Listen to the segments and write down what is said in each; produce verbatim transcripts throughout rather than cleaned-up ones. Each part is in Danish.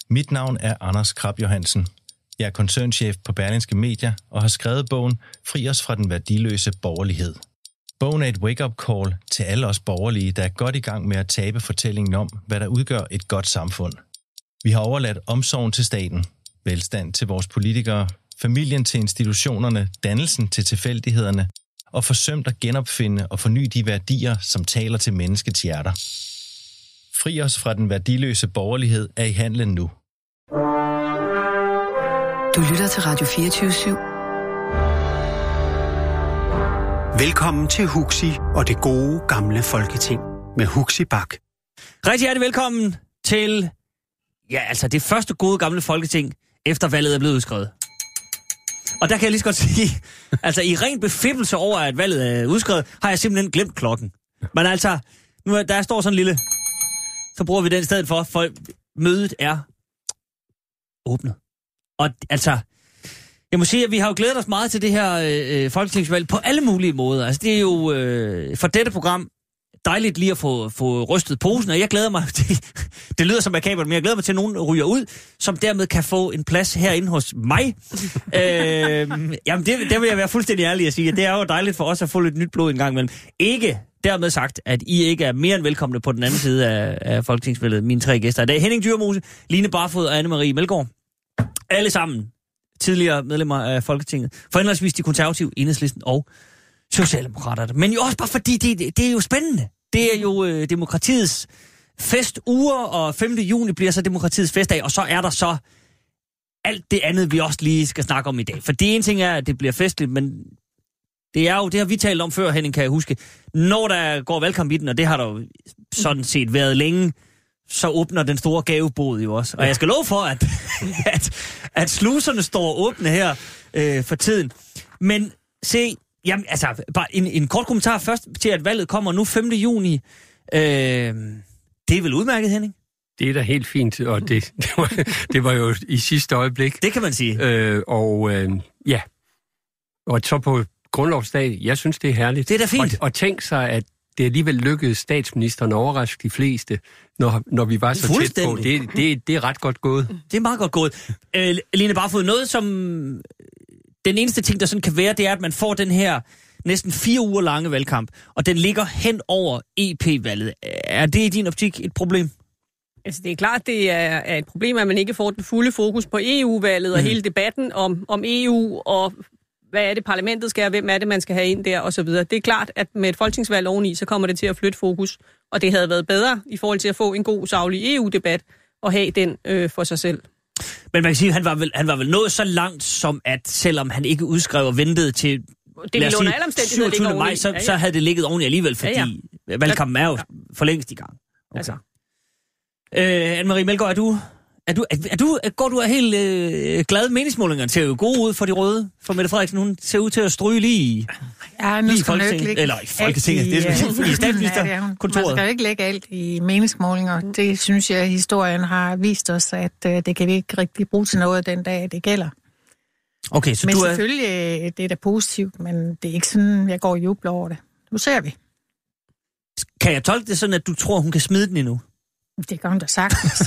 Mit navn er Anders Krab Johansen. Jeg er koncernchef på Berlingske Media og har skrevet bogen Fri os fra den værdiløse borgerlighed. Bogen er et wake-up call til alle os borgerlige, der er godt i gang med at tabe fortællingen om, hvad der udgør et godt samfund. Vi har overladt omsorgen til staten, velstand til vores politikere, familien til institutionerne, dannelsen til tilfældighederne og forsømt at genopfinde og forny de værdier, som taler til menneskets hjerter. Fri os fra den værdiløse borgerlighed er i handlen nu. Du lytter til Radio fireogtyve syv. Velkommen til Huxi og det gode gamle Folketing med Huxi Bak. Rigtig hjertelig velkommen til, ja altså det første gode gamle Folketing, efter valget er blevet udskrevet. Og der kan jeg lige så godt sige, altså i ren befippelse over, at valget er udskrevet, har jeg simpelthen glemt klokken. Men altså, nu er, der står sådan en lille, så bruger vi den i stedet for, for mødet er åbnet. Og altså, jeg må sige, at vi har jo glædet os meget til det her øh, folketingsvalg på alle mulige måder. Altså det er jo øh, for dette program dejligt lige at få, få rystet posen, og jeg glæder mig til, det lyder som makabert, men jeg glæder mig til, at nogen ryger ud, som dermed kan få en plads herinde hos mig. øh, jamen det, det vil jeg være fuldstændig ærlig at sige, det er jo dejligt for os at få lidt nyt blod en gang imellem. Ikke dermed sagt, at I ikke er mere end velkomne på den anden side af, af folketingsvalget, mine tre gæster i dag. Henning Dyrmose, Line Barfod og Anne-Marie Melgaard. Alle sammen tidligere medlemmer af Folketinget. For henholdsvis de konservative, Enhedslisten og Socialdemokraterne. Men jo også bare fordi, det, det, det er jo spændende. Det er jo øh, demokratiets festuger, og femte juni bliver så demokratiets festdag, og så er der så alt det andet, vi også lige skal snakke om i dag. For det ene ting er, at det bliver festligt, men det er jo, det har vi talt om før, Henning, kan jeg huske. Når der går valgkamp i den, og det har der jo sådan set været længe, så åbner den store gavebod jo også. Og jeg skal love for, at, at, at sluserne står åbne her øh, for tiden. Men se, jamen, altså, bare en, en kort kommentar først til, at valget kommer nu femte juni. Øh, det er vel udmærket, Henning? Det er da helt fint, og det, det, var, det var jo i sidste øjeblik. Det kan man sige. Øh, og øh, ja, og så på grundlovsdag, jeg synes, det er herligt. Det er da fint. Og, og tænk sig, at det alligevel lykkedes statsministeren at overraske de fleste, når, når vi var så tæt på. Det, det, det er ret godt gået. Det er meget godt gået. Øh, Line Barfod, noget som... Den eneste ting, der sådan kan være, det er, at man får den her næsten fire uger lange valgkamp, og den ligger hen over E P-valget. Er det i din optik et problem? Altså, det er klart, det er, er et problem, at man ikke får den fulde fokus på E U-valget og mm. hele debatten om, om E U, og hvad er det, parlamentet skal, og hvem er det, man skal have ind der, og så videre. Det er klart, at med et folketingsvalg oveni, så kommer det til at flytte fokus, og det havde været bedre i forhold til at få en god, saglig E U-debat, og have den øh, for sig selv. Men man kan sige, at han var vel, han var vel nået så langt, som at selvom han ikke udskrev og ventede til det ville under alle omstændigheder syvogtyvende maj, så, ja, ja. så havde det ligget ordentligt alligevel, fordi ja, ja. valgkampen er jo ja. for længst i gang. Okay. Altså. Øh, Anne-Marie Melgaard, er du, er du, er, er du, går du af helt øh, glad? Meningsmålingerne ser jo gode ud for de røde, for Mette Frederiksen, hun ser ud til at stryge lige i, ja, nu lige i skal Folketinget, eller i Folketinget, i, det er sådan, i statsministerkontoret. Man skal jo ikke lægge alt i meningsmålinger. Det synes jeg, historien har vist os, at øh, det kan vi ikke rigtig bruge til noget den dag, det gælder. Okay, så men du er... selvfølgelig, det er da positivt, men det er ikke sådan, jeg går og jubler over det. Nu ser vi. Kan jeg tolke det sådan, at du tror, hun kan smide den endnu? Det gør hun da sagtens.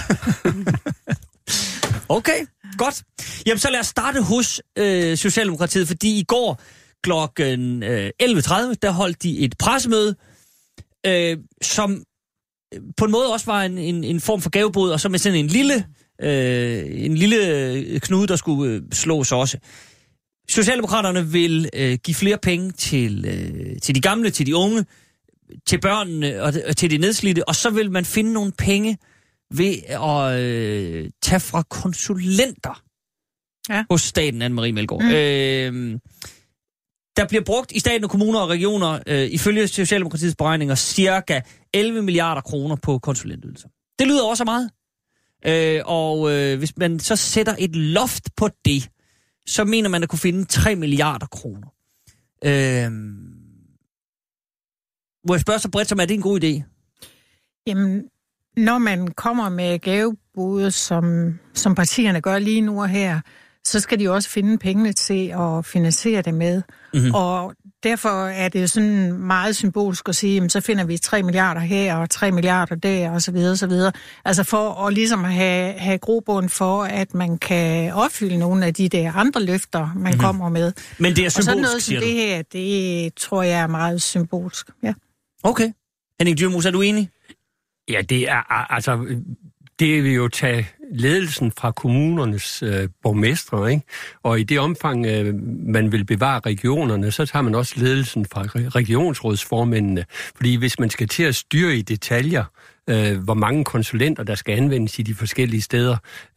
Okay, godt. Jamen, så lad os starte hos øh, Socialdemokratiet, fordi i går klokken øh, elleve tredive, der holdt de et pressemøde, øh, som på en måde også var en, en, en form for gavebod, og så med sådan en lille, øh, en lille knude, der skulle øh, slås også. Socialdemokraterne vil øh, give flere penge til, øh, til de gamle, til de unge, til børnene og, og til de nedslidte, og så vil man finde nogle penge ved at øh, tage fra konsulenter ja. hos staten, Anne-Marie Melgaard. Mm. Øh, der bliver brugt i staten og kommuner og regioner, øh, ifølge Socialdemokratiets beregninger, cirka elleve milliarder kroner på konsulentydelser. Det lyder også meget. Øh, og øh, hvis man så sætter et loft på det, så mener man at kunne finde tre milliarder kroner. Øh, Må jeg spørge så bredt, som er det en god idé? Jamen, når man kommer med gavebud, som, som partierne gør lige nu og her, så skal de også finde pengene til at finansiere det med. Mm-hmm. Og derfor er det sådan meget symbolsk at sige, jamen, så finder vi tre milliarder her og tre milliarder der og så videre, så videre. Altså for at ligesom have, have grobund for, at man kan opfylde nogle af de der andre løfter, man mm-hmm. kommer med. Men det er symbolsk, og sådan noget som siger det her, det tror jeg er meget symbolsk. Ja. Okay. Henning Dyrmose, er du enig? Ja, det er altså... Det vil jo tage ledelsen fra kommunernes øh, borgmestre, ikke? Og i det omfang, øh, man vil bevare regionerne, så tager man også ledelsen fra regionsrådsformændene. Fordi hvis man skal til at styre i detaljer, øh, hvor mange konsulenter, der skal anvendes i de forskellige steder,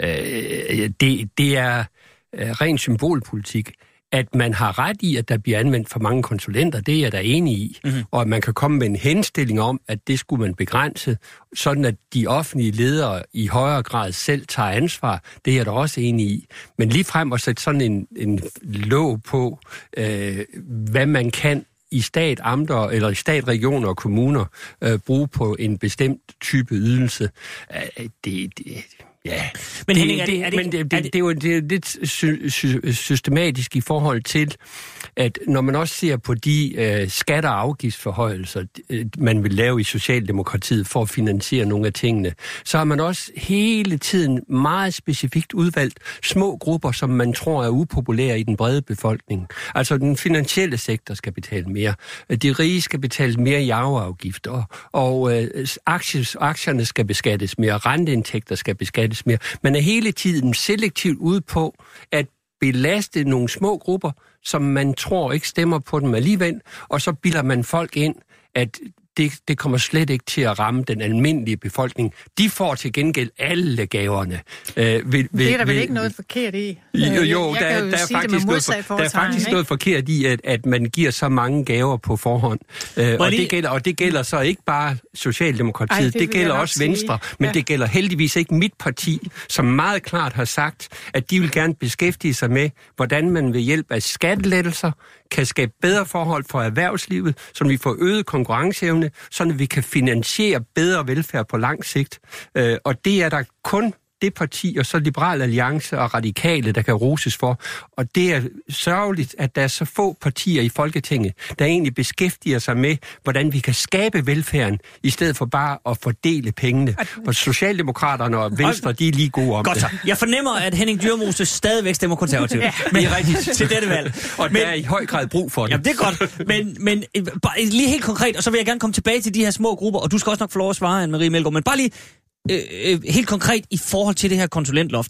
øh, det, det er øh, ren symbolpolitik. At man har ret i, at der bliver anvendt for mange konsulenter, det er jeg da enig i. Mm-hmm. Og at man kan komme med en henstilling om, at det skulle man begrænse, sådan at de offentlige ledere i højere grad selv tager ansvar, det er jeg da også enig i. Men lige frem at sætte sådan en, en låg på, øh, hvad man kan i stat, amter eller i stat, regioner og kommuner øh, bruge på en bestemt type ydelse, øh, det... det Ja, men, det, Henning, er det, er det, men det, det, det, det er jo det er lidt sy- sy- systematisk i forhold til, at når man også ser på de øh, skatter- og afgiftsforhøjelser, øh, man vil lave i Socialdemokratiet for at finansiere nogle af tingene, så har man også hele tiden meget specifikt udvalgt små grupper, som man tror er upopulære i den brede befolkning. Altså den finansielle sektor skal betale mere, de rige skal betale mere i arveafgifter, og øh, akties, aktierne skal beskattes mere, renteindtægter skal beskattes mere. Man er hele tiden selektivt ude på at belaste nogle små grupper, som man tror ikke stemmer på dem alligevel, og så bilder man folk ind, at det, det kommer slet ikke til at ramme den almindelige befolkning. De får til gengæld alle gaverne. Øh, ved, det er der ved, vel ikke noget forkert i? Jo, jo jeg der, kan jo der, er faktisk noget, der er faktisk noget forkert i, at, at man giver så mange gaver på forhånd. Øh, og, det gælder, og det gælder så ikke bare Socialdemokratiet, Ej, det, det gælder også sige. Venstre, men ja. Det gælder heldigvis ikke mit parti, som meget klart har sagt, at de vil gerne beskæftige sig med, hvordan man ved hjælp af skattelettelser kan skabe bedre forhold for erhvervslivet, så vi får øget konkurrenceevne, så vi kan finansiere bedre velfærd på lang sigt. Øh, og det er der kun det parti, og så Liberal Alliance og Radikale, der kan roses for. Og det er sørgeligt, at der er så få partier i Folketinget, der egentlig beskæftiger sig med, hvordan vi kan skabe velfærden, i stedet for bare at fordele pengene. For Socialdemokraterne og Venstre, de er lige gode om Godt det. Så. Jeg fornemmer, at Henning Dyrmose stadigvæk stemmer konservativt. Ja, men det er rigtigt. Til dette valg. Og men, der er i høj grad brug for det. Jamen, det er godt. Men, men bare lige helt konkret, og så vil jeg gerne komme tilbage til de her små grupper, og du skal også nok få lov at svare, Anne-Marie Melgaard, men bare lige Øh, øh, helt konkret i forhold til det her konsulentloft.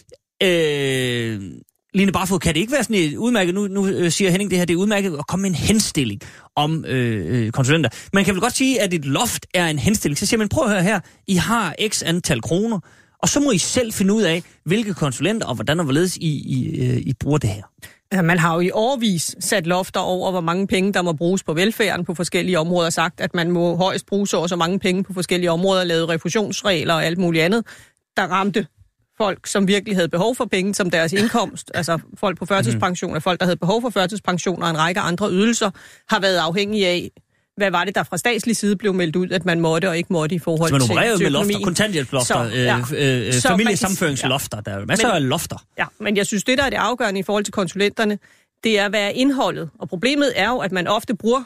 Øh, Line Barfod, kan det ikke være sådan et udmærket, nu, nu øh, siger Henning det her, det er udmærket at komme med en henstilling om øh, konsulenter. Man kan vel godt sige, at et loft er en henstilling. Så siger man, prøv at høre her, I har x antal kroner, og så må I selv finde ud af, hvilke konsulenter og hvordan og hvorledes I, I, øh, I bruger det her. Man har jo i årevis sat lofter over, hvor mange penge, der må bruges på velfærden på forskellige områder, sagt, at man må højst bruge så, så mange penge på forskellige områder, lavet refusionsregler og alt muligt andet, der ramte folk, som virkelig havde behov for penge som deres indkomst, altså folk på førtidspension, og folk, der havde behov for førtidspension og en række andre ydelser, har været afhængige af, hvad var det, der fra statslig side blev meldt ud, at man måtte og ikke måtte i forhold til, til økonomien. Man opererede med lofter, kontanthjælpslofter, ja. øh, øh, familiesammenføringslofter, ja. Der er masser men, af lofter. Ja, men jeg synes, det der er det afgørende i forhold til konsulenterne, det er, hvad er indholdet. Og problemet er jo, at man ofte bruger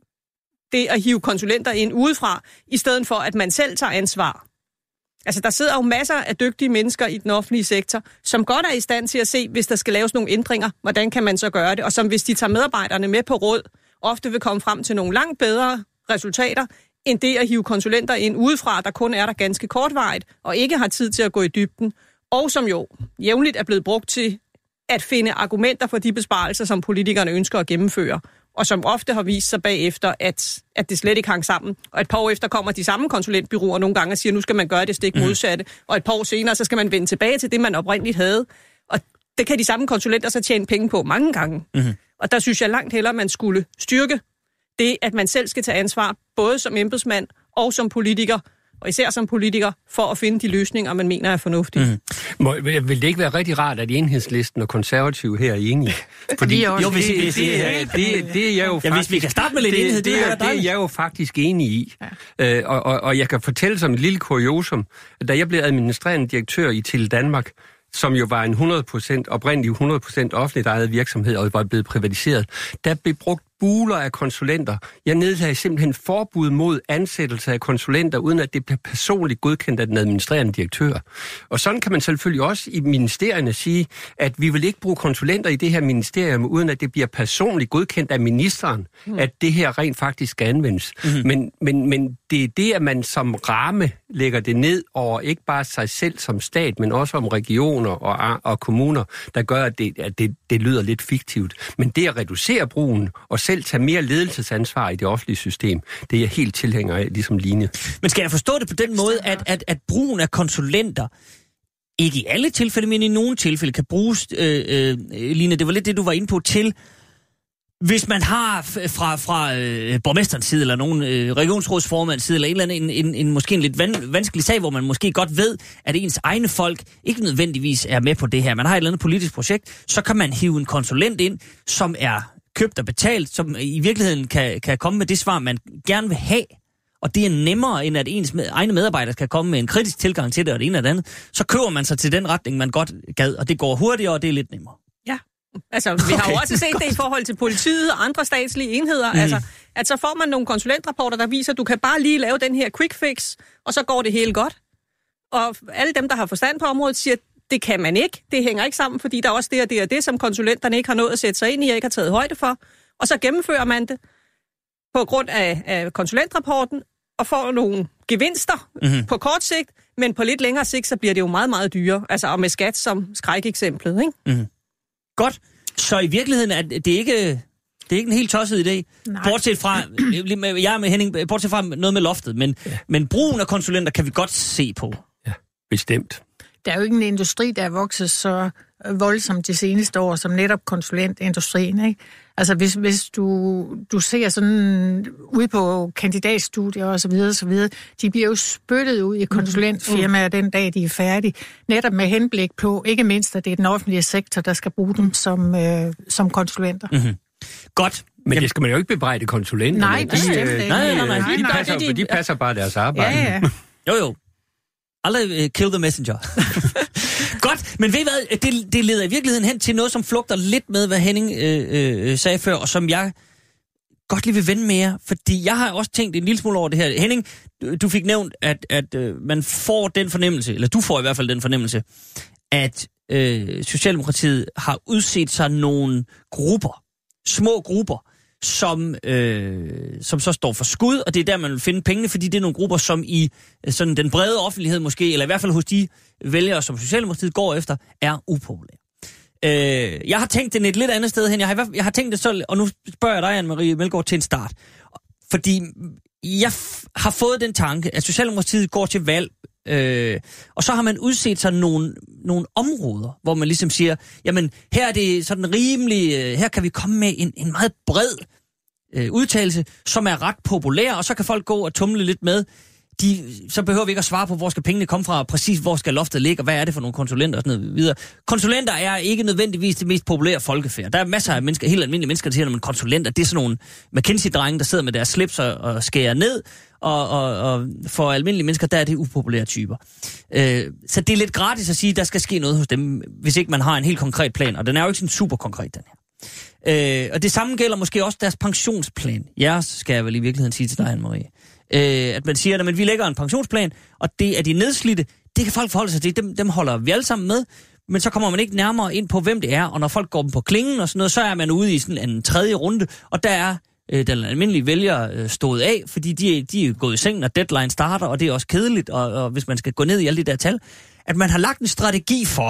det at hive konsulenter ind udefra, i stedet for, at man selv tager ansvar. Altså, der sidder jo masser af dygtige mennesker i den offentlige sektor, som godt er i stand til at se, hvis der skal laves nogle ændringer, hvordan kan man så gøre det, og som hvis de tager medarbejderne med på råd, ofte vil komme frem til nogle langt bedre resultater, end det at hive konsulenter ind udefra, der kun er der ganske kortvarigt, og ikke har tid til at gå i dybden, og som jo jævnligt er blevet brugt til at finde argumenter for de besparelser, som politikerne ønsker at gennemføre, og som ofte har vist sig bagefter, at, at det slet ikke hang sammen. Og et par år efter kommer de samme konsulentbyråer nogle gange og siger, nu skal man gøre det stik modsatte, mm. og et par år senere, så skal man vende tilbage til det, man oprindeligt havde. Og det kan de samme konsulenter så tjene penge på mange gange. Mm-hmm. Og der synes jeg langt hellere, man skulle styrke det, at man selv skal tage ansvar, både som embedsmand og som politiker, og især som politiker, for at finde de løsninger, man mener er fornuftige. Mm. Må, vil det ikke være rigtig rart, at Enhedslisten og Konservative her er enige? Fordi jo, jo, hvis, hvis, det, det, det, det er jeg jo faktisk... Ja, hvis vi kan starte med lidt enighed, det, det, det, det er jeg jo faktisk enig i. Ja. Øh, og, og, og jeg kan fortælle som et lille kuriosum, at da jeg blev administrerende direktør i Tele Danmark, som jo var en hundrede procent, oprindelig hundrede procent offentligt ejet virksomhed, og var blevet privatiseret, der blev brugt buler af konsulenter. Jeg nedlagde simpelthen forbud mod ansættelse af konsulenter, uden at det bliver personligt godkendt af den administrerende direktør. Og sådan kan man selvfølgelig også i ministerierne sige, at vi vil ikke bruge konsulenter i det her ministerium, uden at det bliver personligt godkendt af ministeren, mm. at det her rent faktisk skal anvendes. Mm-hmm. Men, men, men det er det, at man som ramme lægger det ned over ikke bare sig selv som stat, men også om regioner og, og kommuner, der gør, at, det, at det, det lyder lidt fiktivt. Men det at reducere brugen og selv tage mere ledelsesansvar i det offentlige system, det er jeg helt tilhænger af, ligesom Line. Men skal jeg forstå det på den måde, at, at, at brugen af konsulenter, ikke i alle tilfælde, men i nogle tilfælde, kan bruges, øh, øh, Line, det var lidt det, du var inde på, til, hvis man har fra, fra øh, borgmesterens side, eller nogen øh, regionsrådsformands side, eller en eller anden, en, en, en, måske en lidt van, vanskelig sag, hvor man måske godt ved, at ens egne folk ikke nødvendigvis er med på det her. Man har et eller andet politisk projekt, så kan man hive en konsulent ind, som er købt og betalt, som i virkeligheden kan, kan komme med det svar, man gerne vil have. Og det er nemmere, end at ens med, egne medarbejdere skal komme med en kritisk tilgang til det, og det ene og det andet. Så køber man sig til den retning, man godt gad, og det går hurtigere, og det er lidt nemmere. Ja, altså vi har jo også set det i forhold til politiet og andre statslige enheder. Mm. Altså, at så får man nogle konsulentrapporter, der viser, at du kan bare lige lave den her quick fix, og så går det helt godt. Og alle dem, der har forstand på området, siger, det kan man ikke. Det hænger ikke sammen, fordi der er også det og det og det, som konsulenterne ikke har nået at sætte sig ind i og ikke har taget højde for. Og så gennemfører man det på grund af, af konsulentrapporten og får nogle gevinster mm-hmm. på kort sigt, men på lidt længere sigt, så bliver det jo meget, meget dyrere. Altså, og med skat som skrækeksemplet, ikke? Mm-hmm. Godt. Så i virkeligheden er det ikke, det er ikke en helt tosset idé. Nej. Bortset fra, jeg er med Henning, bortset fra noget med loftet, men, ja. men brugen af konsulenter kan vi godt se på. Ja, bestemt. Der er jo ikke en industri, der er vokset så voldsomt de seneste år, som netop konsulentindustrien, ikke? Altså hvis, hvis du, du ser sådan ude på kandidatstudier og så videre, så videre, de bliver jo spyttet ud i konsulentfirmaer den dag, de er færdige. Netop med henblik på, ikke mindst, at det er den offentlige sektor, der skal bruge dem som, øh, som gør. Mm-hmm. Godt. Men det skal man jo ikke bebrejde konsulenterne. Nej, de, øh, nej, nej, nej, nej. De, de, passer, de, de passer bare deres arbejde. Ja, ja. Jo, jo. Aldrig uh, kill the messenger. Godt, men ved I hvad, det, det leder i virkeligheden hen til noget, som flugter lidt med, hvad Henning øh, øh, sagde før, og som jeg godt lige vil vende mere, fordi jeg har også tænkt en lille smule over det her. Henning, du fik nævnt, at, at øh, man får den fornemmelse, eller du får i hvert fald den fornemmelse, at øh, Socialdemokratiet har udset sig nogle grupper, små grupper, som, øh, som så står for skud, og det er der, man vil finde pengene, fordi det er nogle grupper, som i sådan den brede offentlighed måske, eller i hvert fald hos de vælgere, som Socialdemokratiet går efter, er upopulære. Øh, jeg har tænkt det et lidt andet sted hen. Jeg har, jeg har tænkt det så, og nu spørger jeg dig, Anne-Marie Melgaard, til en start. Fordi jeg f- har fået den tanke, at Socialdemokratiet går til valg, øh, og så har man udset sig nogle, nogle områder, hvor man ligesom siger, jamen her er det sådan rimelig, øh, her kan vi komme med en, en meget bred øh, udtalelse, som er ret populær, og så kan folk gå og tumle lidt med. De, så behøver vi ikke at svare på, hvor skal pengene komme fra, præcis hvor skal loftet ligge, og hvad er det for nogle konsulenter og sådan noget videre. Konsulenter er ikke nødvendigvis det mest populære folkefærd. Der er masser af mennesker, helt almindelige mennesker, der siger, at konsulenter, det er sådan nogle McKinsey-drenge, der sidder med deres slips og, og skærer ned, og, og, og for almindelige mennesker, der er det upopulære typer. Øh, så det er lidt gratis at sige, at der skal ske noget hos dem, hvis ikke man har en helt konkret plan, og den er jo ikke sådan super konkret, den her. Øh, og det samme gælder måske også deres pensionsplan. Jeres skal jeg vel i virkeligheden sige til dig, Anne-Marie. Øh, at man siger, at vi lægger en pensionsplan, og det er de nedslidte, det kan folk forholde sig til, dem, dem holder vi alle sammen med, men så kommer man ikke nærmere ind på, hvem det er, og når folk går dem på klingen og sådan noget, så er man ude i sådan en tredje runde, og der er øh, den almindelige vælger øh, stået af, fordi de, de er gået i seng, når deadline starter, og det er også kedeligt, og, og hvis man skal gå ned i alle de der tal, at man har lagt en strategi for,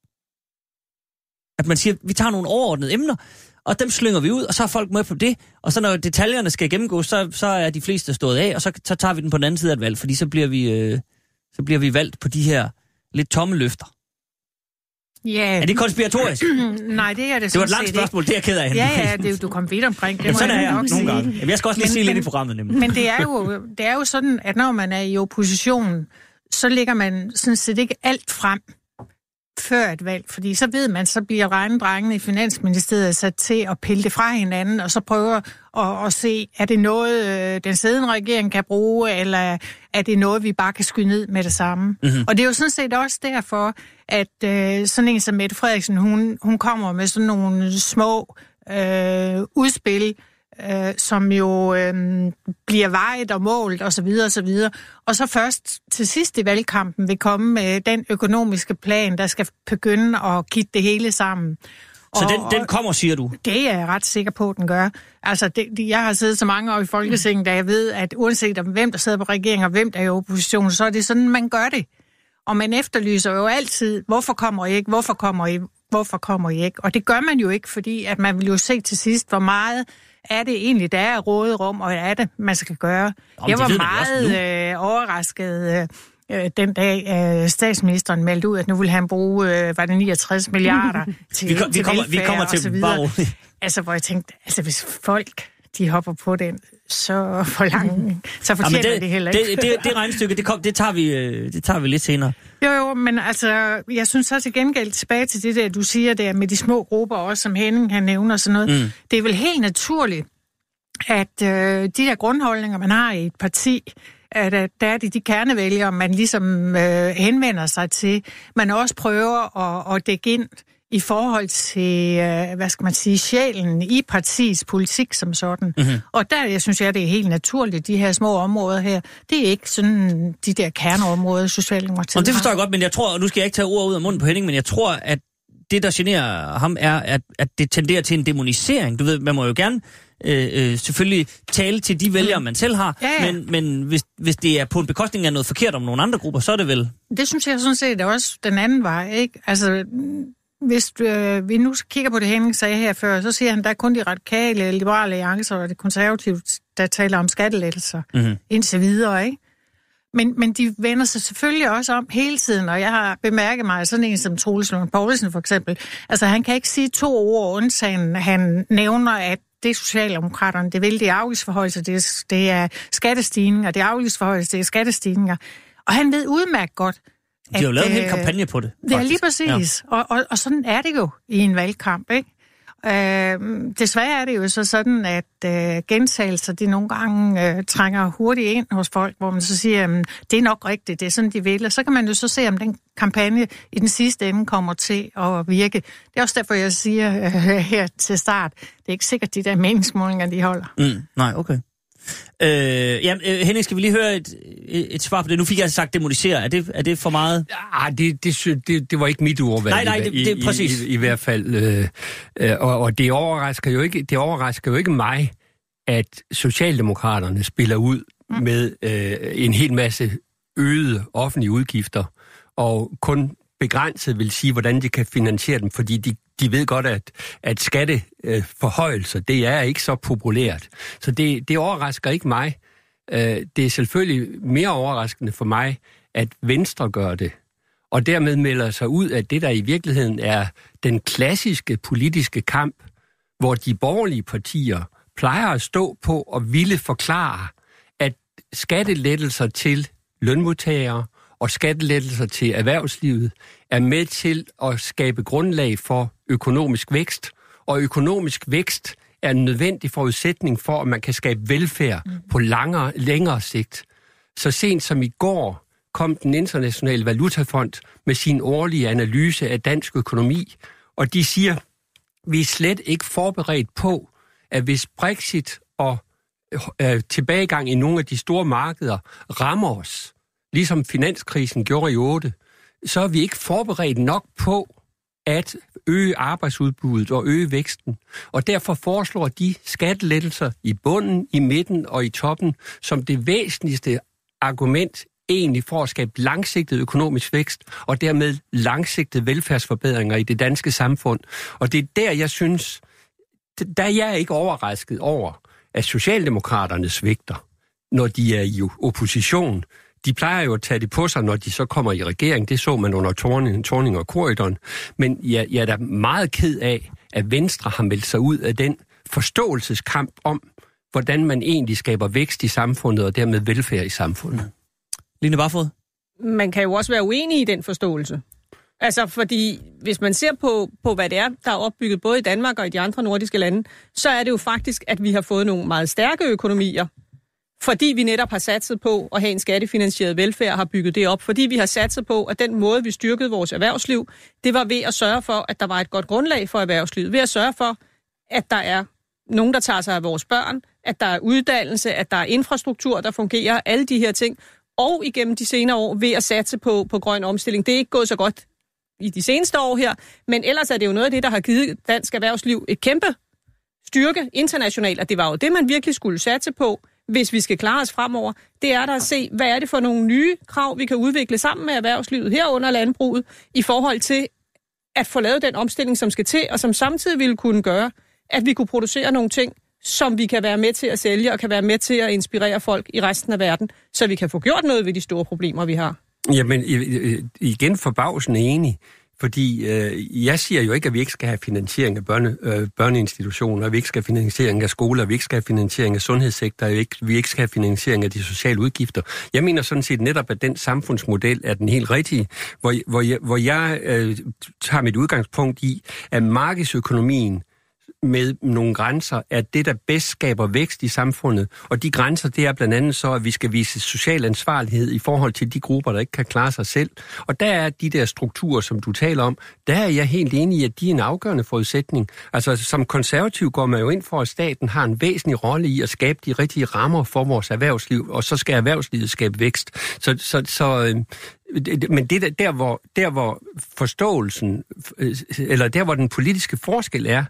at man siger, vi tager nogle overordnede emner, og dem slynger vi ud, og så er folk med på det. Og så når detaljerne skal gennemgås, så, så er de fleste stået af, og så, så tager vi den på den anden side af et valg, fordi så bliver vi, øh, så bliver vi valgt på de her lidt tomme løfter. Ja. Er det konspiratorisk? Nej, det er det. Det var et langt spørgsmål, det er jeg ked af. Ja, ja, det, du kom vidt omkring. Det Jamen, sådan er jeg nok nogle gange. Jamen, jeg skal også lige men, sige men, lidt i programmet, nemlig. Men det er, jo, det er jo sådan, at når man er i opposition, så lægger man sådan set ikke alt frem. før et valg, fordi så ved man, så bliver regnedrengene i Finansministeriet sat til at pille det fra hinanden, og så prøver at, at se, er det noget, øh, den siddende regering kan bruge, eller er det noget, vi bare kan skyde ned med det samme. Mm-hmm. Og det er jo sådan set også derfor, at øh, sådan en som Mette Frederiksen, hun, hun kommer med sådan nogle små øh, udspil, Øh, som jo øh, bliver vejet og målt osv. osv. Og så først til sidst i valgkampen vil komme med den økonomiske plan, der skal begynde at kitte det hele sammen. Så og, den, den kommer, siger du? Det er jeg ret sikker på, at den gør. Altså, det, jeg har siddet så mange år i Folketinget, da jeg ved, at uanset om hvem der sidder på regeringen og hvem der er i opposition, så er det sådan, man gør det. Og man efterlyser jo altid, hvorfor kommer I ikke, hvorfor kommer I, hvorfor kommer I ikke? Og det gør man jo ikke, fordi at man vil jo se til sidst, hvor meget er det egentlig, der er råderum, og hvad er det, man skal gøre. Jamen, jeg var meget øh, overrasket øh, den dag, øh, statsministeren meldte ud, at nu ville han bruge, øh, var det niogtres milliarder til, vi, kom, til vi kommer, velfærd vi kommer til og så videre. Altså, hvor jeg tænkte, altså hvis folk, de hopper på den, så for langt, så fortjener ja, det, det heller ikke. Det, det, det regnestykke, det, kom, det, tager vi, det tager vi lidt senere. Jo, jo, men altså, jeg synes så til gengæld tilbage til det der, du siger der med de små grupper også, som Henning han nævner og sådan noget. Mm. Det er vel helt naturligt, at øh, de der grundholdninger, man har i et parti, at øh, der er det de kernevælgere, man ligesom øh, henvender sig til. Man også prøver at, at dække ind i forhold til, øh, hvad skal man sige, sjælen i partiets politik som sådan. Mm-hmm. Og der, jeg synes jeg, det er helt naturligt, de her små områder her. Det er ikke sådan de der kerneområder, Socialdemokratiet. Og det forstår jeg godt, men jeg tror, og nu skal jeg ikke tage ord ud af munden på Henning, men jeg tror, at det, der generer ham, er, at, at det tenderer til en demonisering. Du ved, man må jo gerne øh, øh, selvfølgelig tale til de vælgere, man selv har, ja, ja. men, men hvis, hvis det er på en bekostning af noget forkert om nogle andre grupper, så er det vel... Det synes jeg sådan set også den anden vej, ikke? Altså... Hvis øh, vi nu kigger på det, Henning sagde her før, så siger han, at der er kun de radikale, liberale alliancer og det konservative, der taler om skattelettelser mm-hmm. indtil videre, ikke? Men, men de vender sig selvfølgelig også om hele tiden, og jeg har bemærket mig, sådan en som Troels Lund Poulsen for eksempel, altså han kan ikke sige to ord, undtagen han nævner, at det er Socialdemokraterne, det vil, det er afgiftsforhøjelser, det er, det er skattestigninger, det er afgiftsforhøjelser, det er skattestigninger. Og han ved udmærket godt, de har jo lavet en hel kampagne på det, faktisk. Det er lige præcis, ja. og, og, og sådan er det jo i en valgkamp, ikke? Øh, desværre er det jo så sådan, at øh, gentagelser, de nogle gange øh, trænger hurtigt ind hos folk, hvor man så siger, at det er nok rigtigt, det er sådan, de vil. Og så kan man jo så se, om den kampagne i den sidste ende kommer til at virke. Det er også derfor, jeg siger øh, her til start, det er ikke sikkert, de der meningsmålinger, de holder. Mm, nej, okay. Øh, ja, Henning, skal vi lige høre et, et svar på det? Nu fik jeg sagt demonisere. Er det, er det for meget? Ja, det, det, det, det var ikke mit ordvalg. Nej, nej, det, det er præcis. I, i, i hvert fald. Øh, øh, og, og det overrasker jo ikke, det overrasker jo ikke mig, at Socialdemokraterne spiller ud mm. med øh, en hel masse øgede offentlige udgifter, og kun begrænset vil sige, hvordan de kan finansiere dem, fordi de, de ved godt, at, at skatteforhøjelser, det er ikke så populært. Så det, det overrasker ikke mig. Det er selvfølgelig mere overraskende for mig, at Venstre gør det, og dermed melder sig ud af det, der i virkeligheden er den klassiske politiske kamp, hvor de borgerlige partier plejer at stå på og ville forklare, at skattelettelser til lønmodtagere og skattelettelser til erhvervslivet er med til at skabe grundlag for økonomisk vækst, og økonomisk vækst er en nødvendig forudsætning for, at man kan skabe velfærd mm. på langere, længere sigt. Så sent som i går kom den internationale valutafond med sin årlige analyse af dansk økonomi, og de siger, at vi er slet ikke forberedt på, at hvis Brexit og øh, tilbagegang i nogle af de store markeder rammer os, ligesom finanskrisen gjorde i otte, så er vi ikke forberedt nok på at øge arbejdsudbuddet og øge væksten. Og derfor foreslår de skattelettelser i bunden, i midten og i toppen, som det væsentligste argument egentlig for at skabe langsigtet økonomisk vækst, og dermed langsigtede velfærdsforbedringer i det danske samfund. Og det er der, jeg synes, der er jeg ikke overrasket over, at Socialdemokraterne svigter, når de er i opposition. De plejer jo at tage det på sig, når de så kommer i regering. Det så man under Thorning, Thorning og Corydon. Men jeg, jeg er da meget ked af, at Venstre har meldt sig ud af den forståelseskamp om, hvordan man egentlig skaber vækst i samfundet og dermed velfærd i samfundet. Line Barfod? Man kan jo også være uenig i den forståelse. Altså, fordi hvis man ser på, på, hvad det er, der er opbygget både i Danmark og i de andre nordiske lande, så er det jo faktisk, at vi har fået nogle meget stærke økonomier, fordi vi netop har satset på at have en skattefinansieret velfærd, har bygget det op. Fordi vi har satset på, at den måde, vi styrkede vores erhvervsliv, det var ved at sørge for, at der var et godt grundlag for erhvervslivet. Ved at sørge for, at der er nogen, der tager sig af vores børn, at der er uddannelse, at der er infrastruktur, der fungerer, alle de her ting. Og igennem de senere år ved at satse på, på grøn omstilling. Det er ikke gået så godt i de seneste år her, men ellers er det jo noget af det, der har givet dansk erhvervsliv et kæmpe styrke internationalt, og det var jo det, man virkelig skulle satse på, hvis vi skal klare os fremover. Det er der at se, hvad er det for nogle nye krav, vi kan udvikle sammen med erhvervslivet herunder landbruget, i forhold til at få lavet den omstilling, som skal til, og som samtidig ville kunne gøre, at vi kunne producere nogle ting, som vi kan være med til at sælge, og kan være med til at inspirere folk i resten af verden, så vi kan få gjort noget ved de store problemer, vi har. Jamen, igen forbavsende enig, fordi øh, jeg siger jo ikke, at vi ikke skal have finansiering af børne, øh, børneinstitutioner, at vi ikke skal have finansiering af skoler, at vi ikke skal have finansiering af sundhedssektor, at vi ikke, vi ikke skal have finansiering af de sociale udgifter. Jeg mener sådan set netop, at den samfundsmodel er den helt rigtige, hvor, hvor jeg, hvor jeg øh, tager mit udgangspunkt i, at markedsøkonomien med nogle grænser er det, der bedst skaber vækst i samfundet. Og de grænser, det er blandt andet så, at vi skal vise social ansvarlighed i forhold til de grupper, der ikke kan klare sig selv. Og der er de der strukturer, som du taler om, der er jeg helt enig i, at de er en afgørende forudsætning. Altså som konservativ går man jo ind for, at staten har en væsentlig rolle i at skabe de rigtige rammer for vores erhvervsliv, og så skal erhvervslivet skabe vækst. Så, så, så øh, men det der, der, hvor, der, hvor forståelsen, eller der, hvor den politiske forskel er,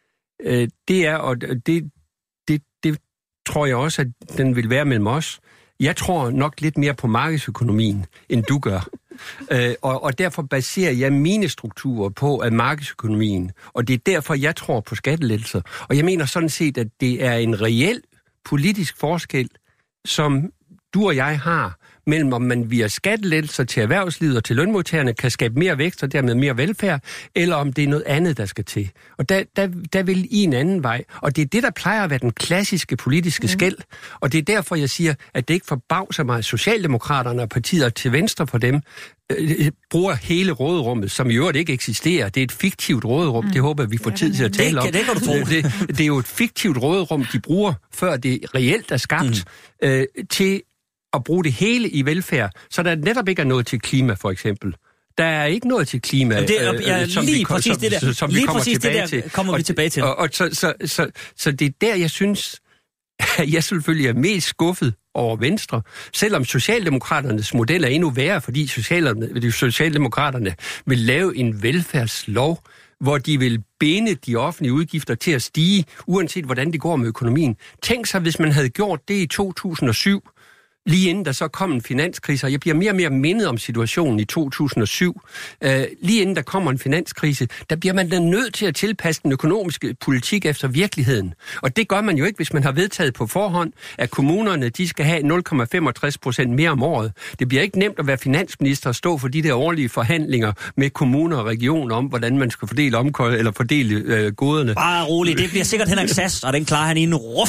det er, og det, det, det tror jeg også, at den vil være mellem os. Jeg tror nok lidt mere på markedsøkonomien, end du gør. øh, og, og derfor baserer jeg mine strukturer på at markedsøkonomien. Og det er derfor, jeg tror på skattelettelser. Og jeg mener sådan set, at det er en reel politisk forskel, som du og jeg har, mellem om man via skattelettelser til erhvervslivet og til lønmodtagerne kan skabe mere vækst og dermed mere velfærd, eller om det er noget andet, der skal til. Og der, der, der vil I en anden vej. Og det er det, der plejer at være den klassiske politiske skel. Og det er derfor, jeg siger, at det ikke forbavser mig, at Socialdemokraterne og partier til venstre for dem øh, bruger hele råderummet, som i øvrigt ikke eksisterer. Det er et fiktivt råderum. Mm. Det håber jeg, vi får tid til at tale om. Det, det, kan du tro. Det, det er jo et fiktivt råderum, de bruger, før det reelt er skabt, mm. øh, til at bruge det hele i velfærd, så der netop ikke er noget til klima, for eksempel. Der er ikke noget til klima, det, øh, ja, som lige vi, præcis som, det der, som lige vi kommer præcis tilbage det der til. kommer og, vi tilbage til. Og, og, så, så, så, så det er der, jeg synes, at jeg selvfølgelig er mest skuffet over Venstre, selvom Socialdemokraternes model er endnu værre, fordi Socialdemokraterne vil lave en velfærdslov, hvor de vil binde de offentlige udgifter til at stige, uanset hvordan det går med økonomien. Tænk sig, hvis man havde gjort det i to tusind og syv, lige inden der så kom en finanskrise, og jeg bliver mere og mere mindet om situationen i to tusind og syv. Uh, lige inden der kommer en finanskrise, der bliver man da nødt til at tilpasse den økonomiske politik efter virkeligheden. Og det gør man jo ikke, hvis man har vedtaget på forhånd, at kommunerne de skal have nul komma femogtres procent mere om året. Det bliver ikke nemt at være finansminister og stå for de der årlige forhandlinger med kommuner og regioner om, hvordan man skal fordele omkøj eller fordele uh, goderne. Bare roligt, det bliver sikkert Henrik Sass, og den klarer han i en ruf.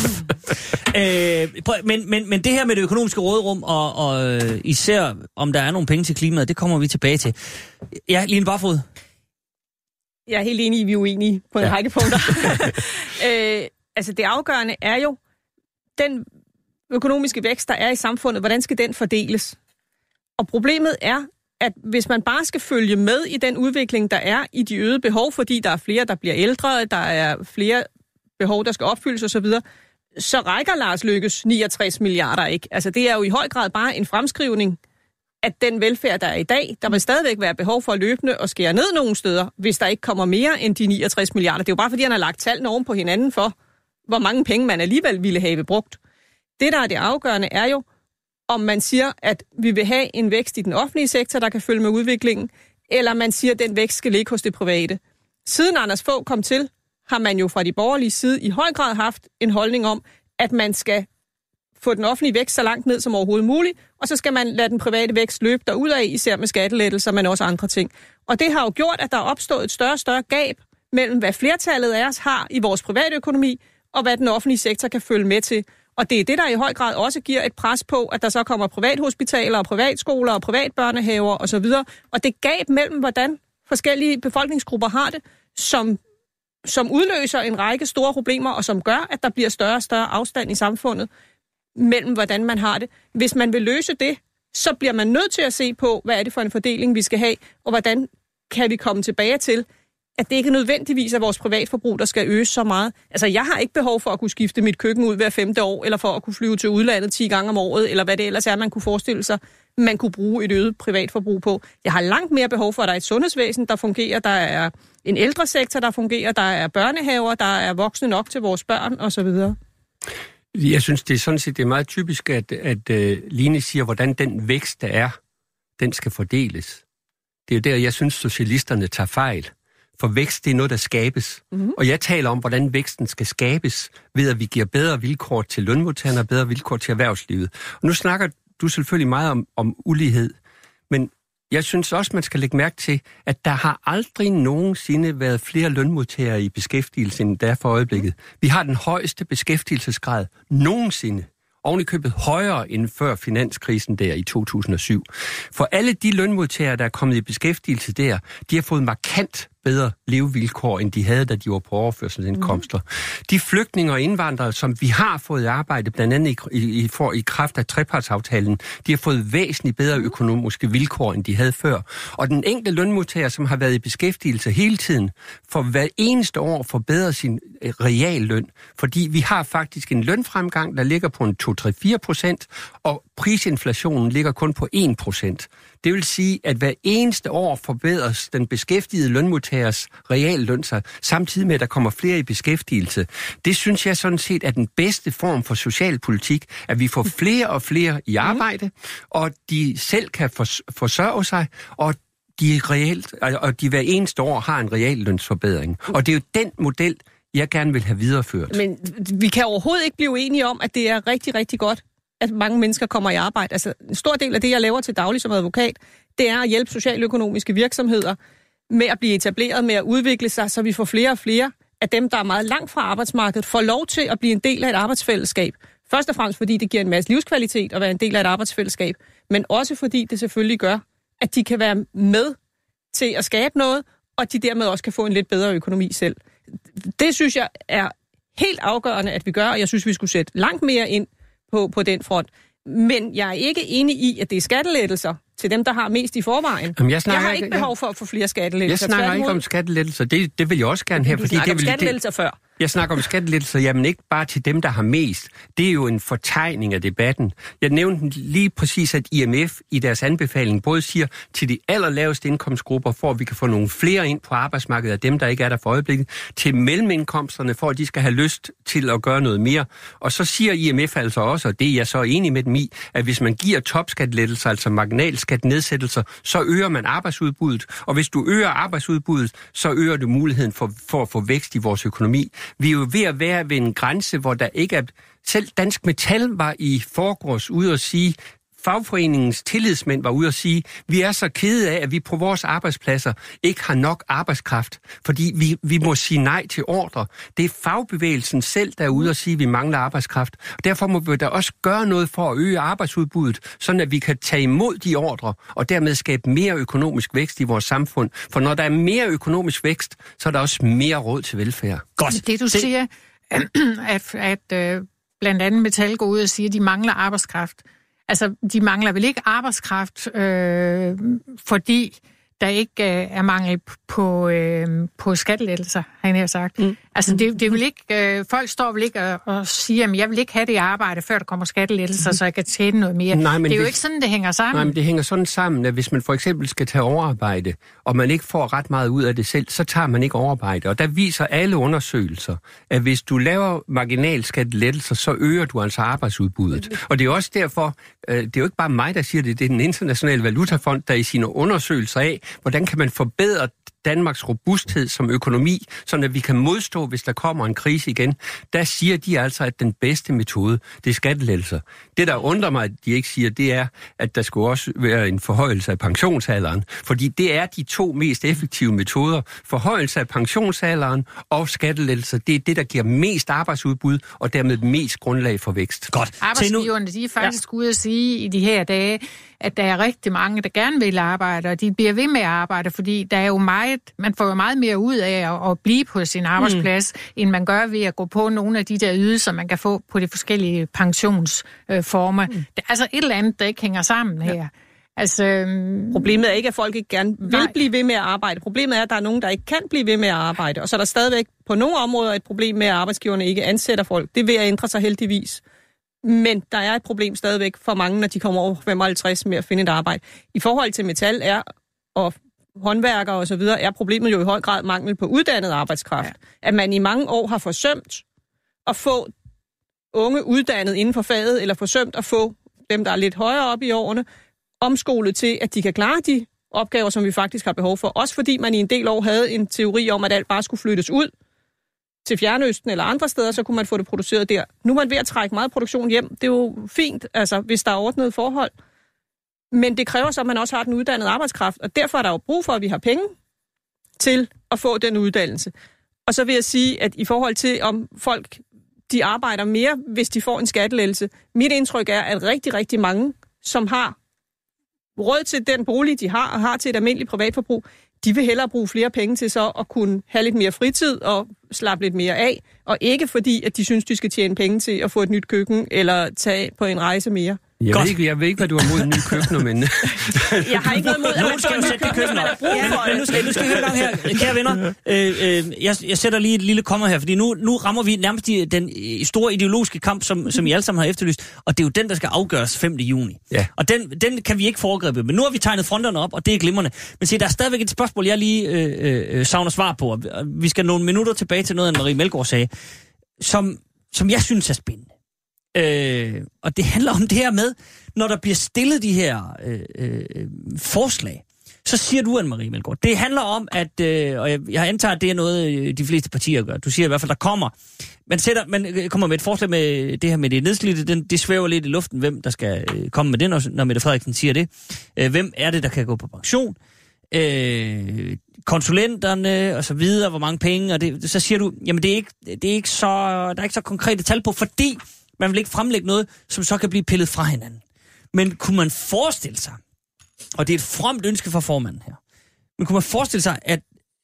uh, men, men, men det her med det økonomiske råderum, og, og især om der er nogle penge til klimaet, det kommer vi tilbage til. Ja, Line Barfod. Jeg er helt enig i, vi er uenige på en ja. række punkter. øh, altså det afgørende er jo, den økonomiske vækst, der er i samfundet, hvordan skal den fordeles? Og problemet er, at hvis man bare skal følge med i den udvikling, der er i de øgede behov, fordi der er flere, der bliver ældre, der er flere behov, der skal opfyldes osv., så rækker Lars Løkkes niogtres milliarder ikke. Altså det er jo i høj grad bare en fremskrivning af den velfærd, der er i dag. Der vil stadigvæk være behov for løbende at skære ned nogle steder, hvis der ikke kommer mere end de niogtres milliarder. Det er jo bare fordi, han har lagt tallene oven på hinanden for, hvor mange penge man alligevel ville have brugt. Det, der er det afgørende, er jo, om man siger, at vi vil have en vækst i den offentlige sektor, der kan følge med udviklingen, eller man siger, at den vækst skal ligge hos det private. Siden Anders Fogh kom til, har man jo fra de borgerlige side i høj grad haft en holdning om, at man skal få den offentlige vækst så langt ned som overhovedet muligt, og så skal man lade den private vækst løbe derudad, især med skattelettelser, men også andre ting. Og det har jo gjort, at der er opstået et større og større gab mellem, hvad flertallet af os har i vores private økonomi, og hvad den offentlige sektor kan følge med til. Og det er det, der i høj grad også giver et pres på, at der så kommer privathospitaler og privatskoler og privatbørnehaver osv. Og det gab mellem, hvordan forskellige befolkningsgrupper har det, som, som udløser en række store problemer, og som gør, at der bliver større og større afstand i samfundet mellem, hvordan man har det. Hvis man vil løse det, så bliver man nødt til at se på, hvad er det for en fordeling, vi skal have, og hvordan kan vi komme tilbage til, at det ikke er nødvendigvis er vores privatforbrug, der skal øges så meget. Altså, jeg har ikke behov for at kunne skifte mit køkken ud hver femte år, eller for at kunne flyve til udlandet ti gange om året, eller hvad det ellers er, man kunne forestille sig, man kunne bruge et øget privatforbrug på. Jeg har langt mere behov for, at der er et sundhedsvæsen, der fungerer, der er en ældresektor, der fungerer, der er børnehaver, der er voksne nok til vores børn, osv. Jeg synes, det er sådan set det er meget typisk, at, at uh, Line siger, hvordan den vækst, der er, den skal fordeles. Det er jo der, jeg synes, socialisterne tager fejl. For vækst, det er noget, der skabes. Mm-hmm. Og jeg taler om, hvordan væksten skal skabes, ved at vi giver bedre vilkår til lønmodtagerne og bedre vilkår til erhvervslivet. Og nu snakker du selvfølgelig meget om, om ulighed, men jeg synes også, man skal lægge mærke til, at der har aldrig nogensinde været flere lønmodtagere i beskæftigelse, end der for øjeblikket. Vi har den højeste beskæftigelsesgrad nogensinde. Oven i købet højere end før finanskrisen der i to tusind og syv. For alle de lønmodtagere, der er kommet i beskæftigelse der, de har fået markant bedre levevilkår, end de havde, da de var på overførselsindkomster. Mm. De flygtninge og indvandrere, som vi har fået i arbejde, blandt andet i, i, for, i kraft af trepartsaftalen, de har fået væsentligt bedre økonomiske vilkår, end de havde før. Og den enkelte lønmodtager, som har været i beskæftigelse hele tiden, for hver eneste år forbedrer sin eh, realløn. Fordi vi har faktisk en lønfremgang, der ligger på en to til fire procent, og prisinflationen ligger kun på en procent. Det vil sige, at hver eneste år forbedres den beskæftigede lønmodtagers realløn sig, samtidig med, at der kommer flere i beskæftigelse. Det synes jeg sådan set er den bedste form for socialpolitik, at vi får flere og flere i arbejde, og de selv kan forsørge sig, og de, reelt, og de hver eneste år har en reallønsforbedring. Og det er jo den model, jeg gerne vil have videreført. Men vi kan overhovedet ikke blive enige om, at det er rigtig, rigtig godt, at mange mennesker kommer i arbejde. Altså, en stor del af det, jeg laver til daglig som advokat, det er at hjælpe socialøkonomiske virksomheder med at blive etableret, med at udvikle sig, så vi får flere og flere af dem, der er meget langt fra arbejdsmarkedet, får lov til at blive en del af et arbejdsfællesskab. Først og fremmest, fordi det giver en masse livskvalitet at være en del af et arbejdsfællesskab, men også fordi det selvfølgelig gør, at de kan være med til at skabe noget, og de dermed også kan få en lidt bedre økonomi selv. Det synes jeg er helt afgørende, at vi gør, og jeg synes, vi skulle sætte langt mere ind på, på den front. Men jeg er ikke enig i, at det er skattelettelser til dem, der har mest i forvejen. Jamen, jeg, jeg har ikke ikke behov for at få flere skattelettelser. Jeg snakker ikke om skattelettelser. Det, det vil jeg også gerne have. Du fordi snakker det vil, om skattelettelser det, før. Jeg snakker om skattelettelser, jamen ikke bare til dem, der har mest. Det er jo en fortegning af debatten. Jeg nævnte lige præcis, at I M F i deres anbefaling både siger, til de allerlaveste indkomstgrupper, for at vi kan få nogle flere ind på arbejdsmarkedet af dem, der ikke er der for øjeblikket, til mellemindkomsterne, for at de skal have lyst til at gøre noget mere. Og så siger I M F altså også, og det er jeg så enig med dem i, at hvis man giver topskattelettelser, altså marginalskatnedsættelser, så øger man arbejdsudbuddet. Og hvis du øger arbejdsudbuddet, så øger du muligheden for, for at få vækst i vores økonomi. Vi er jo ved at være ved en grænse, hvor der ikke er... Selv Dansk Metal var i forgårs ude at sige, fagforeningens tillidsmænd var ude at sige, vi er så kede af, at vi på vores arbejdspladser ikke har nok arbejdskraft, fordi vi, vi må sige nej til ordre. Det er fagbevægelsen selv, der er ude at sige, at vi mangler arbejdskraft. Og derfor må vi da også gøre noget for at øge arbejdsudbuddet, sådan at vi kan tage imod de ordre, og dermed skabe mere økonomisk vækst i vores samfund. For når der er mere økonomisk vækst, så er der også mere råd til velfærd. Godt. Det du siger, at, at øh, blandt andet Metal går ud og siger, at de mangler arbejdskraft. Altså, de mangler vel ikke arbejdskraft, øh, fordi der ikke øh, er mangel på, øh, på skattelettelser, har jeg sagt. Mm. Altså, det, det vil ikke, øh, folk står vel ikke og, og siger, at jeg vil ikke have det i arbejde, før der kommer skattelettelser, mm. så jeg kan tjene noget mere. Nej, men det er jo hvis, ikke sådan, det hænger sammen. Nej, men det hænger sådan sammen, at hvis man for eksempel skal tage overarbejde, og man ikke får ret meget ud af det selv, så tager man ikke overarbejde. Og der viser alle undersøgelser, at hvis du laver marginalskattelettelser, så øger du altså arbejdsudbuddet. Og det er også derfor, øh, det er jo ikke bare mig, der siger det, det er den internationale valutafond, der i sine undersøgelser af, hvordan kan man forbedre Danmarks robusthed som økonomi, så at vi kan modstå, hvis der kommer en krise igen, der siger de altså, at den bedste metode, det er skattelettelser. Det, der undrer mig, at de ikke siger, det er, at der skulle også være en forhøjelse af pensionsalderen. Fordi det er de to mest effektive metoder. Forhøjelse af pensionsalderen og skattelettelser, det er det, der giver mest arbejdsudbud og dermed mest grundlag for vækst. Godt. Arbejdsgiverne, de er faktisk ja. ude at sige i de her dage, at der er rigtig mange, der gerne vil arbejde, og de bliver ved med at arbejde, fordi der er jo meget, man får jo meget mere ud af at, at blive på sin arbejdsplads, mm. end man gør ved at gå på nogle af de der ydelser, man kan få på de forskellige pensionsformer. Mm. Det er altså et eller andet, der ikke hænger sammen her. Ja. Altså, problemet er ikke, at folk ikke gerne vil nej. blive ved med at arbejde. Problemet er, at der er nogen, der ikke kan blive ved med at arbejde. Og så er der stadigvæk på nogle områder et problem med, at arbejdsgiverne ikke ansætter folk. Det vil at ændre sig heldigvis. Men der er et problem stadigvæk for mange, når de kommer over femoghalvtreds med at finde et arbejde. I forhold til metal er, og håndværkere og så videre, er problemet jo i høj grad mangel på uddannet arbejdskraft. Ja. At man i mange år har forsømt at få unge uddannet inden for faget, eller forsømt at få dem, der er lidt højere op i årene, omskolet til, at de kan klare de opgaver, som vi faktisk har behov for. Også fordi man i en del år havde en teori om, at alt bare skulle flyttes ud til Fjernøsten eller andre steder, så kunne man få det produceret der. Nu er man ved at trække meget produktion hjem. Det er jo fint, altså, hvis der er ordnede forhold. Men det kræver så, at man også har den uddannede arbejdskraft, og derfor er der jo brug for, at vi har penge til at få den uddannelse. Og så vil jeg sige, at i forhold til, om folk de arbejder mere, hvis de får en skattelettelse, mit indtryk er, at rigtig, rigtig mange, som har råd til den bolig, de har, og har til et almindeligt privatforbrug, de vil hellere bruge flere penge til så at kunne have lidt mere fritid og slappe lidt mere af, og ikke fordi, at de synes, de skal tjene penge til at få et nyt køkken, eller tage på en rejse mere. Jeg ved, ikke, jeg ved ikke, hvad du har mod nye køkkener, men... jeg har ikke noget mod, at man får en ny køkken, man har brug for. Men nu skal, nu skal vi høre gang her, kære venner. Øh, øh, jeg, jeg sætter lige et lille kommer her, fordi nu, nu rammer vi nærmest i, den store ideologiske kamp, som, som I alle sammen har efterlyst, og det er jo den, der skal afgøres femte juni. Ja. Og den, den kan vi ikke foregribe, men nu har vi tegnet fronterne op, og det er glimrende. Men se, der er stadigvæk et spørgsmål, jeg lige øh, øh, savner svar på, og vi skal nogle minutter tilbage til noget, Anne-Marie Melgaard sagde, som, som jeg synes er spændende. Øh, og det handler om det her med, når der bliver stillet de her øh, øh, forslag, så siger du, Anne-Marie Melgaard, det handler om, at, øh, og jeg, jeg antager, at det er noget, de fleste partier gør. Du siger i hvert fald, der kommer. Man, sætter, man kommer med et forslag med det her med det nedslidte, den, det svæver lidt i luften, hvem der skal øh, komme med det, når, når Mette Frederiksen siger det. Øh, hvem er det, der kan gå på pension? Øh, konsulenterne og så videre, hvor mange penge, og det, så siger du, jamen det er ikke, det er ikke så, der er ikke så konkrete tal på, fordi man vil ikke fremlægge noget, som så kan blive pillet fra hinanden. Men kunne man forestille sig, og det er et fromt ønske fra formanden her, men kunne man forestille sig, at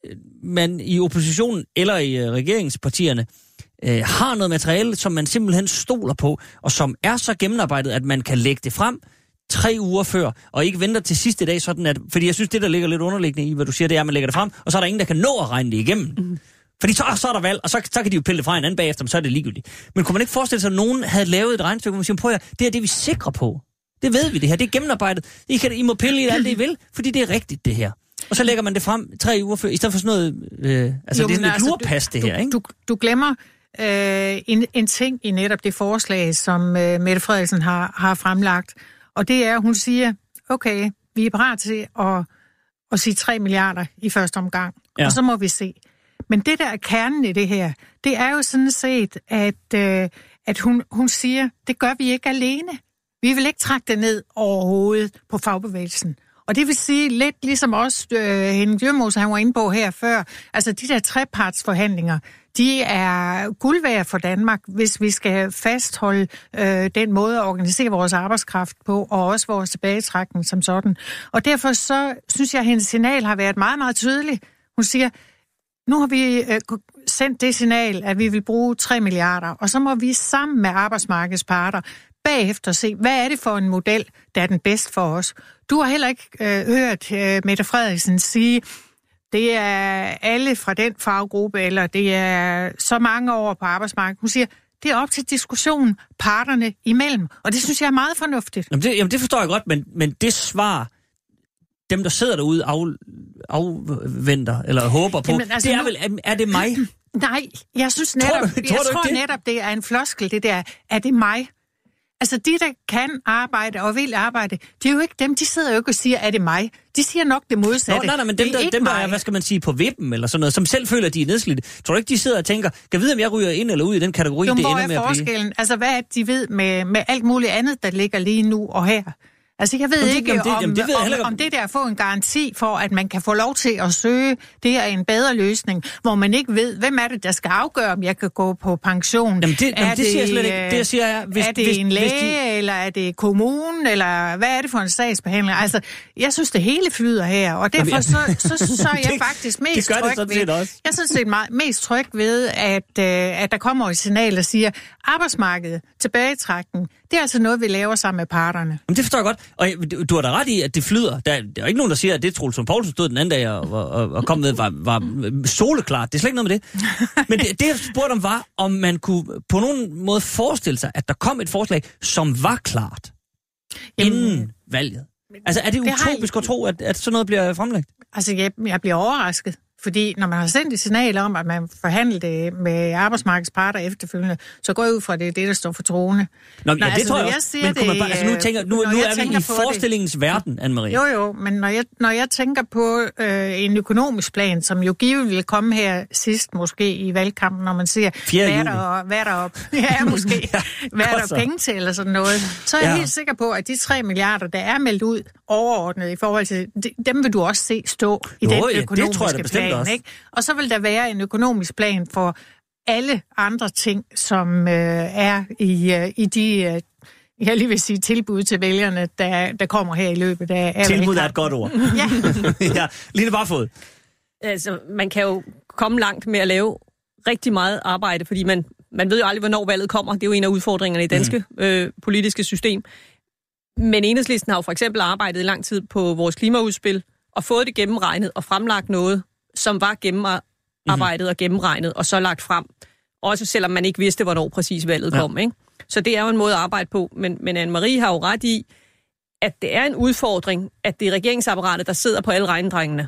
man i oppositionen eller i regeringspartierne øh, har noget materiale, som man simpelthen stoler på, og som er så gennemarbejdet, at man kan lægge det frem tre uger før, og ikke venter til sidste dag, sådan at, fordi jeg synes, det der ligger lidt underliggende i, hvad du siger, det er, at man lægger det frem, og så er der ingen, der kan nå at regne det igennem. Mm. Fordi så, så er der valg, og så, så kan de jo pille det fra hinanden bagefter, men så er det ligegyldigt. Men kunne man ikke forestille sig, at nogen havde lavet et regnestykke, hvor man siger, prøv at det er det, vi er sikre på. Det ved vi, det her. Det er gennemarbejdet. I, kan, I må pille i alt det, I vil, fordi det er rigtigt, det her. Og så lægger man det frem tre uger før, i stedet for sådan noget... Øh, altså, jo, det er sådan et altså, lurpas, det her, ikke? Du, du glemmer øh, en, en ting i netop det forslag, som øh, Mette Frederiksen har, har fremlagt. Og det er, at hun siger, okay, vi er parat til at, at sige tre milliarder i første omgang. Ja. Og så må vi se. Men det, der er kernen i det her, det er jo sådan set, at, øh, at hun, hun siger, det gør vi ikke alene. Vi vil ikke trække det ned overhovedet på fagbevægelsen. Og det vil sige lidt ligesom også øh, Henning Dyrmose, han var inde på her før, altså de der trepartsforhandlinger, de er guld værd for Danmark, hvis vi skal fastholde øh, den måde at organisere vores arbejdskraft på, og også vores tilbagetrækning som sådan. Og derfor så synes jeg, at hendes signal har været meget, meget tydeligt. Hun siger, nu har vi øh, sendt det signal, at vi vil bruge tre milliarder, og så må vi sammen med arbejdsmarkedets parter bagefter se, hvad er det for en model, der er den bedste for os. Du har heller ikke øh, hørt øh, Mette Frederiksen sige, det er alle fra den faggruppe, eller det er så mange år på arbejdsmarkedet. Hun siger, det er op til diskussion parterne imellem, og det synes jeg er meget fornuftigt. Jamen det, jamen det forstår jeg godt, men, men det svar, dem der sidder derude, af, afventer eller håber på, jamen, altså, det er vel, er, er det mig? Nej, jeg synes netop, tror du, tror jeg tror netop, det er en floskel, det der, er det mig? Altså, de, der kan arbejde og vil arbejde, det er jo ikke dem, de sidder jo ikke og siger, er det mig? De siger nok det modsatte. Nå, nej, nej, men dem, der, dem der er, hvad skal man sige, på vippen eller sådan noget, som selv føler, at de er nedslidte. Tror du ikke, de sidder og tænker, kan vide, om jeg ryger ind eller ud i den kategori, jo, det ender med at blive? Hvor er forskellen? Altså, hvad er det, de ved med, med alt muligt andet, der ligger lige nu og her? Altså, jeg ved jamen, ikke, det, om, om, det, om, om, om det der at få en garanti for, at man kan få lov til at søge, det er en bedre løsning, hvor man ikke ved, hvem er det, der skal afgøre, om jeg kan gå på pension. Jamen, det, er jamen, det, det siger jeg slet ikke. Det siger jeg, hvis, er det hvis, en læge, de... eller er det kommunen, eller hvad er det for en sagsbehandler? Altså, jeg synes, det hele flyder her, og derfor så, så, så, så er jeg faktisk mest det tryg ved... Også. Jeg synes, det er meget, mest tryg ved, at, øh, at der kommer et signal, der siger, arbejdsmarkedet, tilbagetrækning, det er altså noget, vi laver sammen med parterne. Jamen, det forstår jeg godt. Og du har da ret i, at det flyder. Der, der er ikke nogen, der siger, at det Troels Lund Poulsen stod den anden dag og, og, og kom med, var, var soleklart. Det er slet ikke noget med det. Men det, det jeg spurgte om, var, om man kunne på nogen måde forestille sig, at der kom et forslag, som var klart Jamen, inden valget. Altså, er det, det utopisk at tro, at, at sådan noget bliver fremlagt? Altså, jeg, jeg bliver overrasket. Fordi når man har sendt et signal om, at man forhandler det med arbejdsmarkedets parter efterfølgende, så går jeg ud fra, at det er det, der står for troende. Nå, ja, det altså, tror jeg også. Men det, bare, altså, nu, tænker, nu, nu er vi i forestillingens det, verden, Anne-Marie. Jo, jo, men når jeg, når jeg tænker på øh, en økonomisk plan, som jo givet vil komme her sidst måske i valgkampen, når man siger, hvad er der, hvad er der op? Ja, måske. ja, hvad er der penge til, eller sådan noget? Så er jeg ja. helt sikker på, at de tre milliarder, der er meldt ud overordnet i forhold til, dem vil du også se stå i jo, den økonomiske ja, plan. Ikke? Og så vil der være en økonomisk plan for alle andre ting, som øh, er i, øh, i de, øh, jeg lige vil sige, tilbud til vælgerne, der, der kommer her i løbet af... af tilbud er et godt ord. ja. ja. Line Barfod. Altså, man kan jo komme langt med at lave rigtig meget arbejde, fordi man, man ved jo aldrig, hvornår valget kommer. Det er jo en af udfordringerne i det danske mm. øh, politiske system. Men Enhedslisten har jo for eksempel arbejdet i lang tid på vores klimaudspil, og fået det gennemregnet og fremlagt noget, som var gennemarbejdet mm-hmm. og gennemregnet, og så lagt frem. Også selvom man ikke vidste, hvornår præcis valget ja. kom. Ikke? Så det er jo en måde at arbejde på. Men, men Anne-Marie har jo ret i, at det er en udfordring, at det er regeringsapparatet, der sidder på alle regnedrengene.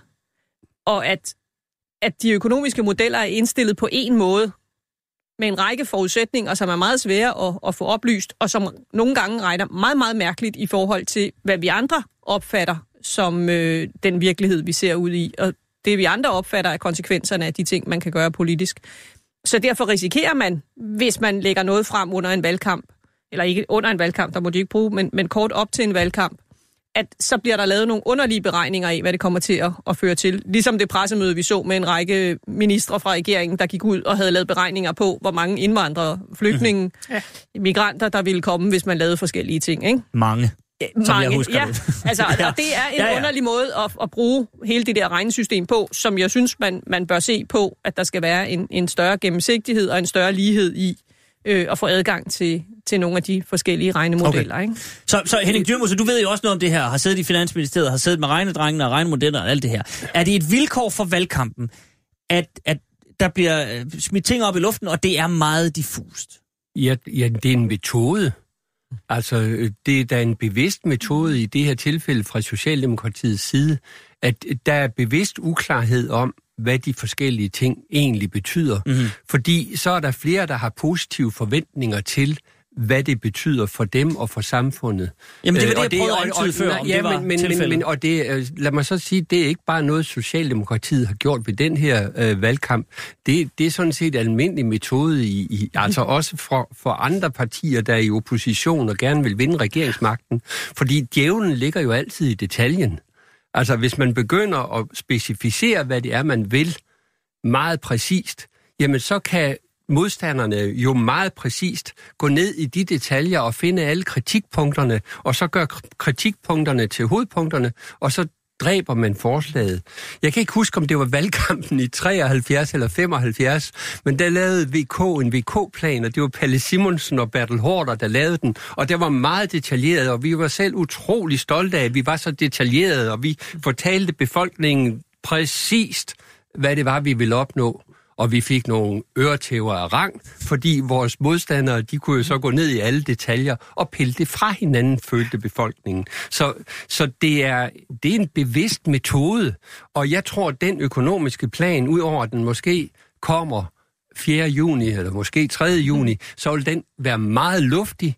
Og at, at de økonomiske modeller er indstillet på en måde, med en række forudsætninger, som er meget svære at, at få oplyst, og som nogle gange regner meget, meget mærkeligt i forhold til, hvad vi andre opfatter som øh, den virkelighed, vi ser ud i. Og det, vi andre opfatter, er konsekvenserne af de ting, man kan gøre politisk. Så derfor risikerer man, hvis man lægger noget frem under en valgkamp, eller ikke under en valgkamp, der må de ikke bruge, men, men kort op til en valgkamp, at så bliver der lavet nogle underlige beregninger af, hvad det kommer til at, at føre til. Ligesom det pressemøde, vi så med en række ministre fra regeringen, der gik ud og havde lavet beregninger på, hvor mange indvandrere, flygtninge, mm-hmm. ja. migranter, der ville komme, hvis man lavede forskellige ting. Ikke? Mange. Mange, som jeg husker ja. det. altså, ja. Og det er en ja, ja. underlig måde at, at bruge hele det der regnesystem på, som jeg synes, man, man bør se på, at der skal være en, en større gennemsigtighed og en større lighed i øh, at få adgang til, til nogle af de forskellige regnemodeller. Okay. Ikke? Så, så Henning Dyrmose, du ved jo også noget om det her, har siddet i Finansministeriet, har siddet med regnedrengene og regnemodeller og alt det her. Er det et vilkår for valgkampen, at, at der bliver smidt ting op i luften, og det er meget diffust? Ja, ja det er en metode. Altså, det er da en bevidst metode i det her tilfælde fra Socialdemokratiets side, at der er bevidst uklarhed om, hvad de forskellige ting egentlig betyder. Mm-hmm. Fordi så er der flere, der har positive forventninger til, hvad det betyder for dem og for samfundet. Jamen det var det, jeg prøvede at antyde før, om ja, det var men, men, men, og det, lad mig så sige, det er ikke bare noget, Socialdemokratiet har gjort ved den her øh, valgkamp. Det, det er sådan set en almindelig metode, i, i, altså også for, for andre partier, der er i opposition og gerne vil vinde regeringsmagten. Fordi djævlen ligger jo altid i detaljen. Altså hvis man begynder at specificere, hvad det er, man vil, meget præcist, jamen så kan modstanderne jo meget præcist gå ned i de detaljer og finde alle kritikpunkterne, og så gør kritikpunkterne til hovedpunkterne, og så dræber man forslaget. Jeg kan ikke huske, om det var valgkampen i treoghalvfjerds eller femoghalvfjerds, men der lavede V K en V K-plan, og det var Palle Simonsen og Bertel Haarder, der lavede den, og det var meget detaljeret, og vi var selv utrolig stolte af, at vi var så detaljerede, og vi fortalte befolkningen præcist, hvad det var, vi ville opnå. Og vi fik nogle øretæver af rang, fordi vores modstandere, de kunne jo så gå ned i alle detaljer og pille det fra hinanden, følte befolkningen. Så, så det, er, det er en bevidst metode, og jeg tror, at den økonomiske plan, udover at den måske kommer fjerde juni, eller måske tredje juni, så vil den være meget luftig,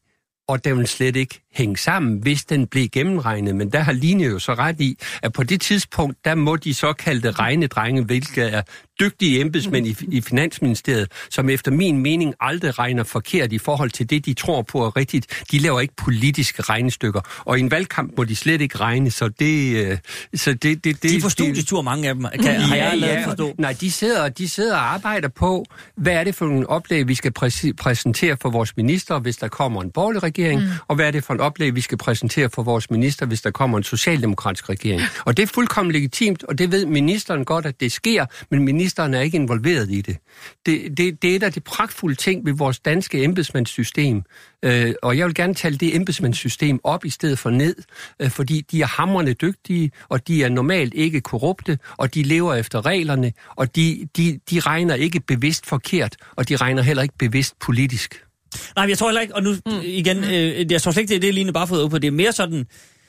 og den vil slet ikke hænge sammen, hvis den blev gennemregnet. Men der har Line jo så ret i, at på det tidspunkt, der må de såkaldte regnedrenge, hvilket er dygtige embedsmænd i, i Finansministeriet, som efter min mening aldrig regner forkert i forhold til det, de tror på er rigtigt. De laver ikke politiske regnestykker, og i en valgkamp må de slet ikke regne, så det... Så det, det, det de får studietur, mange af dem, kan, ja, har jeg lavet ja, forstå. Nej, de sidder, de sidder og arbejder på, hvad er det for en oplæg, vi skal præ- præsentere for vores minister, hvis der kommer en borgerlig regering, mm. og hvad er det for en oplæg, vi skal præsentere for vores minister, hvis der kommer en socialdemokratisk regering. Og det er fuldkommen legitimt, og det ved ministeren godt, at det sker, men ministeren er ikke involveret i det. Det, det, det er et af de pragtfulde ting ved vores danske embedsmandssystem, øh, og jeg vil gerne tale det embedsmandssystem op i stedet for ned, øh, fordi de er hamrende dygtige, og de er normalt ikke korrupte, og de lever efter reglerne, og de, de, de regner ikke bevidst forkert, og de regner heller ikke bevidst politisk. Nej, jeg tror heller ikke, og nu igen, øh, jeg tror slet ikke, det er det, Line bare fået ud på. Det er mere sådan,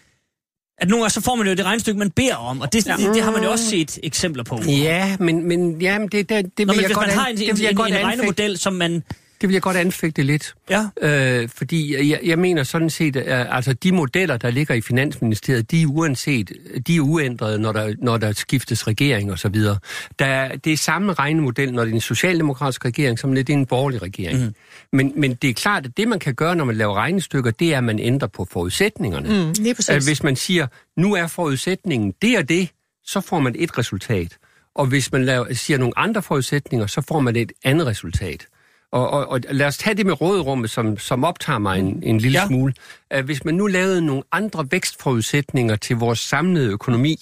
at nogle gange så får man jo det regnestykke, man beder om, og det, ja. det, det har man jo også set eksempler på. Ja, men, men jamen, det, det, det Nå, vil men jeg godt hvis man har en, det en, vil jeg en, godt en anfægte. regnemodel, som man... Det vil jeg godt anfægte lidt. Ja. Øh, fordi jeg, jeg mener sådan set, at altså, de modeller, der ligger i Finansministeriet, de er uanset, de er uændrede, når der, når der skiftes regering og så videre. Der, det er samme regnemodel, når det er en socialdemokratisk regering, som det er en borgerlig regering. Mm. Men, men det er klart, at det man kan gøre, når man laver regnestykker, det er, at man ændrer på forudsætningerne. Mm, lige præcis. Hvis man siger, nu er forudsætningen det og det, så får man et resultat. Og hvis man laver, siger nogle andre forudsætninger, så får man et andet resultat. Og, og, og lad os tage det med råderummet, som, som optager mig en, en lille ja. smule. Uh, hvis man nu lavede nogle andre vækstforudsætninger til vores samlede økonomi,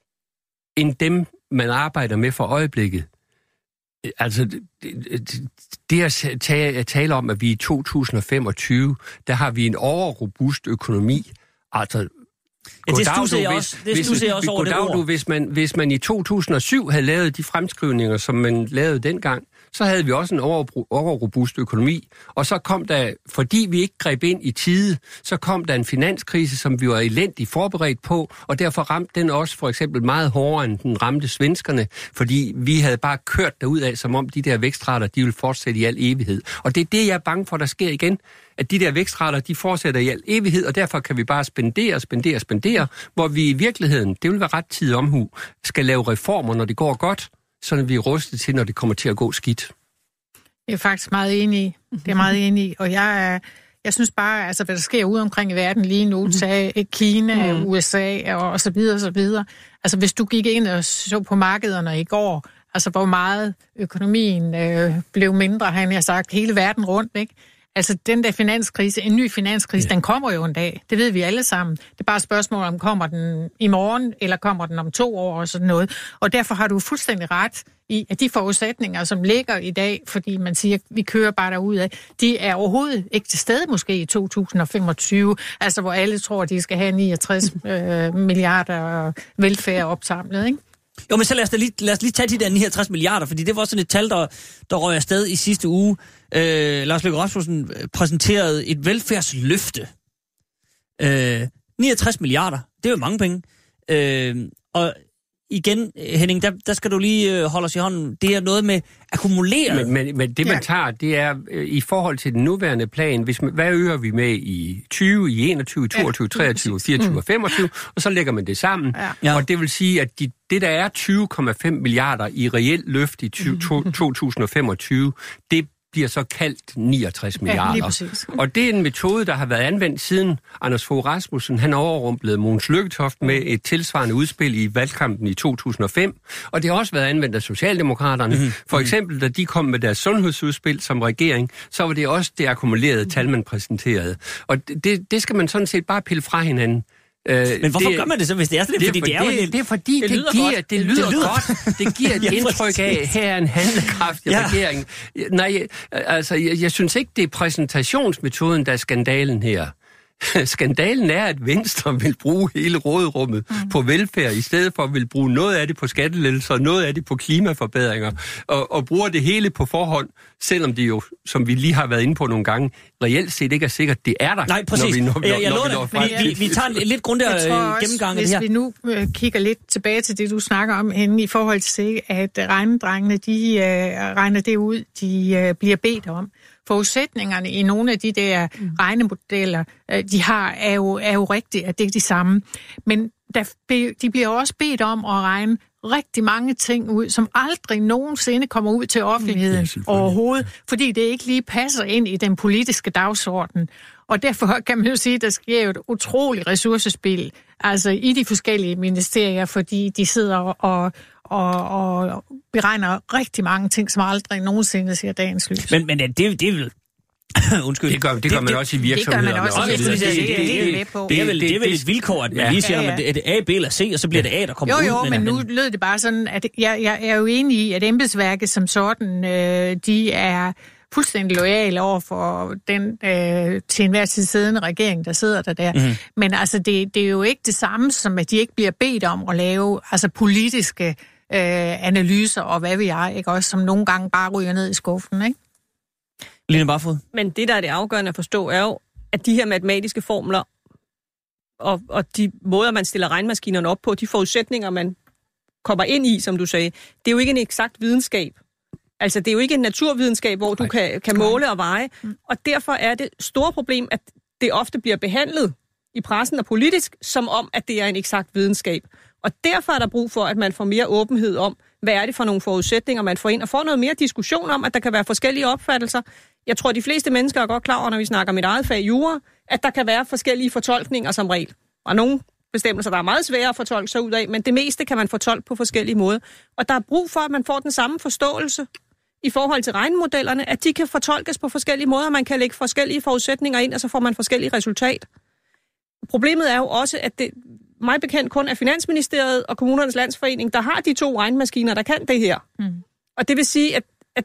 end dem, man arbejder med for øjeblikket. Altså, det, det, det at tale, tale om, at vi i to tusind femogtyve, der har vi en overrobust økonomi. Altså, ja, det stusser jeg også, det hvis, jeg også over det ord. Du, hvis, man, hvis man i to tusind og syv havde lavet de fremskrivninger, som man lavede dengang, så havde vi også en overrobust økonomi. Og så kom der, fordi vi ikke greb ind i tide, så kom der en finanskrise, som vi var elendigt forberedt på, og derfor ramte den også for eksempel meget hårdere, end den ramte svenskerne, fordi vi havde bare kørt derud af, som om de der vækstrater, de ville fortsætte i al evighed. Og det er det, jeg er bange for, der sker igen, at de der vækstrater, de fortsætter i al evighed, og derfor kan vi bare spendere, spendere, spendere, hvor vi i virkeligheden, det vil være ret tid omhu, skal lave reformer, når det går godt, så vi er rustet til, når det kommer til at gå skidt. Jeg er faktisk meget enig i. Det er meget enig i. Og jeg, er, jeg synes bare, altså, hvad der sker ude omkring i verden lige nu, tage Kina, mm. U S A og, og så videre og så videre. Altså, hvis du gik ind og så på markederne i går, altså, hvor meget økonomien øh, blev mindre, har jeg sagt, hele verden rundt, ikke? Altså, den der finanskrise, en ny finanskrise, ja. Den kommer jo en dag. Det ved vi alle sammen. Det er bare et spørgsmål, om kommer den i morgen, eller kommer den om to år og sådan noget. Og derfor har du fuldstændig ret i, at de forudsætninger, som ligger i dag, fordi man siger, at vi kører bare derudad, de er overhovedet ikke til stede måske i to tusind femogtyve, altså hvor alle tror, at de skal have niogtres øh, milliarder velfærd opsamlet, ikke? Jo, men så lad os, lige, lad os lige tage de der niogtres milliarder, fordi det var sådan et tal, der, der røg afsted i sidste uge. Øh, Lars Løkke Rasmussen præsenterede et velfærdsløfte. Øh, niogtres milliarder, det er jo mange penge. Øh, og igen, Henning, der, der skal du lige holde os i hånden. Det er noget med akkumuleret. Men, men, men det, man tager, det er øh, i forhold til den nuværende plan. Hvis man, hvad øger vi med i tyve, i enogtyve, i toogtyve, treogtyve, fireogtyve og femogtyve, og så lægger man det sammen. Ja. Og det vil sige, at de, det, der er tyve komma fem milliarder i reelt løft i to tusind femogtyve, det bliver så kaldt niogtres milliarder. Ja, og det er en metode, der har været anvendt siden Anders Fogh Rasmussen. Han overrumplede Mogens Lykketoft med et tilsvarende udspil i valgkampen i to tusind og fem. Og det har også været anvendt af Socialdemokraterne. Mm-hmm. For eksempel, da de kom med deres sundhedsudspil som regering, så var det også det akkumulerede tal, man præsenterede. Og det, det skal man sådan set bare pille fra hinanden. Men hvorfor det, gør man det så, hvis det er sådan? Det er, fordi for, det, er det, det, det er fordi, det, det, det, giver, det, lyder, det lyder godt. Det giver et ja, indtryk af, at her er en handlekraftig ja. regering. Nej, altså, jeg, jeg synes ikke, det er præsentationsmetoden, der er skandalen her. Skandalen er, at Venstre vil bruge hele råderummet mm. på velfærd, i stedet for at vil bruge noget af det på skattelettelser, noget af det på klimaforbedringer, og, og bruger det hele på forhånd, selvom det jo, som vi lige har været inde på nogle gange, reelt set ikke er sikkert, det er der. Nej, præcis. Når vi, når, jeg, jeg når, når vi, vi, vi, vi tager en lidt grundigere gennemgang af det her. Hvis vi nu øh, kigger lidt tilbage til det, du snakker om henne, i forhold til, at regnedrengene, de øh, regner det ud, de øh, bliver bedt om. forudsætningerne i nogle af de der mm. regnemodeller, de har, er jo, er jo rigtigt, at det er de samme. Men der, de bliver også bedt om at regne rigtig mange ting ud, som aldrig nogensinde kommer ud til offentligheden ja, overhovedet, fordi det ikke lige passer ind i den politiske dagsorden. Og derfor kan man jo sige, at der sker et utroligt ressourcespil altså i de forskellige ministerier, fordi de sidder og, og, og beregner rigtig mange ting, som aldrig nogensinde ser dagens lys. Men, men det, det er vel... Undskyld. Det gør, det gør man det, også i virksomheder. Det gør man også i virksomheder. Det er vel, det er vel et vilkår, at man ja. lige siger, ja, ja. at det er A, B eller C, og så bliver det A, der kommer jo, ud. Jo, jo, men nu den... lød det bare sådan, at jeg, jeg er jo enig i, at embedsværket som sådan, øh, de er fuldstændig loyale over for den øh, til enhver tid siddende regering, der sidder der der. Mm-hmm. Men altså, det, det er jo ikke det samme, som at de ikke bliver bedt om at lave altså politiske øh, analyser, og hvad ved jeg, ikke også, som nogle gange bare ryger ned i skuffen, ikke? Line Barfod. Men det, der er det afgørende at forstå, er jo, at de her matematiske formler og, og de måder, man stiller regnmaskinerne op på, de forudsætninger, man kommer ind i, som du sagde, det er jo ikke en eksakt videnskab. Altså, det er jo ikke en naturvidenskab, hvor du kan, kan måle og veje. Og derfor er det store problem, at det ofte bliver behandlet i pressen og politisk, som om, at det er en eksakt videnskab. Og derfor er der brug for, at man får mere åbenhed om, hvad er det for nogle forudsætninger, man får ind, og får noget mere diskussion om, at der kan være forskellige opfattelser. Jeg tror, de fleste mennesker er godt klar over, når vi snakker om et eget fag jura, at der kan være forskellige fortolkninger som regel. Og nogle bestemmelser, der er meget svære at fortolke sig ud af, men det meste kan man fortolke på forskellige måder. Og der er brug for, at man får den samme forståelse i forhold til regnemodellerne, at de kan fortolkes på forskellige måder, man kan lægge forskellige forudsætninger ind, og så får man forskellige resultat. Problemet er jo også, at det mig bekendt kun er Finansministeriet og Kommunernes Landsforening, der har de to regnmaskiner, der kan det her. Mm. Og det vil sige, at, at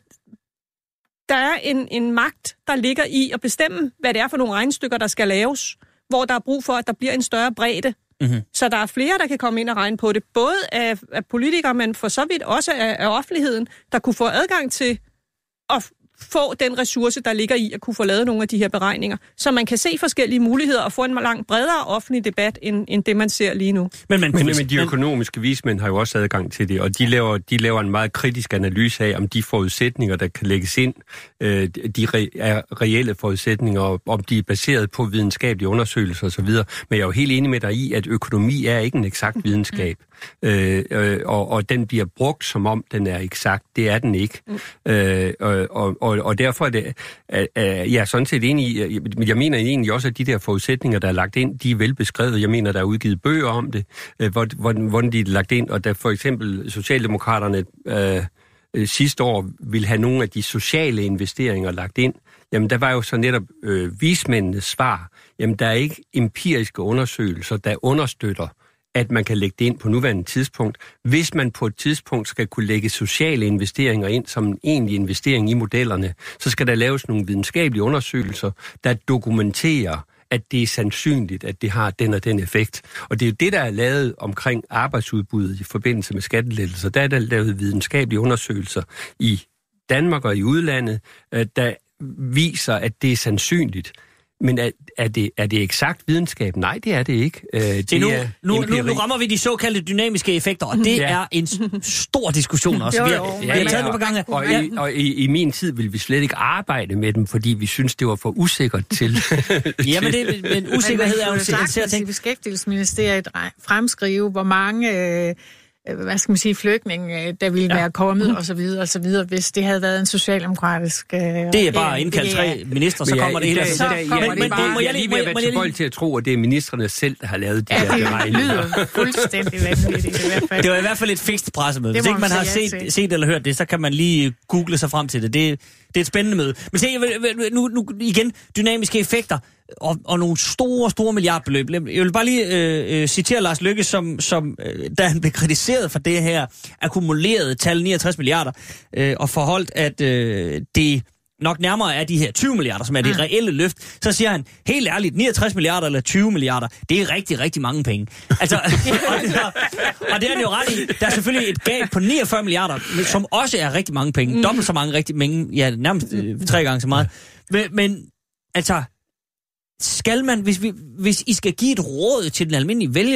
der er en, en magt, der ligger i at bestemme, hvad det er for nogle regnestykker, der skal laves, hvor der er brug for, at der bliver en større bredde. Mm-hmm. Så der er flere, der kan komme ind og regne på det, både af, af politikere, men for så vidt også af, af offentligheden, der kunne få adgang til at få den ressource, der ligger i at kunne få lavet nogle af de her beregninger, så man kan se forskellige muligheder og få en langt bredere offentlig debat, end, end det, man ser lige nu. Men, man, men, men de økonomiske vismænd har jo også adgang til det, og de laver, de laver en meget kritisk analyse af, om de forudsætninger, der kan lægges ind, øh, de re, er reelle forudsætninger, og om de er baseret på videnskabelige undersøgelser osv. Men jeg er jo helt enig med dig i, at økonomi er ikke en eksakt videnskab. Øh, øh, og, og den bliver brugt, som om den er eksakt. Det er den ikke. Mm. Øh, og, og, og derfor er det, øh, øh, jeg er sådan set enig i, men jeg mener egentlig også, at de der forudsætninger, der er lagt ind, de er velbeskrevet. Jeg mener, der er udgivet bøger om det, øh, hvordan, hvordan de er lagt ind, og da for eksempel Socialdemokraterne øh, øh, sidste år ville have nogle af de sociale investeringer lagt ind, jamen der var jo så netop øh, vismændenes svar, jamen der er ikke empiriske undersøgelser, der understøtter, at man kan lægge det ind på nuværende tidspunkt. Hvis man på et tidspunkt skal kunne lægge sociale investeringer ind som en egentlig investering i modellerne, så skal der laves nogle videnskabelige undersøgelser, der dokumenterer, at det er sandsynligt, at det har den og den effekt. Og det er jo det, der er lavet omkring arbejdsudbuddet i forbindelse med skattelettelser. Der er der lavet videnskabelige undersøgelser i Danmark og i udlandet, der viser, at det er sandsynligt. Men er, er, det, er det eksakt videnskab? Nej, det er det ikke. Øh, det nu, er nu, nu, nu rammer vi de såkaldte dynamiske effekter, og det ja. er en stor diskussion også. Jo, jo. Vi har, ja, vi har taget og, det på gange. Og, ja. i, og i, i min tid ville vi slet ikke arbejde med dem, fordi vi synes det var for usikkert til. Ja, men, det, men usikkerhed er jo en sær ting. Beskæftigelsesministeriet fremskrive, hvor mange... Øh, hvad skal man sige, flygtninge, der ville ja. være kommet, og så videre, og så videre, hvis det havde været en socialdemokratisk... Øh, det er bare indkaldt tre ministre, så kommer det hele af sig selv. Jeg er lige ved at være tilbøjelig til at tro, at det er ministrene selv, der har lavet de ja, her beregninger. Det lyder fuldstændig vanvittigt i hvert fald. Det var i hvert fald et fikst pressemøde. Hvis ikke man har set, set eller hørt det, så kan man lige google sig frem til det. Det, det er et spændende møde. Men se, nu, nu igen, dynamiske effekter. Og, og nogle store, store milliardbeløb. Jeg vil bare lige øh, citere Lars Løkke, som, som øh, da han blev kritiseret for det her akkumulerede tal niogtres milliarder, øh, og forholdt, at øh, det nok nærmere er de her tyve milliarder, som er det reelle løft, så siger han, helt ærligt, niogtres milliarder eller tyve milliarder, det er rigtig, rigtig mange penge. Altså, og, det er, og det er han jo ret i. Der er selvfølgelig et gab på niogfyrre milliarder, som også er rigtig mange penge. Dobbelt så mange rigtig mange, ja, nærmest øh, tre gange så meget. Men, men altså... Skal man, hvis, vi, hvis I skal give et råd til den almindelige vælger,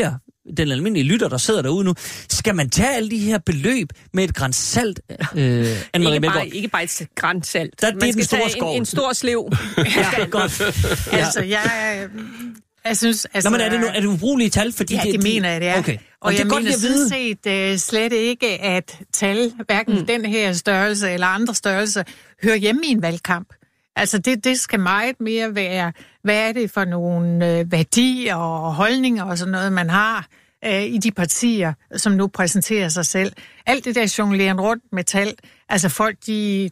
den almindelige lytter, der sidder derude nu, skal man tage alle de her beløb med et gran salt? Øh, ikke, bare, ikke bare et gran salt. Der, det man er skal den store tage skov. en, en stor slev. Ja, godt. Ja. Altså, jeg... Jeg synes, altså, Nå, men er det, nu, er det ubrugelige tal? Fordi ja, det, det mener jeg, det er. Okay. Og det jeg er godt, mener jeg sådan set uh, slet ikke, at tal, hverken mm. den her størrelse eller andre størrelser, hører hjemme i en valgkamp. Altså, det, det skal meget mere være, hvad er det for nogle uh, værdier og holdninger og sådan noget, man har uh, i de partier, som nu præsenterer sig selv. Alt det der jongleren rundt med tal, altså folk, de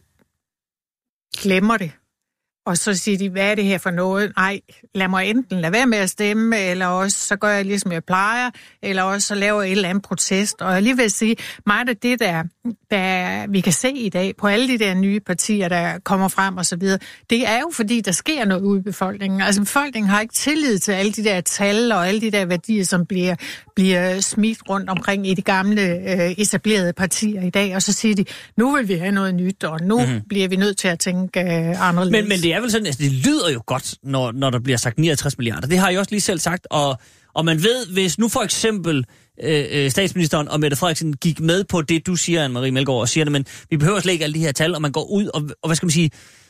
glemmer det. Og så siger de, hvad er det her for noget? Nej, lad mig enten lade være med at stemme, eller også så gør jeg ligesom jeg plejer, eller også så laver jeg et eller andet protest. Og jeg lige vil sige, meget af det, der, der vi kan se i dag på alle de der nye partier, der kommer frem og så videre, det er jo fordi, der sker noget ude i befolkningen. Altså befolkningen har ikke tillid til alle de der tal og alle de der værdier, som bliver, bliver smidt rundt omkring i de gamle øh, etablerede partier i dag. Og så siger de, nu vil vi have noget nyt, og nu mm-hmm. bliver vi nødt til at tænke øh, anderledes. Men, men det er vel sådan, altså det lyder jo godt, når, når der bliver sagt niogtres milliarder. Det har jeg også lige selv sagt, og, og man ved, hvis nu for eksempel øh, statsministeren og Mette Frederiksen gik med på det, du siger, Anne-Marie Melgaard, og siger det, men vi behøver slet ikke alle de her tal, og man går ud, og, og hvad skal man sige,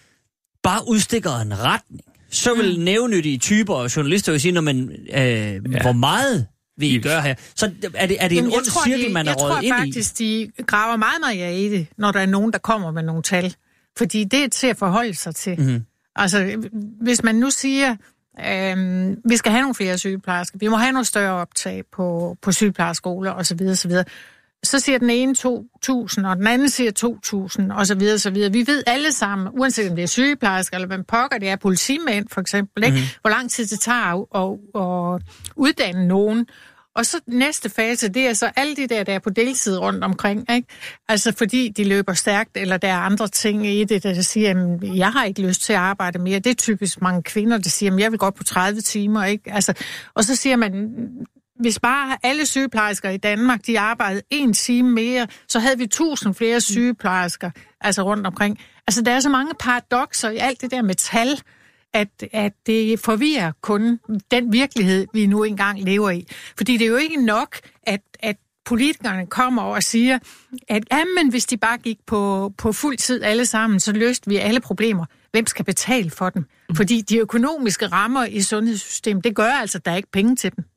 bare udstikker en retning, så vil mm. nævnyttige typer og journalister jo sige, når man, øh, ja. hvor meget vil I gøre her? Så er det, er det en ond cirkel, man er røget ind i? Jeg tror faktisk, de graver meget mere i det, når der er nogen, der kommer med nogle tal. Fordi det er til at forholde sig til. Mm-hmm. Altså, hvis man nu siger, øh, vi skal have nogle flere sygeplejersker, vi må have nogle større optag på, på sygeplejerskoler osv., osv., så siger den ene to tusind, og den anden siger to tusind, osv., osv. Vi ved alle sammen, uanset om det er sygeplejersker, eller hvem pokker det er, politimænd for eksempel, ikke? Mm-hmm. Hvor lang tid det tager at, at, at uddanne nogen. Og så næste fase, det er så alle de der, der er på deltid rundt omkring, ikke? Altså fordi de løber stærkt, eller der er andre ting i det, der siger, at jeg har ikke lyst til at arbejde mere. Det er typisk mange kvinder, der siger, at jeg vil godt på tredive timer, ikke? Altså, og så siger man, hvis bare alle sygeplejersker i Danmark, de arbejdede en time mere, så havde vi tusind flere sygeplejersker, altså rundt omkring. Altså der er så mange paradokser i alt det der med tal, At, at det forvirrer kun den virkelighed, vi nu engang lever i. Fordi det er jo ikke nok, at, at politikerne kommer og siger, at jamen, hvis de bare gik på, på fuld tid alle sammen, så løste vi alle problemer. Hvem skal betale for dem? Fordi de økonomiske rammer i sundhedssystemet, det gør altså, at der er ikke penge til dem.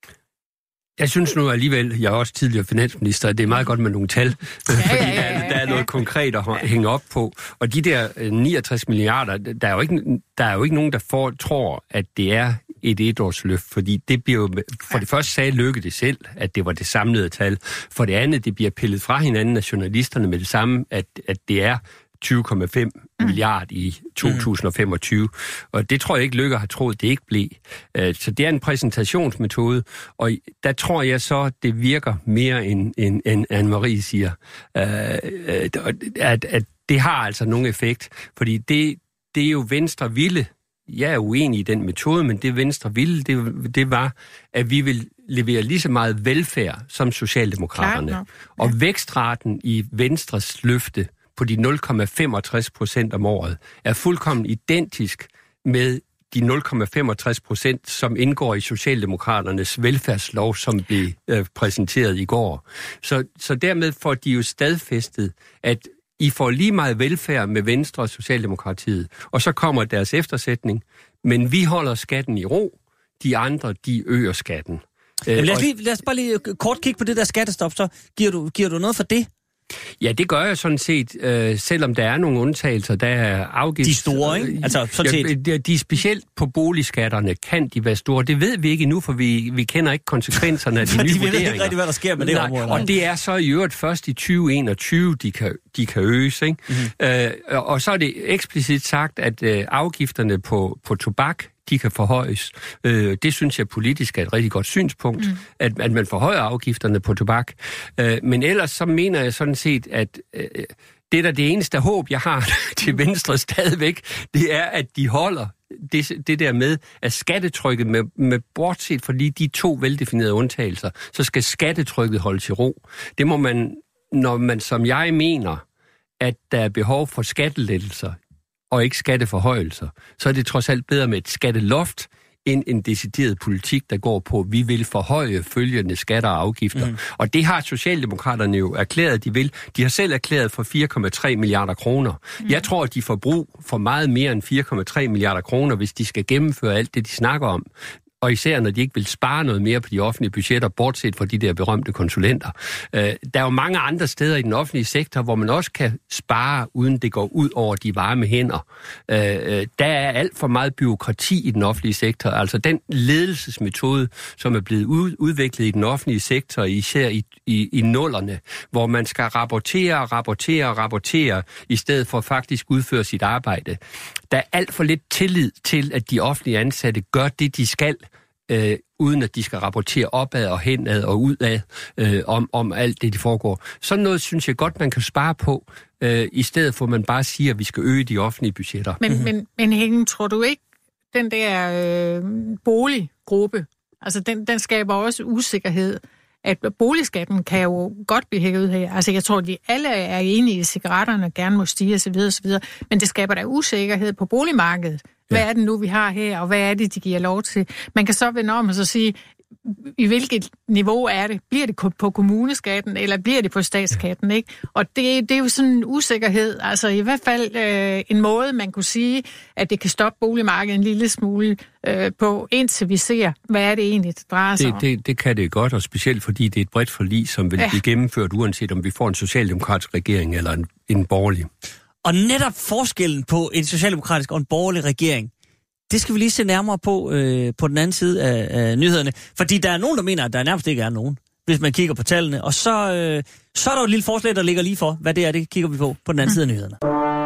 Jeg synes nu alligevel, jeg er også tidligere finansminister, at det er meget godt med nogle tal, ja, fordi ja, ja, ja, der, der er noget konkret at hænge op på. Og de der niogtres milliarder, der er jo ikke, der er jo ikke nogen, der får, tror, at det er et etårsløft, fordi det bliver jo, for det første sagde Løkke det selv, at det var det samlede tal. For det andet, det bliver pillet fra hinanden af journalisterne med det samme, at, at det er tyve komma fem mm. milliarder i to tusind femogtyve. Og det tror jeg ikke, Løkke har troet, det ikke blev. Så det er en præsentationsmetode, og der tror jeg så, det virker mere, end, end, end Anne-Marie siger. At, at det har altså nogen effekt, fordi det, det er jo Venstre ville. Jeg er uenig i den metode, men det Venstre ville, det, det var, at vi vil levere lige så meget velfærd som Socialdemokraterne. Ja. Og vækstraten i Venstres løfte på de nul komma femogtres procent om året, er fuldkommen identisk med de nul komma femogtres procent, som indgår i Socialdemokraternes velfærdslov, som blev øh, præsenteret i går. Så, så dermed får de jo stadfæstet, at I får lige meget velfærd med Venstre og Socialdemokratiet, og så kommer deres eftersætning, men vi holder skatten i ro, de andre, de øger skatten. Jamen, lad, os lige, lad os bare lige kort kigge på det der skattestop, så giver du, giver du noget for det? Ja, det gør jeg sådan set, øh, selvom der er nogle undtagelser, der er afgift... De store, ikke? Altså, sådan set. Ja, de, de specielt på boligskatterne kan de være store. Det ved vi ikke endnu, for vi, vi kender ikke konsekvenserne af de nye vurderinger. Fordi vi ved ikke rigtig, hvad der sker med det område. Og det er så i øvrigt først i tyve enogtyve, de kan, de kan øges, ikke? Mm-hmm. Øh, og så er det eksplicit sagt, at øh, afgifterne på, på tobak, de kan forhøjes. Øh, det synes jeg politisk er et rigtig godt synspunkt, mm. at, at man forhøjer afgifterne på tobak. Øh, men ellers så mener jeg sådan set, at øh, det der det eneste håb, jeg har til Venstre stadigvæk, det er, at de holder det, det der med, at skattetrykket, med, med bortset fra lige de to veldefinerede undtagelser, så skal skattetrykket holdes i ro. Det må man, når man som jeg mener, at der er behov for skattelettelser, og ikke skatteforhøjelser, så er det trods alt bedre med et skatteloft, end en decideret politik, der går på, at vi vil forhøje følgende skatter og afgifter. Mm. Og det har Socialdemokraterne jo erklæret, de vil. De har selv erklæret for fire komma tre milliarder kroner. Mm. Jeg tror, at de får brug for meget mere end fire komma tre milliarder kroner, hvis de skal gennemføre alt det, de snakker om. Og især når de ikke vil spare noget mere på de offentlige budgetter, bortset fra de der berømte konsulenter. Øh, der er jo mange andre steder i den offentlige sektor, hvor man også kan spare, uden det går ud over de varme hænder. Øh, der er alt for meget byråkrati i den offentlige sektor. Altså den ledelsesmetode, som er blevet ud, udviklet i den offentlige sektor, især i, i, i nullerne, hvor man skal rapportere, rapportere, rapportere, i stedet for faktisk udføre sit arbejde. Der er alt for lidt tillid til, at de offentlige ansatte gør det, de skal, øh, uden at de skal rapportere opad og henad og udad øh, om, om alt det, de foregår. Sådan noget synes jeg godt, man kan spare på, øh, i stedet for at man bare siger, at vi skal øge de offentlige budgetter. Men, mm-hmm. men, men Henning, tror du ikke, den der øh, boliggruppe, altså den, den skaber også usikkerhed, at boligskatten kan jo godt blive hævet her. Altså jeg tror, at de alle er enige i, at cigaretterne gerne må stige osv. osv. Men det skaber der usikkerhed på boligmarkedet. Hvad ja. er det nu, vi har her, og hvad er det, de giver lov til? Man kan så vende om og så sige, i hvilket niveau er det? Bliver det på kommuneskatten, eller bliver det på statsskatten, ikke? Og det, det er jo sådan en usikkerhed. Altså i hvert fald øh, en måde, man kunne sige, at det kan stoppe boligmarkedet en lille smule øh, på, indtil vi ser, hvad er det egentlig, det drejer sig det, om. Det, det kan det godt, og specielt fordi det er et bredt forlig, som vil ja. blive gennemført, uanset om vi får en socialdemokratisk regering eller en, en borgerlig. Og netop forskellen på en socialdemokratisk og en borgerlig regering, det skal vi lige se nærmere på øh, på den anden side af, af nyhederne. Fordi der er nogen, der mener, at der nærmest ikke er nogen, hvis man kigger på tallene. Og så, øh, så er der jo et lille forslag, der ligger lige for. Hvad det er, det kigger vi på på den anden mm. side af nyhederne.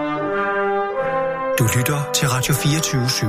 Du lytter til Radio fireogtyve syv.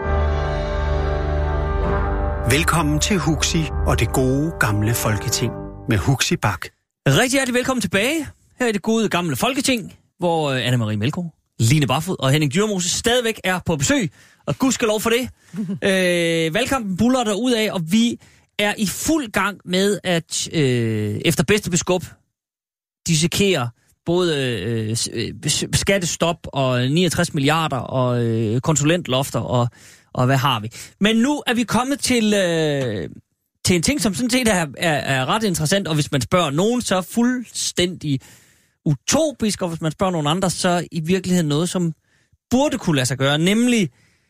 Velkommen til Huxi og det gode gamle Folketing med Huxi Bak. Rigtig hjertelig velkommen tilbage her i det gode gamle Folketing, hvor øh, Anne-Marie Melgaard, Line Barfod og Henning Dyrmose stadigvæk er på besøg. Og gudskelov for det. Øh, valgkampen buller der ud af, og vi er i fuld gang med at øh, efter bedste beskub dissekere både øh, skattestop og niogtres milliarder og øh, konsulentlofter og, og hvad har vi. Men nu er vi kommet til, øh, til en ting, som sådan set er, er, er ret interessant, og hvis man spørger nogen, så er fuldstændig utopisk, og hvis man spørger nogen andre, så i virkeligheden noget, som burde kunne lade sig gøre, nemlig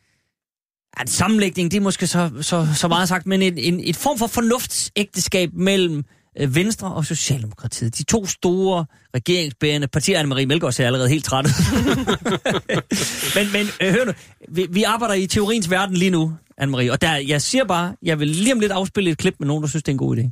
en sammenlægning, det er måske så, så, så meget sagt, men en, en, et form for fornuftsægteskab mellem øh, Venstre og Socialdemokratiet. De to store regeringsbærende partier. Anne-Marie Melgaard er allerede helt træt. men men øh, hør nu, vi, vi arbejder i teoriens verden lige nu, Anne-Marie, og der, jeg siger bare, jeg vil lige om lidt afspille et klip med nogen, der synes, det er en god idé.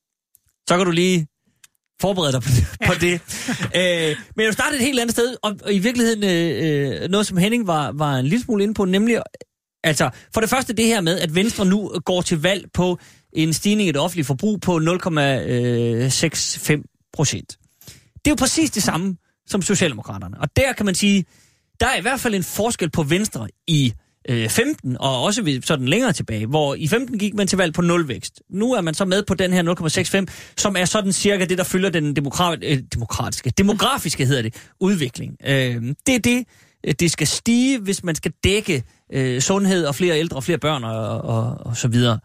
Så kan du lige forberede dig på det. Ja. På det. øh, men jeg vil starte et helt andet sted, og, og i virkeligheden øh, noget, som Henning var, var en lille smule inde på, nemlig altså, for det første det her med, at Venstre nu går til valg på en stigning i det offentlige forbrug på nul komma seksoghalvfems procent. Det er jo præcis det samme som Socialdemokraterne. Og der kan man sige, der er i hvert fald en forskel på Venstre i øh, femten, og også ved, sådan længere tilbage, hvor i femten gik man til valg på nulvækst. Nu er man så med på den her nul komma seksoghalvfems, som er sådan cirka det, der følger den demokra- øh, demokratiske, demografiske hedder det, udvikling. Øh, det er det, det skal stige, hvis man skal dække øh, sundhed og flere ældre og flere børn og, og, og så videre.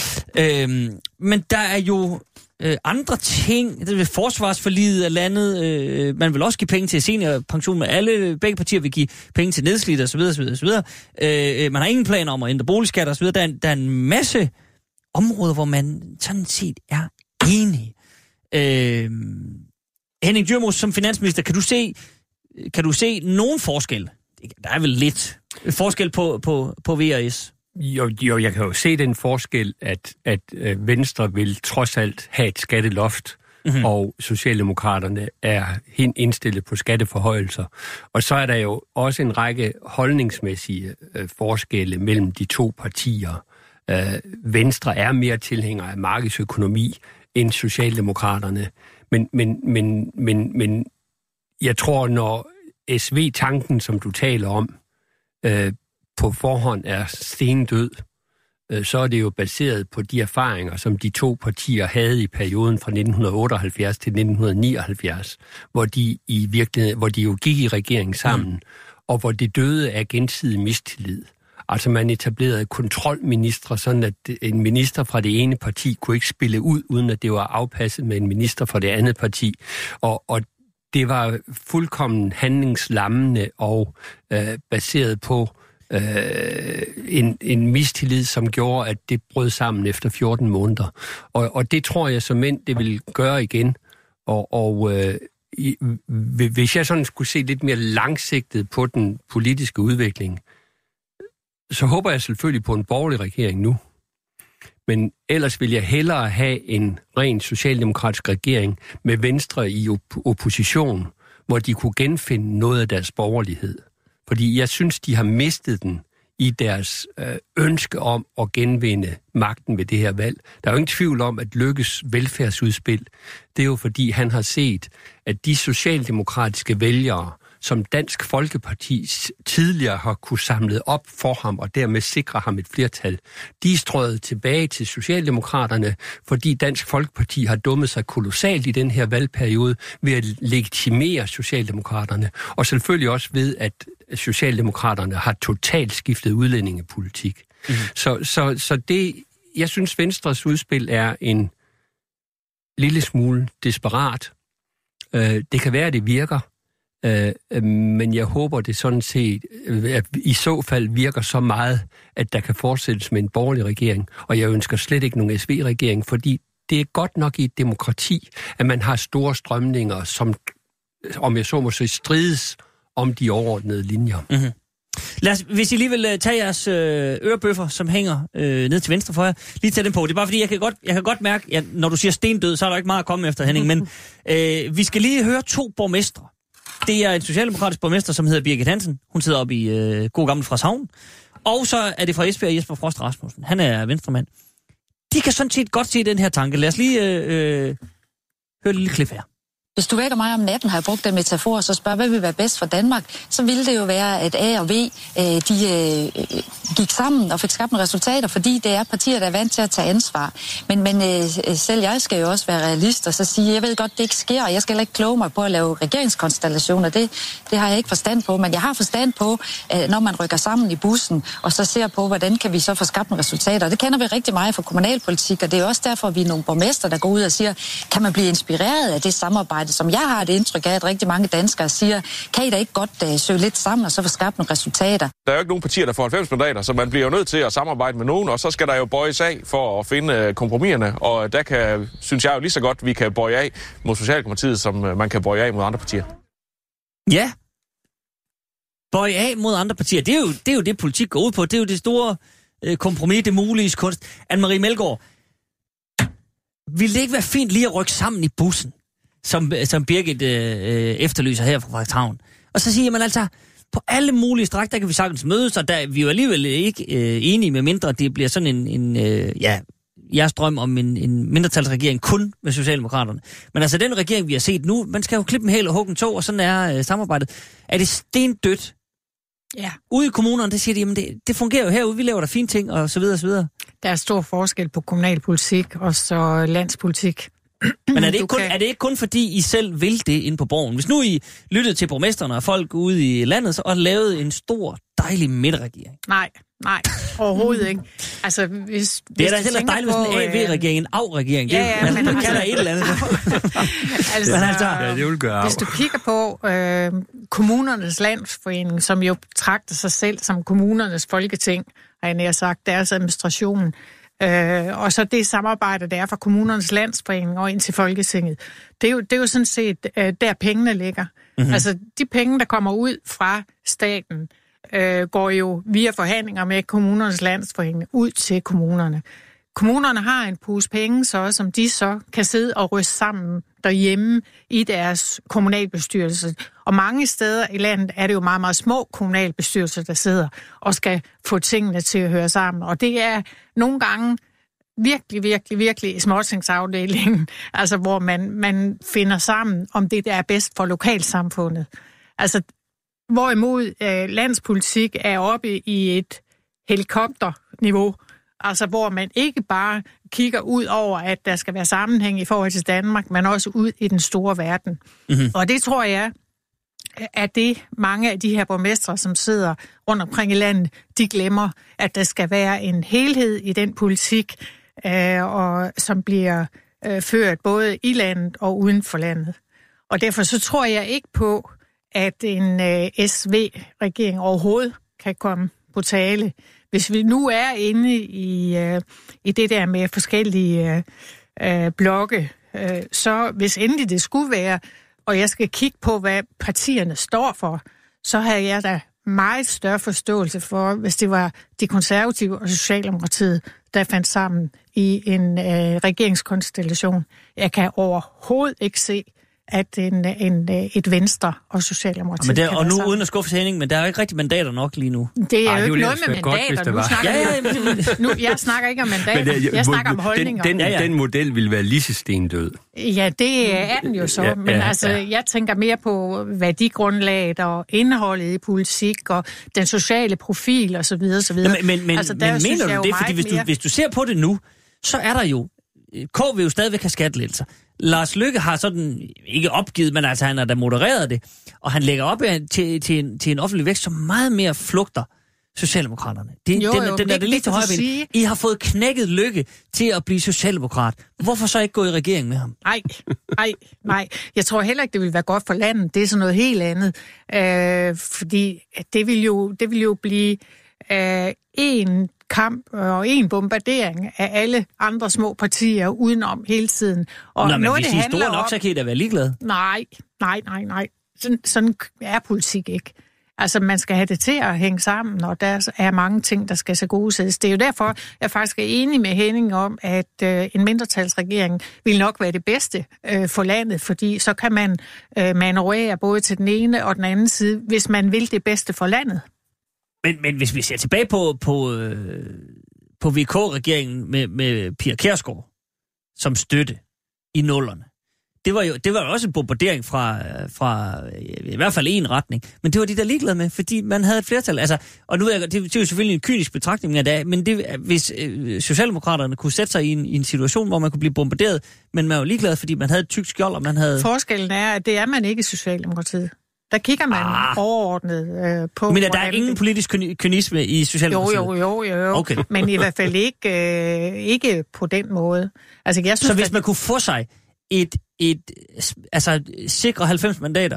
Øhm, men der er jo øh, andre ting. Det er forsvarsforliget af landet. Øh, man vil også give penge til seniorpension med alle. Begge partier vil give penge til nedslidte og så videre, så videre, så videre. Øh, man har ingen planer om at ændre boligskatter og så videre. Der er, der er en masse områder, hvor man sådan set er enige. Øh, Henning Dyrmose, som finansminister, kan du se Kan du se nogen forskel? Der er vel lidt forskel på, på, på V og S. Jo, jo, jeg kan jo se den forskel, at, at Venstre vil trods alt have et skatteloft, mm-hmm. og Socialdemokraterne er helt indstillet på skatteforhøjelser. Og så er der jo også en række holdningsmæssige øh, forskelle mellem de to partier. Øh, Venstre er mere tilhænger af markedsøkonomi end Socialdemokraterne. Men, men, men, men, men jeg tror, når S V-tanken, som du taler om, øh, på forhånd er stendød, øh, så er det jo baseret på de erfaringer, som de to partier havde i perioden fra nitten otteoghalvfjerds til nitten nioghalvfjerds, hvor de i virkeligheden, hvor de jo gik i regering sammen, mm. og hvor det døde af gensidig mistillid. Altså man etablerede kontrolministre, sådan at en minister fra det ene parti kunne ikke spille ud, uden at det var afpasset med en minister fra det andet parti. Og, og det var fuldkommen handlingslammende og øh, baseret på øh, en, en mistillid, som gjorde, at det brød sammen efter fjorten måneder. Og, og det tror jeg som mænd, det vil gøre igen. Og, og øh, i, hvis jeg sådan skulle se lidt mere langsigtet på den politiske udvikling, så håber jeg selvfølgelig på en borgerlig regering nu. Men ellers vil jeg hellere have en ren socialdemokratisk regering med Venstre i op- opposition, hvor de kunne genfinde noget af deres borgerlighed. Fordi jeg synes, de har mistet den i deres øh, ønske om at genvinde magten ved det her valg. Der er jo ingen tvivl om, at Løkkes velfærdsudspil, det er jo fordi, han har set, at de socialdemokratiske vælgere, som Dansk Folkeparti tidligere har kunne samle op for ham og dermed sikre ham et flertal, de er strøget tilbage til Socialdemokraterne, fordi Dansk Folkeparti har dummet sig kolossalt i den her valgperiode ved at legitimere Socialdemokraterne, og selvfølgelig også ved, at Socialdemokraterne har totalt skiftet udlændingepolitik. Mm. Så, så, så det, jeg synes, Venstres udspil er en lille smule desperat. Det kan være, at det virker, Uh, men jeg håber, det sådan set, at i så fald virker så meget, at der kan fortsættes med en borgerlig regering. Og jeg ønsker slet ikke nogen S V-regering, fordi det er godt nok i et demokrati, at man har store strømninger, som, om jeg så må sige, strides om de overordnede linjer. Mm-hmm. Lad os, hvis I lige vil tage jeres øh, ørebøffer, som hænger øh, ned til venstre for jer, lige tage dem på. Det er bare fordi, jeg kan godt, jeg kan godt mærke, at når du siger stendød, så er der ikke meget at komme efter, Henning, men øh, vi skal lige høre to borgmestre. Det er en socialdemokratisk borgmester, som hedder Birgit Hansen. Hun sidder oppe i øh, god gammel Frederikshavn. Og så er det fra Esbjerg, Jesper Frost Rasmussen. Han er venstremand. De kan sådan set godt se den her tanke. Lad os lige øh, øh, høre et lille klip her. Hvis du vækker mig om natten, har jeg brugt den metafor, så spørger, hvad vil være bedst for Danmark, så ville det jo være, at A og V øh, de øh, gik sammen og fik skabt nogle resultater, fordi det er partier, der er vant til at tage ansvar. Men, men øh, selv jeg skal jo også være realist og så sige, jeg ved godt, det ikke sker, og jeg skal heller ikke kloge mig på at lave regeringskonstellationer. Det, det har jeg ikke forstand på, men jeg har forstand på, øh, når man rykker sammen i bussen, og så ser på, hvordan kan vi så få skabt nogle resultater. Det kender vi rigtig meget fra kommunalpolitik, og det er også derfor, at vi er nogle borgmester, der går ud og siger, kan man blive inspireret af det samarbejde, som jeg har et indtryk af, at rigtig mange danskere siger, kan I da ikke godt uh, søge lidt sammen, og så få skabt nogle resultater? Der er jo ikke nogen partier, der får halvfems mandater, så man bliver jo nødt til at samarbejde med nogen, og så skal der jo bøjes af for at finde uh, kompromiserne, og der kan, synes jeg jo lige så godt, vi kan bøje af mod Socialdemokratiet, som uh, man kan bøje af mod andre partier. Ja. Bøje af mod andre partier. Det er jo det, er jo det politik går ud på. Det er jo det store uh, kompromis, det mulige kunst. Anne-Marie Melgaard, ville det ikke være fint lige at rykke sammen i bussen? Som, som Birgit øh, efterlyser her fra Frederikshavn. Og så siger man altså, på alle mulige stræk, der kan vi sagtens mødes, og der, vi er jo alligevel ikke øh, enige med mindre, at det bliver sådan en, en øh, ja, jeres drøm om en, en mindretalsregering kun med Socialdemokraterne. Men altså den regering, vi har set nu, man skal jo klippe en hæl og hugge en tog, og sådan er øh, samarbejdet. Er det stendødt? Ja. Ude i kommunerne, det siger de, jamen det, det fungerer jo herude, vi laver der fine ting, og så videre og så videre. Der er stor forskel på kommunalpolitik og så landspolitik. Men er det, ikke kun, er det ikke kun fordi, I selv vil det inde på borgen? Hvis nu I lyttede til borgmesterne og folk ude i landet, så og lavede en stor, dejlig midterregering? Nej, nej, overhovedet ikke. Altså, hvis, det er da hvis heller dejligt med sådan en A V-regering, en A V-regering. Ja, ja, det, man kan der et eller andet. altså, altså, ja, det vil gøre hvis du kigger på øh, kommunernes landsforening, som jo betragter sig selv som kommunernes folketing, har jeg nær sagt, deres administration, Øh, og så det samarbejde, der er fra kommunernes landsforening og ind til Folketinget. Det er jo, det er jo sådan set, øh, der pengene ligger. Mm-hmm. Altså, de penge, der kommer ud fra staten, øh, går jo via forhandlinger med kommunernes landsforening ud til kommunerne. Kommunerne har en pose penge, så, som de så kan sidde og ryste sammen derhjemme i deres kommunalbestyrelse. Og mange steder i landet er det jo meget, meget små kommunalbestyrelser, der sidder og skal få tingene til at høre sammen. Og det er nogle gange virkelig, virkelig, virkelig småtingsafdelingen, altså hvor man, man finder sammen om det, der er bedst for lokalsamfundet. Altså, hvorimod øh, landspolitik er oppe i et helikopterniveau, altså hvor man ikke bare kigger ud over, at der skal være sammenhæng i forhold til Danmark, men også ud i den store verden. Mm-hmm. Og det tror jeg er det mange af de her borgmestre, som sidder rundt omkring i landet, de glemmer, at der skal være en helhed i den politik, øh, og som bliver øh, ført både i landet og uden for landet. Og derfor så tror jeg ikke på, at en øh, S V-regering overhovedet kan komme på tale. Hvis vi nu er inde i, øh, i det der med forskellige øh, blokke, øh, så hvis endelig det skulle være, og jeg skal kigge på, hvad partierne står for, så havde jeg da meget større forståelse for, hvis det var de konservative og Socialdemokratiet, der fandt sammen i en øh, regeringskonstellation. Jeg kan overhovedet ikke se, at en, en, et Venstre og Socialdemokratiet men der, kan og nu sammen. uden at skuffe Henning, men der er jo ikke rigtig mandater nok lige nu. Det er Ej, jo ikke det noget med godt, mandater. Nu var. snakker Ja, ja, jeg, nu, jeg snakker ikke om mandater. Men, jeg snakker om holdninger. Den, den, ja, ja. den model vil være lige så stendød. Ja, det er den jo så. Ja, Men ja, altså, ja. jeg tænker mere på værdigrundlaget og indholdet i politik og den sociale profil og så videre, så videre. Men, men, men, altså, men mener du det? Fordi hvis du, mere... hvis du ser på det nu, så er der jo... K vil jo stadigvæk have skattelettelser. Lars Løkke har sådan, ikke opgivet, men altså han har da modereret det, og han lægger op til, til, en, til en offentlig vækst, som meget mere flugter Socialdemokraterne. Det, Jo, den, jo, den er det- det lige det til kan du højre sige. ben. I har fået knækket Løkke til at blive socialdemokrat. Hvorfor så ikke gå i regering med ham? Nej, nej, nej. Jeg tror heller ikke, det vil være godt for landet. Det er sådan noget helt andet. Øh, fordi det vil jo, det vil jo blive øh, en kamp og en bombardering af alle andre små partier udenom hele tiden. Og Nå, men noget, hvis det I er handler store nok, om- så kan I da være ligeglade. Nej, nej, nej, nej. Sådan, sådan er politik ikke. Altså, man skal have det til at hænge sammen, og der er mange ting, der skal så godses. Det er jo derfor, jeg faktisk er enig med Henning om, at øh, en mindretalsregering vil nok være det bedste øh, for landet, fordi så kan man øh, manøvrere både til den ene og den anden side, hvis man vil det bedste for landet. Men, men hvis vi ser tilbage på, på, øh, på V K-regeringen med, med Pia Kjærsgaard som støtte i nullerne, det var jo det var jo også en bombardering fra, fra i hvert fald en retning, men det var de der ligeglade med, fordi man havde et flertal. Altså, og nu er det, det er jo selvfølgelig en kynisk betragtning af det, men det, hvis øh, Socialdemokraterne kunne sætte sig i en, i en situation, hvor man kunne blive bombarderet, men man var ligeglad, fordi man havde et tykt skjold, og man havde... Forskellen er, at det er man ikke i Socialdemokratiet. Der kigger man Ah. overordnet øh, på... Men der er hvordan ingen det- politisk kyni- kynisme i Jo, Socialdemokratiet? jo, jo, jo, jo. Okay. Men i hvert fald ikke, øh, ikke på den måde. Altså, jeg synes, Så hvis at- man kunne få sig et, et altså sikre halvfems mandater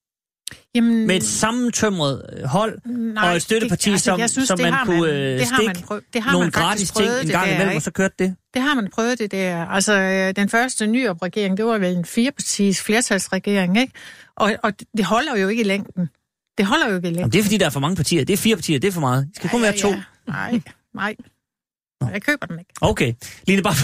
Jamen, med et sammentømret hold nej, og et støtteparti, det- altså, som, jeg synes, som det man har kunne man- øh, det har man stikke prøv- det har nogle man faktisk gratis ting prøvet, en det gang der, imellem, og ikke? så kørte det. Det har man prøvet, det der. Altså, øh, den første Nyrup-regering, det var vel en firepartis flertalsregering, ikke? Og, og det holder jo ikke i længden. Det holder jo ikke i længden. Jamen, det er fordi, der er for mange partier. Det er fire partier, det er for meget. Det skal kun Ja, være to. ja. Nej, nej. Jeg køber den ikke. Okay. Line, bare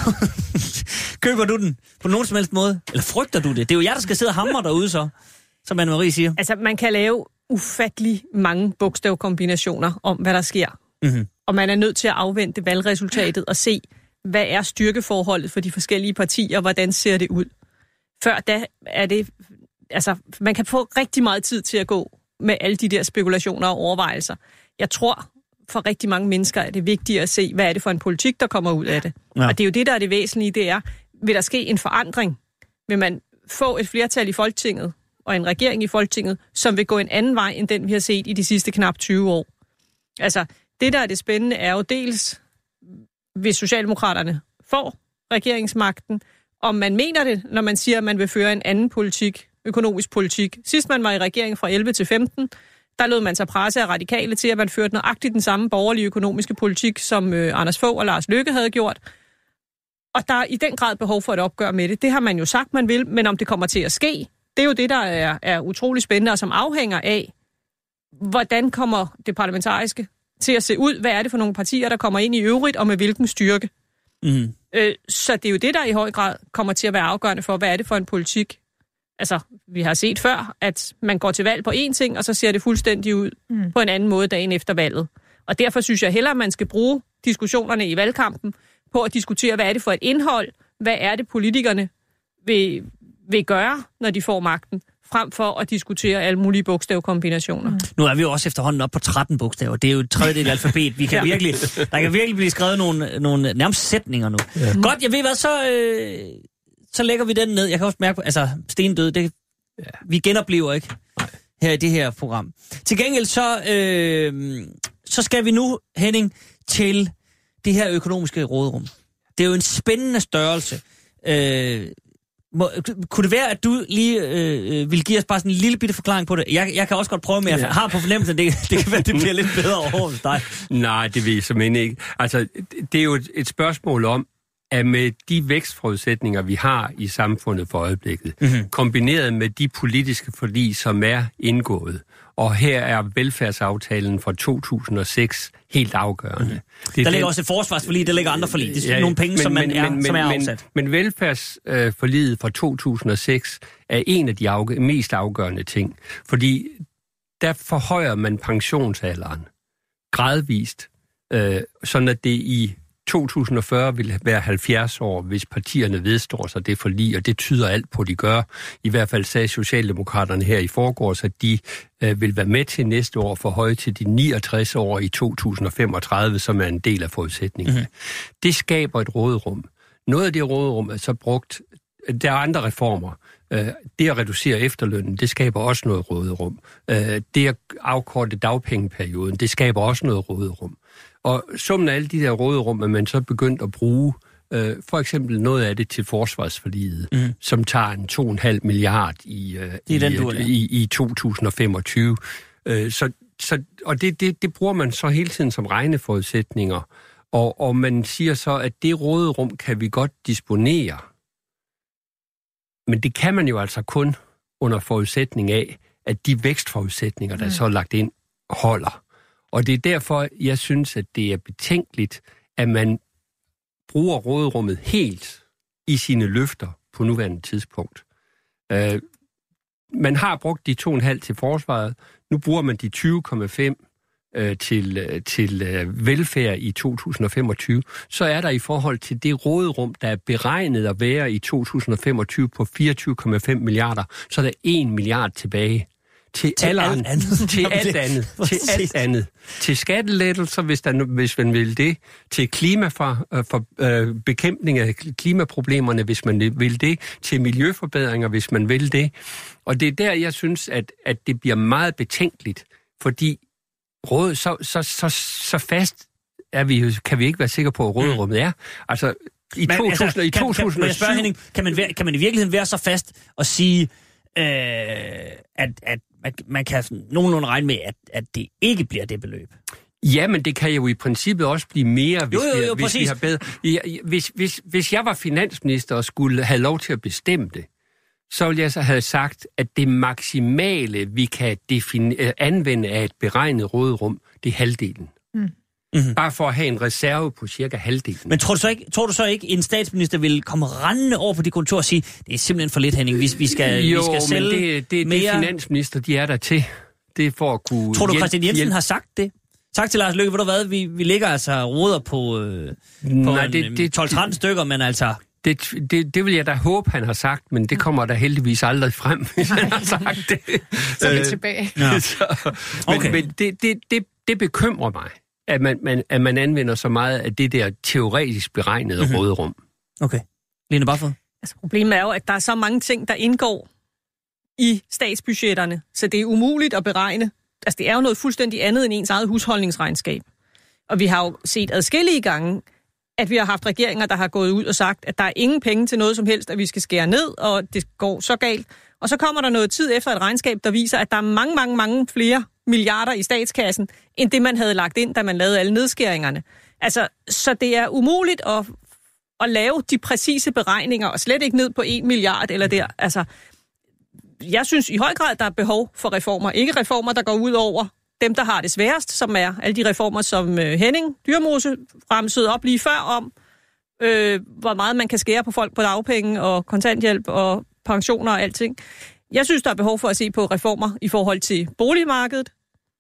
køber du den på nogen som helst måde? Eller frygter du det? Det er jo jer, der skal sidde og hamre derude så, som Anne-Marie siger. Altså, man kan lave ufattelig mange bogstavkombinationer om, hvad der sker. Mm-hmm. Og man er nødt til at afvente valgresultatet og se, hvad er styrkeforholdet for de forskellige partier, hvordan ser det ud. Før da er det... Altså, man kan få rigtig meget tid til at gå med alle de der spekulationer og overvejelser. Jeg tror, for rigtig mange mennesker er det vigtigt at se, hvad er det for en politik, der kommer ud af det. Ja. Og det er jo det, der er det væsentlige, det er, vil der ske en forandring? Vil man få et flertal i Folketinget og en regering i Folketinget, som vil gå en anden vej, end den vi har set i de sidste knap tyve år? Altså, det der er det spændende er jo dels, hvis Socialdemokraterne får regeringsmagten, om man mener det, når man siger, at man vil føre en anden politik, økonomisk politik. Sidst man var i regering fra elleve til femten, der lod man sig presse af radikale til, at man førte nøjagtigt den samme borgerlige økonomiske politik, som øh, Anders Fogh og Lars Løkke havde gjort. Og der er i den grad behov for et opgør med det. Det har man jo sagt, man vil, men om det kommer til at ske, det er jo det, der er, er utrolig spændende, og som afhænger af, hvordan kommer det parlamentariske til at se ud? Hvad er det for nogle partier, der kommer ind i øvrigt, og med hvilken styrke? Mm. Øh, så det er jo det, der i høj grad kommer til at være afgørende for, hvad er det for en politik? Altså, vi har set før, at man går til valg på én ting, og så ser det fuldstændig ud mm. på en anden måde dagen efter valget. Og derfor synes jeg hellere, at man skal bruge diskussionerne i valgkampen på at diskutere, hvad er det for et indhold, hvad er det politikerne vil, vil gøre, når de får magten, frem for at diskutere alle mulige bogstavkombinationer. Mm. Nu er vi jo også efterhånden op på tretten bogstaver. Det er jo et tredjedel alfabet. Vi kan ja. virkelig, der kan virkelig blive skrevet nogle, nogle nærmest sætninger nu. Ja. Godt, jeg ved hvad, så, øh, så lægger vi den ned. Jeg kan også mærke, altså stendød, det, ja. vi genoplever ikke. her i det her program. Til gengæld så, øh, så skal vi nu, Henning, til det her økonomiske råderum. Det er jo en spændende størrelse. Øh, må, kunne det være, at du lige øh, vil give os bare sådan en lille bitte forklaring på det? Jeg, jeg kan også godt prøve, men jeg ja. har på fornemmelsen, det, det kan være, det bliver lidt bedre over hos dig. Nej, det ved jeg simpelthen ikke. Altså, det er jo et, et spørgsmål om, at med de vækstforudsætninger, vi har i samfundet for øjeblikket, mm-hmm. kombineret med de politiske forlig, som er indgået, og her er velfærdsaftalen fra to tusind og seks helt afgørende. Mm-hmm. Det der ligger den... også et forsvarsforlig, der ligger andre forlig. Det er ja, nogle penge, men, som, man men, er, men, som er men, afsat. Men, men velfærdsforliget fra to tusind og seks er en af de afgør- mest afgørende ting, fordi der forhøjer man pensionsalderen gradvist, øh, sådan at det i to tusind og fyrre vil være halvfjerds år, hvis partierne vedstår sig det forlig, og det tyder alt på, at de gør. I hvert fald sagde Socialdemokraterne her i forgårs, at de øh, vil være med til næste år for høje til de niogtres år i to tusind og femogtredive, som er en del af forudsætningen. Mm-hmm. Det skaber et råderum. Noget af det råderum er så brugt. Der er andre reformer. Øh, det at reducere efterlønnen, det skaber også noget råderum. Øh, det at afkorte dagpengeperioden, det skaber også noget råderum. Og summen af alle de der råderum, er man så begyndt at bruge, øh, for eksempel noget af det til forsvarsforliget, mm. som tager en to komma fem milliard i, øh, i, den, du, ja. i, i to tusind og femogtyve. Øh, så, så, og det, det, det bruger man så hele tiden som regneforudsætninger. Og, og man siger så, at det råderum kan vi godt disponere. Men det kan man jo altså kun under forudsætning af, at de vækstforudsætninger, der mm. så er lagt ind, holder. Og det er derfor, jeg synes, at det er betænkeligt, at man bruger råderummet helt i sine løfter på nuværende tidspunkt. Uh, man har brugt de to komma fem til forsvaret. Nu bruger man de tyve komma fem uh, til, uh, til uh, velfærd i to tusind og femogtyve. Så er der i forhold til det råderum, der er beregnet at være i to tusind og femogtyve på fireogtyve komma fem milliarder, så er der en milliard tilbage. Til, til alt andet. andet. Til alt andet. Til alt andet. Til skattelettelser, hvis, der, hvis man vil det. Til klima for, for øh, bekæmpning af klimaproblemerne, hvis man vil det. Til miljøforbedringer, hvis man vil det. Og det er der, jeg synes, at, at det bliver meget betænkeligt, fordi råd, så, så, så, så fast er vi, kan vi ikke være sikre på, at råderummet er. Altså, i, men, to tusind, altså, i kan, to tusind og syv... Kan, kan, spørge, Henning, kan, man være, kan man i virkeligheden være så fast og sige, øh, at, at man kan nogenlunde regne med, at, at det ikke bliver det beløb? Ja, men det kan jo i princippet også blive mere, hvis, jo, jo, jo, vi, hvis vi har bedre... Ja, hvis, hvis, hvis jeg var finansminister og skulle have lov til at bestemme det, så ville jeg så have sagt, at det maksimale, vi kan defini- anvende af et beregnet råderum, det er halvdelen. Mm. Mm-hmm. Bare for at have en reserve på cirka halvdelen. Men tror du så ikke, tror du så ikke en statsminister vil komme rendende over på de kontor og sige, det er simpelthen for lidt, Henning, vi, vi skal, jo, vi skal sælge men det, det, mere... det finansminister, de er der til. Det er for at kunne... Tror du, hjælp, Christian Jensen hjælp. har sagt det? Tak til Lars Løkke, ved du hvad, vi, vi ligger altså roder på, øh, på Nej, en, det, det, tolv tretten stykker, men altså... Det, det, det vil jeg da håbe, han har sagt, men det kommer der heldigvis aldrig frem, hvis han har sagt det. Så er vi tilbage. Ja. Så, men okay. men det, det, det, det bekymrer mig, at man, man, at man anvender så meget af det der teoretisk beregnede mm-hmm. råderum. Okay. Line Barfod? Altså, problemet er jo, at der er så mange ting, der indgår i statsbudgetterne, så det er umuligt at beregne. Altså, det er jo noget fuldstændig andet end ens eget husholdningsregnskab. Og vi har jo set adskillige gange, at vi har haft regeringer, der har gået ud og sagt, at der er ingen penge til noget som helst, at vi skal skære ned, og det går så galt. Og så kommer der noget tid efter et regnskab, der viser, at der er mange, mange, mange flere milliarder i statskassen, end det, man havde lagt ind, da man lavede alle nedskæringerne. Altså, så det er umuligt at, at lave de præcise beregninger, og slet ikke ned på en milliard eller der. Altså, jeg synes i høj grad, der er behov for reformer. Ikke reformer, der går ud over dem, der har det sværest, som er alle de reformer, som Henning Dyrmose ramsede op lige før om, øh, hvor meget man kan skære på folk på dagpenge og kontanthjælp og pensioner og alting. Jeg synes, der er behov for at se på reformer i forhold til boligmarkedet.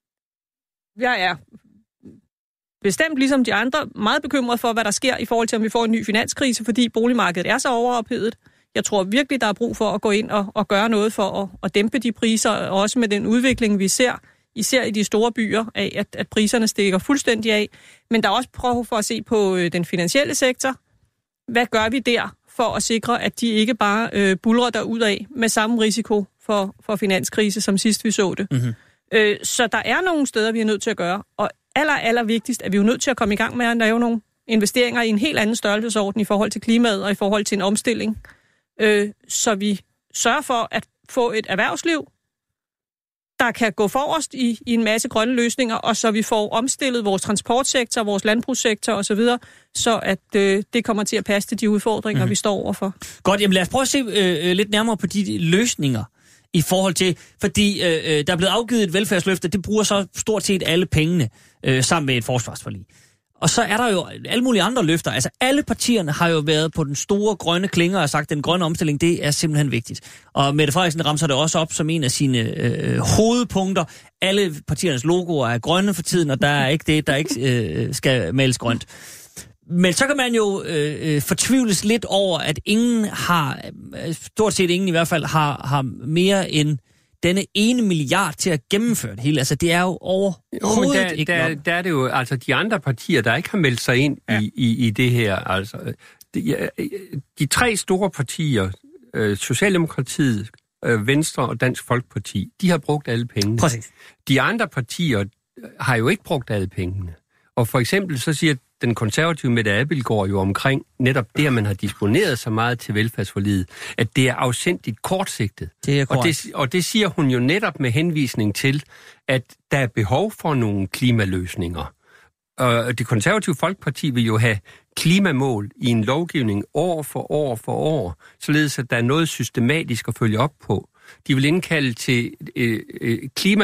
Jeg er bestemt, ligesom de andre, meget bekymret for, hvad der sker i forhold til, om vi får en ny finanskrise, fordi boligmarkedet er så overophedet. Jeg tror virkelig, der er brug for at gå ind og, og gøre noget for at, at dæmpe de priser, og også med den udvikling, vi ser, især i de store byer, af at, at priserne stikker fuldstændig af. Men der er også behov for at se på øh, den finansielle sektor. Hvad gør vi der for at sikre, at de ikke bare øh, buldrer derudad med samme risiko for, for finanskrise, som sidst vi så det. Mm-hmm. Øh, så der er nogle steder, vi er nødt til at gøre. Og aller, aller vigtigst er vi jo nødt til at komme i gang med at lave nogle investeringer i en helt anden størrelsesorden i forhold til klimaet og i forhold til en omstilling. Øh, så vi sørger for at få et erhvervsliv, der kan gå forrest i, i en masse grønne løsninger, og så vi får omstillet vores transportsektor, vores landbrugssektor osv., så at øh, det kommer til at passe til de udfordringer, mm. vi står overfor. Godt, jamen lad os prøve at se øh, lidt nærmere på de løsninger i forhold til, fordi øh, der er blevet afgivet et velfærdsløfte, det bruger så stort set alle pengene øh, sammen med et forsvarsforlig. Og så er der jo alle mulige andre løfter. Altså alle partierne har jo været på den store grønne klinger og sagt, at den grønne omstilling, det er simpelthen vigtigt. Og Mette Frederiksen ramser det også op som en af sine øh, hovedpunkter. Alle partiernes logoer er grønne for tiden, og der er ikke det, der ikke øh, skal males grønt. Men så kan man jo øh, fortvivles lidt over, at ingen har, stort set ingen i hvert fald, har, har mere end denne ene milliard til at gennemføre det hele. Altså, det er jo overhovedet jo, der, ikke der, nok. der er det jo, altså, de andre partier, der ikke har meldt sig ind ja. i, i, i det her, altså, de, de tre store partier, øh, Socialdemokratiet, øh, Venstre og Dansk Folkeparti, de har brugt alle pengene. Præcis. De andre partier har jo ikke brugt alle pengene. Og for eksempel så siger den konservative Mette Abildgaard jo omkring netop det, at man har disponeret så meget til velfærdsforliget, at det er afsindigt kortsigtet. Det er og, det, og det siger hun jo netop med henvisning til, at der er behov for nogle klimaløsninger. Og det konservative Folkeparti vil jo have klimamål i en lovgivning år for år for år, således at der er noget systematisk at følge op på. De vil indkalde til øh, øh,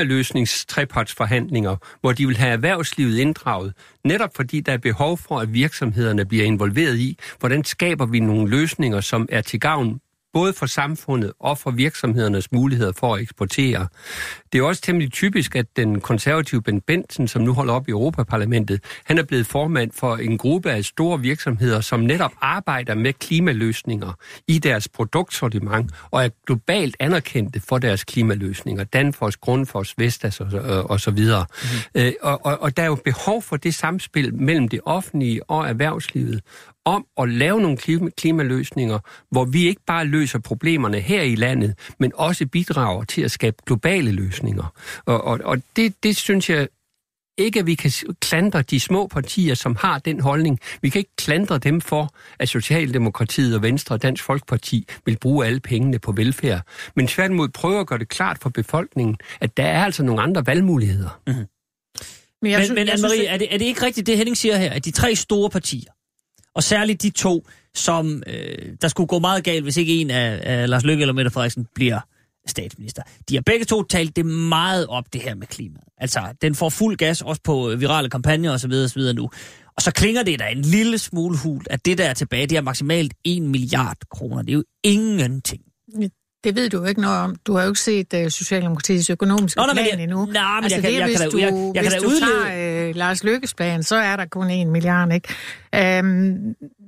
klimaløsningstrepartsforhandlinger, hvor de vil have erhvervslivet inddraget, netop fordi der er behov for, at virksomhederne bliver involveret i, hvordan skaber vi nogle løsninger, som er til gavn både for samfundet og for virksomhedernes muligheder for at eksportere. Det er også temmelig typisk, at den konservative Bent Bendtsen, som nu holder op i Europaparlamentet, han er blevet formand for en gruppe af store virksomheder, som netop arbejder med klimaløsninger i deres produktsortiment og er globalt anerkendte for deres klimaløsninger. Danfoss, Grundfos, Vestas og, og, og så videre. Mm-hmm. Øh, og, og, og der er jo behov for det samspil mellem det offentlige og erhvervslivet om at lave nogle klimaløsninger, hvor vi ikke bare løser problemerne her i landet, men også bidrager til at skabe globale løsninger. Og, og, og det, det synes jeg ikke, at vi kan klandre de små partier, som har den holdning. Vi kan ikke klandre dem for, at Socialdemokratiet og Venstre og Dansk Folkeparti vil bruge alle pengene på velfærd. Men tværtimod prøver at gøre det klart for befolkningen, at der er altså nogle andre valgmuligheder. Mm-hmm. Men, men, men Anne-Marie, er det, er det ikke rigtigt, det Henning siger her, at de tre store partier, og særligt de to, som øh, der skulle gå meget galt, hvis ikke en af, af Lars Løkke eller Mette Frederiksen bliver statsminister. De har begge to talt det meget op, det her med klimaet. Altså, den får fuld gas, også på virale kampagner osv. osv. nu. Og så klinger det da en lille smule hult, at det der er tilbage, det er maksimalt en milliard kroner. Det er jo ingenting. Det ved du jo ikke noget om. Du har jo ikke set uh, Socialdemokratiets økonomiske Nå, plan jeg, endnu. Nej, men altså, jeg kan, det, jeg, hvis kan du, da, jeg, jeg hvis kan da du udleve... tager uh, Lars Løkkes plan, så er der kun en milliard, ikke? Um,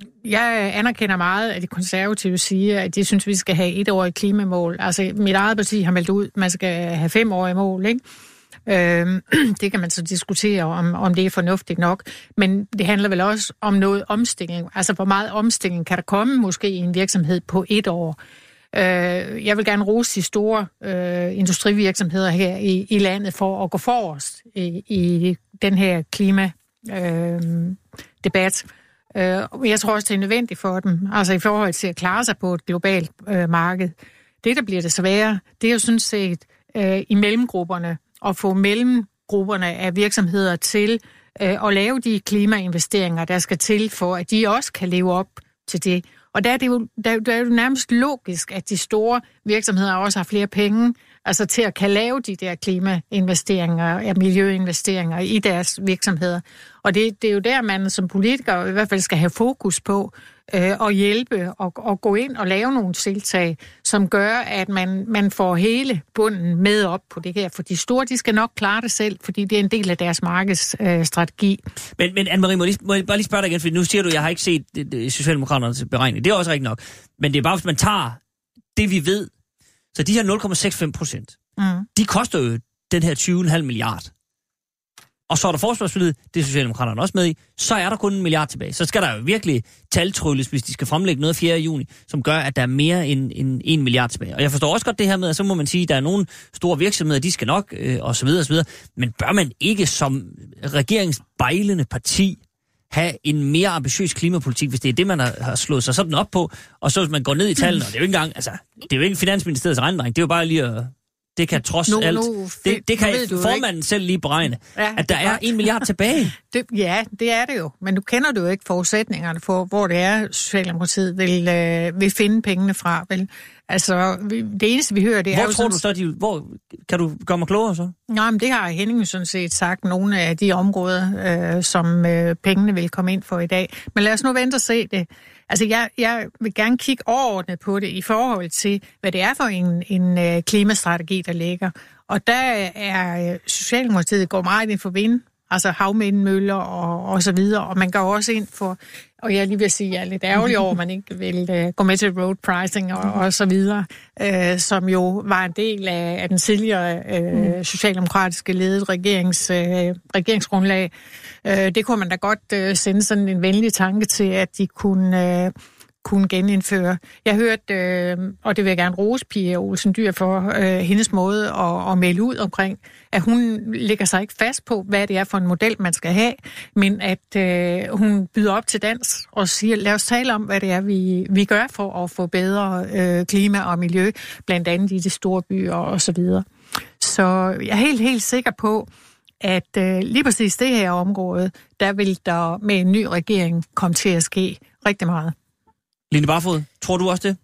jeg anerkender meget, at de konservative siger, at de synes, vi skal have et år i klimamål. Altså, mit eget parti har meldt ud, at man skal have fem år i mål, ikke? Øhm, det kan man så diskutere, om, om det er fornuftigt nok. Men det handler vel også om noget omstilling. Altså, hvor meget omstilling kan der komme måske i en virksomhed på et år? Jeg vil gerne rose de store øh, industrivirksomheder her i, i landet for at gå forrest i, i den her klimadebat. Øh, jeg tror også, det er nødvendigt for dem, altså i forhold til at klare sig på et globalt øh, marked. Det, der bliver det svære, det er jo sådan set øh, i mellemgrupperne, at få mellemgrupperne af virksomheder til øh, at lave de klimainvesteringer, der skal til for, at de også kan leve op til det. Og der er det jo, der, der er jo nærmest logisk, at de store virksomheder også har flere penge, altså til at kan lave de der klimainvesteringer, ja, miljøinvesteringer i deres virksomheder. Og det, det er jo der, man som politiker i hvert fald skal have fokus på øh, og hjælpe og, og gå ind og lave nogle tiltag, som gør, at man, man får hele bunden med op på det her. For de store, de skal nok klare det selv, fordi det er en del af deres markedsstrategi. Øh, men, men Anne-Marie, må, må jeg bare lige spørge dig igen, for nu siger du, at jeg har ikke set det, det, Socialdemokraternes beregning. Det er også rigtigt nok. Men det er bare, hvis man tager det, vi ved. Så de her nul komma seksoghalvfems procent, mm. de koster jo den her tyve komma fem milliard. og så er der forsvarsforliget, det er Socialdemokraterne også med i, så er der kun en milliard tilbage. Så skal der jo virkelig taltrylles, hvis de skal fremlægge noget fjerde juni, som gør, at der er mere end, end en milliard tilbage. Og jeg forstår også godt det her med, at så må man sige, at der er nogle store virksomheder, de skal nok, øh, og så videre, og så videre. Men bør man ikke som regeringsbejlende parti have en mere ambitiøs klimapolitik, hvis det er det, man har, har slået sig sådan op på, og så hvis man går ned i tallene, og det er jo ikke engang, altså, det er jo ikke Finansministeriets regnedreng, det er jo bare lige at, det kan trods nu, alt, nu, det, det kan formanden ikke. selv lige beregne, ja, at der er en milliard tilbage. Det, ja, det er det jo, men nu kender du jo ikke forudsætningerne for, hvor det er, Socialdemokratiet vil, øh, vil finde pengene fra, vel? Altså, det eneste, vi hører, det hvor er jo... Hvor tror sådan, du så, de, hvor kan du gøre mig klogere så? Nej, men det har Henning sådan set sagt, nogle af de områder, øh, som øh, pengene vil komme ind for i dag. Men lad os nu vente og se det. Altså, jeg, jeg vil gerne kigge overordnet på det i forhold til, hvad det er for en, en øh, klimastrategi, der ligger. Og der er øh, Socialdemokratiet går meget ind for vind, altså havvindmøller og, og så videre. Og man går også ind for, og jeg lige vil sige, at jeg er lidt ærgerlig over, at man ikke vil øh, gå med til road pricing og, og så videre, øh, som jo var en del af, af den tidligere øh, socialdemokratiske ledede regerings, øh, regeringsgrundlag. Øh, det kunne man da godt øh, sende sådan en venlig tanke til, at de kunne... Øh, kunne genindføre. Jeg hørte, øh, og det vil jeg gerne rose Pia Olsen Dyhr for, øh, hendes måde at, at melde ud omkring, at hun lægger sig ikke fast på, hvad det er for en model, man skal have, men at øh, hun byder op til dans og siger, lad os tale om, hvad det er, vi, vi gør for at få bedre øh, klima og miljø, blandt andet i de store byer og så videre. Så jeg er helt, helt sikker på, at øh, lige præcis det her område, der vil der med en ny regering komme til at ske rigtig meget. Line Barfod, tror du også det?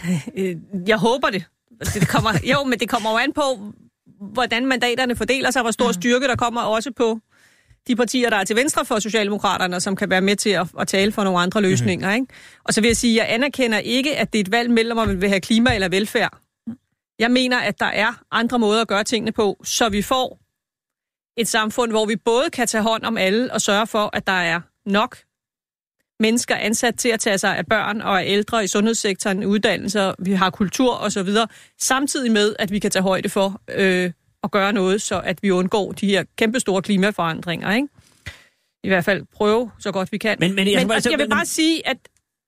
Jeg håber det. det kommer, jo, men det kommer jo an på, hvordan mandaterne fordeler sig, hvor stor styrke der kommer også på de partier, der er til venstre for Socialdemokraterne, som kan være med til at, at tale for nogle andre løsninger. Mm-hmm. Ikke? Og så vil jeg sige, at jeg anerkender ikke, at det er et valg mellem, om man vil have klima eller velfærd. Jeg mener, at der er andre måder at gøre tingene på, så vi får et samfund, hvor vi både kan tage hånd om alle og sørge for, at der er nok mennesker ansat til at tage sig af børn og af ældre i sundhedssektoren, uddannelser, vi har kultur osv., samtidig med, at vi kan tage højde for øh, at gøre noget, så at vi undgår de her kæmpestore klimaforandringer. Ikke? I hvert fald prøve så godt vi kan. Men, men, jeg, men altså, jeg vil bare sige, at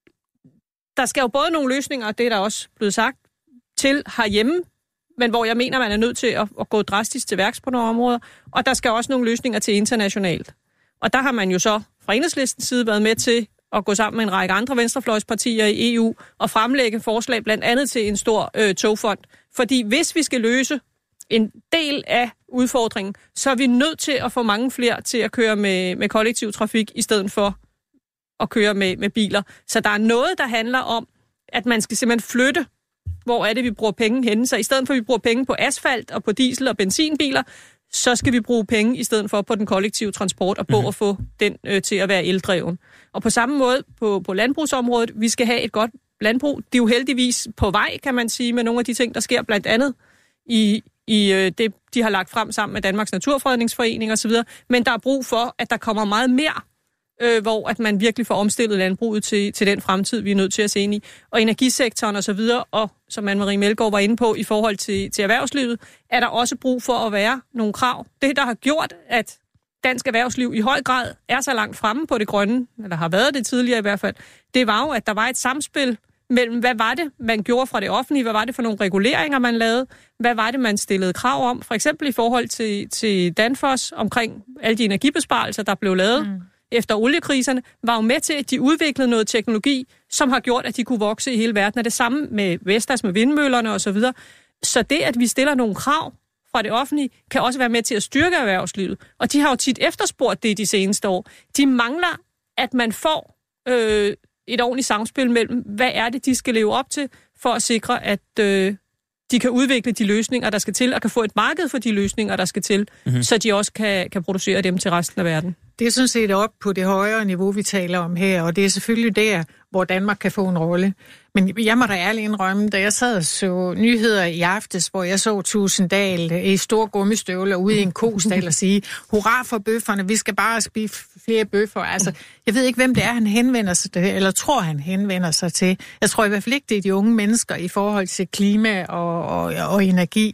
der skal jo både nogle løsninger, og det er der også blevet sagt, til herhjemme, men hvor jeg mener, man er nødt til at, at gå drastisk til værks på nogle områder, og der skal også nogle løsninger til internationalt. Og der har man jo så fra Enhedslistens side været med til at gå sammen med en række andre venstrefløjspartier i E U og fremlægge forslag blandt andet til en stor øh, togfond. Fordi hvis vi skal løse en del af udfordringen, så er vi nødt til at få mange flere til at køre med, med kollektiv trafik i stedet for at køre med, med biler. Så der er noget, der handler om, at man skal simpelthen flytte, hvor er det, vi bruger penge henne. Så i stedet for, at vi bruger penge på asfalt og på diesel- og benzinbiler, så skal vi bruge penge i stedet for på den kollektive transport og på mm-hmm. at få den øh, til at være eldreven. Og på samme måde på, på landbrugsområdet, vi skal have et godt landbrug. Det er jo heldigvis på vej, kan man sige, med nogle af de ting, der sker blandt andet i, i øh, det, de har lagt frem sammen med Danmarks Naturfredningsforening osv. Men der er brug for, at der kommer meget mere, øh, hvor at man virkelig får omstillet landbruget til, til den fremtid, vi er nødt til at se ind i. Og energisektoren osv., og, og som Anne-Marie Melgaard var inde på i forhold til, til erhvervslivet, er der også brug for at være nogle krav. Det, der har gjort, at dansk erhvervsliv i høj grad er så langt fremme på det grønne, eller har været det tidligere i hvert fald, det var jo, at der var et samspil mellem, hvad var det, man gjorde fra det offentlige, hvad var det for nogle reguleringer, man lavede, hvad var det, man stillede krav om, for eksempel i forhold til, til Danfoss, omkring alle de energibesparelser, der blev lavet mm. efter oliekriserne, var jo med til, at de udviklede noget teknologi, som har gjort, at de kunne vokse i hele verden. Og det samme med Vestas, med vindmøllerne osv. Så, så det, at vi stiller nogle krav fra det offentlige, kan også være med til at styrke erhvervslivet. Og de har jo tit efterspurgt det de seneste år. De mangler, at man får øh, et ordentligt samspil mellem, hvad er det, de skal leve op til, for at sikre, at øh, de kan udvikle de løsninger, der skal til, og kan få et marked for de løsninger, der skal til, mm-hmm. så de også kan, kan producere dem til resten af verden. Det er sådan set op på det højere niveau, vi taler om her, og det er selvfølgelig der, hvor Danmark kan få en rolle. Men jeg må da ærligt indrømme, da jeg sad og så nyheder i aftes, hvor jeg så Tusinddal i store gummistøvler ude i en kostal og sige, hurra for bøfferne, vi skal bare spise flere bøffer. Altså, jeg ved ikke, hvem det er, han henvender sig til, eller tror, han henvender sig til. Jeg tror i hvert fald ikke, det er de unge mennesker i forhold til klima og, og, og energi.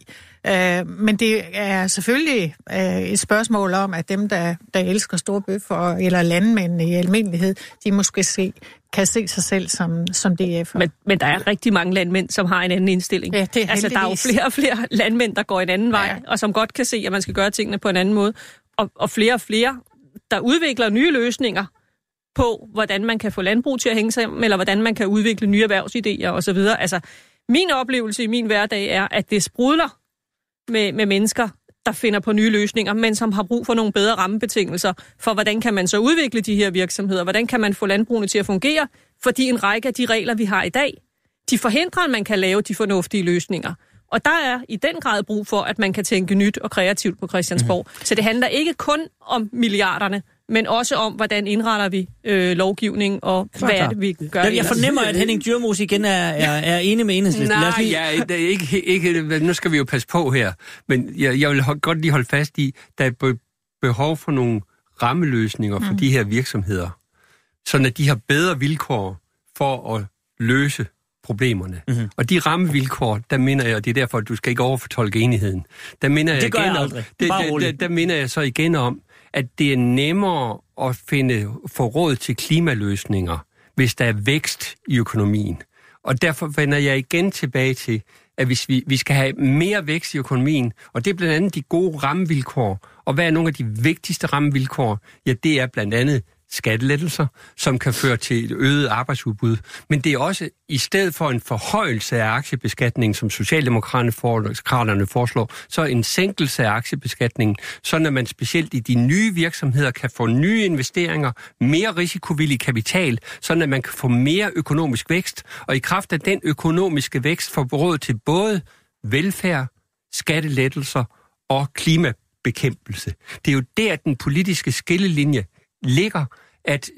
Øh, men det er selvfølgelig øh, et spørgsmål om, at dem, der, der elsker store bøffer eller landmænd i almindelighed, de måske se, kan se sig selv som, som D F'er. Men, men der er rigtig mange landmænd, som har en anden indstilling. Ja, det er altså, der er jo flere og flere landmænd, der går en anden vej, ja. Og som godt kan se, at man skal gøre tingene på en anden måde. Og, og flere og flere, der udvikler nye løsninger på, hvordan man kan få landbrug til at hænge sammen, eller hvordan man kan udvikle nye erhvervsidéer osv. Altså, min oplevelse i min hverdag er, at det sprudler med, med mennesker, der finder på nye løsninger, men som har brug for nogle bedre rammebetingelser for, hvordan kan man så udvikle de her virksomheder, hvordan kan man få landbrugene til at fungere, fordi en række af de regler, vi har i dag, de forhindrer, at man kan lave de fornuftige løsninger. Og der er i den grad brug for, at man kan tænke nyt og kreativt på Christiansborg. Mm-hmm. Så det handler ikke kun om milliarderne, men også om, hvordan indretter vi øh, lovgivning, og hvad er det, vi gør. Jeg, jeg fornemmer, at Henning Dyrmose igen er, er, er enig med Enhedslisten. Nej, lige... ja, det er ikke, ikke, nu skal vi jo passe på her, men jeg, jeg vil godt lige holde fast i, der er be, behov for nogle rammeløsninger for mm. de her virksomheder, sådan at de har bedre vilkår for at løse problemerne. Mm-hmm. Og de rammevilkår, der minder jeg, og det er derfor, at du skal ikke overfortolke enigheden, der minder jeg, det gør igen jeg om, aldrig. det, der, der, der minder jeg så igen om, at det er nemmere at finde få råd til klimaløsninger, hvis der er vækst i økonomien. Og derfor vender jeg igen tilbage til, at hvis vi, vi skal have mere vækst i økonomien, og det er blandt andet de gode rammevilkår, og hvad er nogle af de vigtigste rammevilkår? Ja, det er blandt andet skattelettelser, som kan føre til et øget arbejdsudbud. Men det er også, i stedet for en forhøjelse af aktiebeskatningen, som Socialdemokraterne foreslår, så en sænkelse af aktiebeskatningen, sådan at man specielt i de nye virksomheder kan få nye investeringer, mere risikovillig kapital, sådan at man kan få mere økonomisk vækst, og i kraft af den økonomiske vækst får råd til både velfærd, skattelettelser og klimabekæmpelse. Det er jo der, den politiske skillelinje ligger, at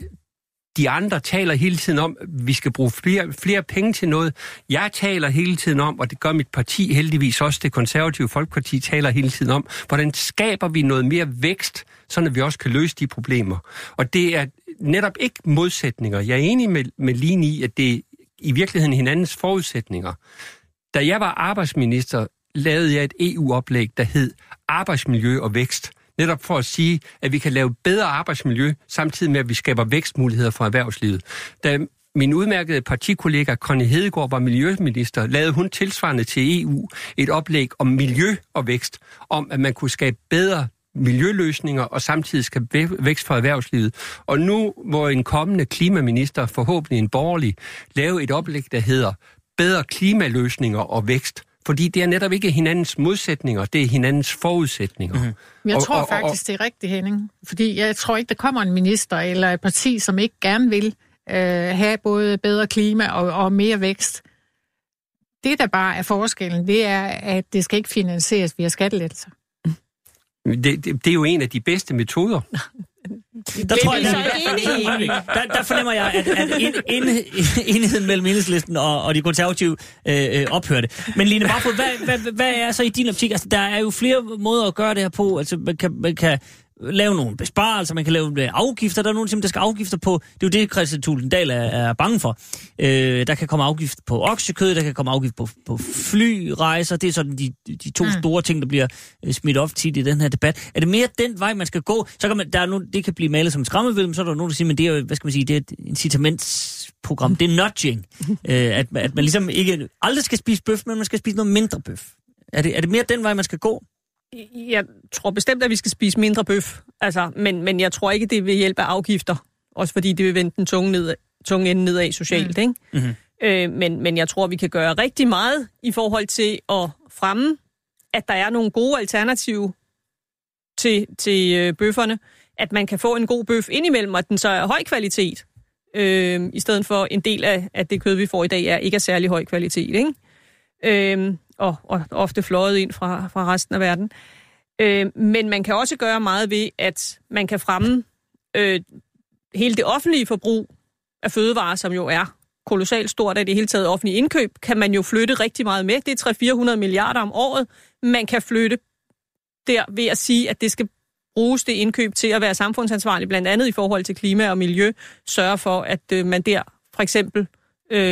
de andre taler hele tiden om, at vi skal bruge flere, flere penge til noget. Jeg taler hele tiden om, og det gør mit parti heldigvis også, det konservative Folkeparti taler hele tiden om, hvordan skaber vi noget mere vækst, så vi også kan løse de problemer. Og det er netop ikke modsætninger. Jeg er enig med, med Line i, at det er i virkeligheden hinandens forudsætninger. Da jeg var arbejdsminister, lavede jeg et E U-oplæg, der hed Arbejdsmiljø og Vækst. Netop for at sige, at vi kan lave bedre arbejdsmiljø, samtidig med, at vi skaber vækstmuligheder for erhvervslivet. Da min udmærkede partikollega Connie Hedegaard var miljøminister, lavede hun tilsvarende til E U et oplæg om miljø og vækst, om at man kunne skabe bedre miljøløsninger og samtidig skabe vækst for erhvervslivet. Og nu, hvor en kommende klimaminister, forhåbentlig en borgerlig, lave et oplæg, der hedder bedre klimaløsninger og vækst, fordi det er netop ikke hinandens modsætninger, det er hinandens forudsætninger. Mm-hmm. Jeg og, tror og, faktisk, og, det er rigtigt, Henning. Fordi jeg tror ikke, der kommer en minister eller et parti, som ikke gerne vil øh, have både bedre klima og, og mere vækst. Det, der bare er forskellen, det er, at det skal ikke finansieres via skattelettelser. Det, det, det er jo en af de bedste metoder. Der, tror jeg, der, der, der fornemmer jeg, at, at en, en, enigheden mellem Enhedslisten og, og de konservative øh, ophørte. Men Line Barfod, hvad, hvad, hvad er så i din optik? Altså, der er jo flere måder at gøre det her på. Altså, man kan, man kan lave nogle besparelser, man kan lave afgifter. Der er nogle, der skal afgifter på. Det er jo det, Kristian Thulesen Dahl er, er bange for. Øh, der kan komme afgift på oksekød, der kan komme afgift på, på flyrejser. Det er sådan de, de to mm. store ting, der bliver smidt op tit i den her debat. Er det mere den vej, man skal gå? Så kan man, der er nogen, det kan blive malet som en skræmmebillede, så er der nogen, der siger, men det er jo, hvad skal man sige, det er et incitamentsprogram. Det er nudging. øh, at, at man ligesom ikke aldrig skal spise bøf, men man skal spise noget mindre bøf. Er det, er det mere den vej, man skal gå? Jeg tror bestemt, at vi skal spise mindre bøf, altså, men, men jeg tror ikke, det vil hjælpe af afgifter, også fordi det vil vende den tunge, ned, tunge ende nedad socialt. Mm. Ikke? Mm-hmm. Øh, men, men jeg tror, vi kan gøre rigtig meget i forhold til at fremme, at der er nogle gode alternativer til, til øh, bøfferne, at man kan få en god bøf indimellem, og at den så er høj kvalitet, øh, i stedet for en del af at det kød, vi får i dag, er ikke er særlig høj kvalitet, ikke? Øh, Og, og ofte fløjet ind fra, fra resten af verden. Øh, men man kan også gøre meget ved, at man kan fremme øh, hele det offentlige forbrug af fødevarer, som jo er kolossalt stort af det hele taget offentlige indkøb, kan man jo flytte rigtig meget med. Det er tre til fire hundrede milliarder om året. Man kan flytte der ved at sige, at det skal bruges det indkøb til at være samfundsansvarlig, blandt andet i forhold til klima og miljø. Sørge for, at øh, man der for eksempel øh,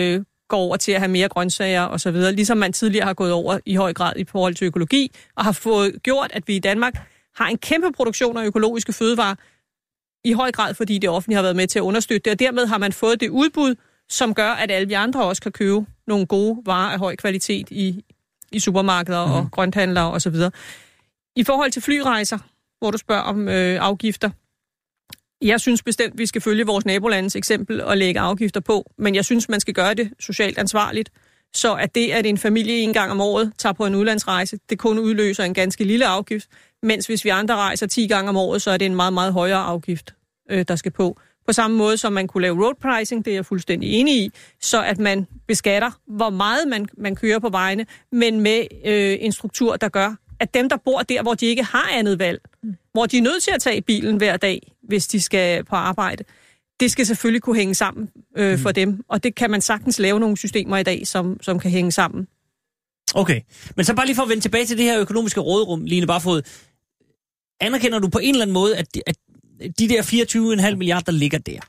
går over til at have mere grøntsager og så videre, ligesom man tidligere har gået over i høj grad i forhold til økologi, og har fået gjort, at vi i Danmark har en kæmpe produktion af økologiske fødevarer, i høj grad fordi det offentlige har været med til at understøtte det, og dermed har man fået det udbud, som gør, at alle vi andre også kan købe nogle gode varer af høj kvalitet i, i supermarkeder mm. og grønthandlere osv. I forhold til flyrejser, hvor du spørger om øh, afgifter, jeg synes bestemt, vi skal følge vores nabolandes eksempel og lægge afgifter på, men jeg synes, man skal gøre det socialt ansvarligt, så at det, at en familie en gang om året tager på en udlandsrejse, det kun udløser en ganske lille afgift, mens hvis vi andre rejser ti gange om året, så er det en meget, meget højere afgift, øh, der skal på. På samme måde som man kunne lave road pricing, det er jeg fuldstændig enig i, så at man beskatter, hvor meget man, man kører på vejene, men med øh, en struktur, der gør, at dem, der bor der, hvor de ikke har andet valg, mm. hvor de er nødt til at tage bilen hver dag, hvis de skal på arbejde, det skal selvfølgelig kunne hænge sammen øh, mm. for dem. Og det kan man sagtens lave nogle systemer i dag, som, som kan hænge sammen. Okay, men så bare lige for at vende tilbage til det her økonomiske råderum, Line Barfod. Anerkender du på en eller anden måde, at de, at de der fireogtyve komma fem milliarder, der ligger der?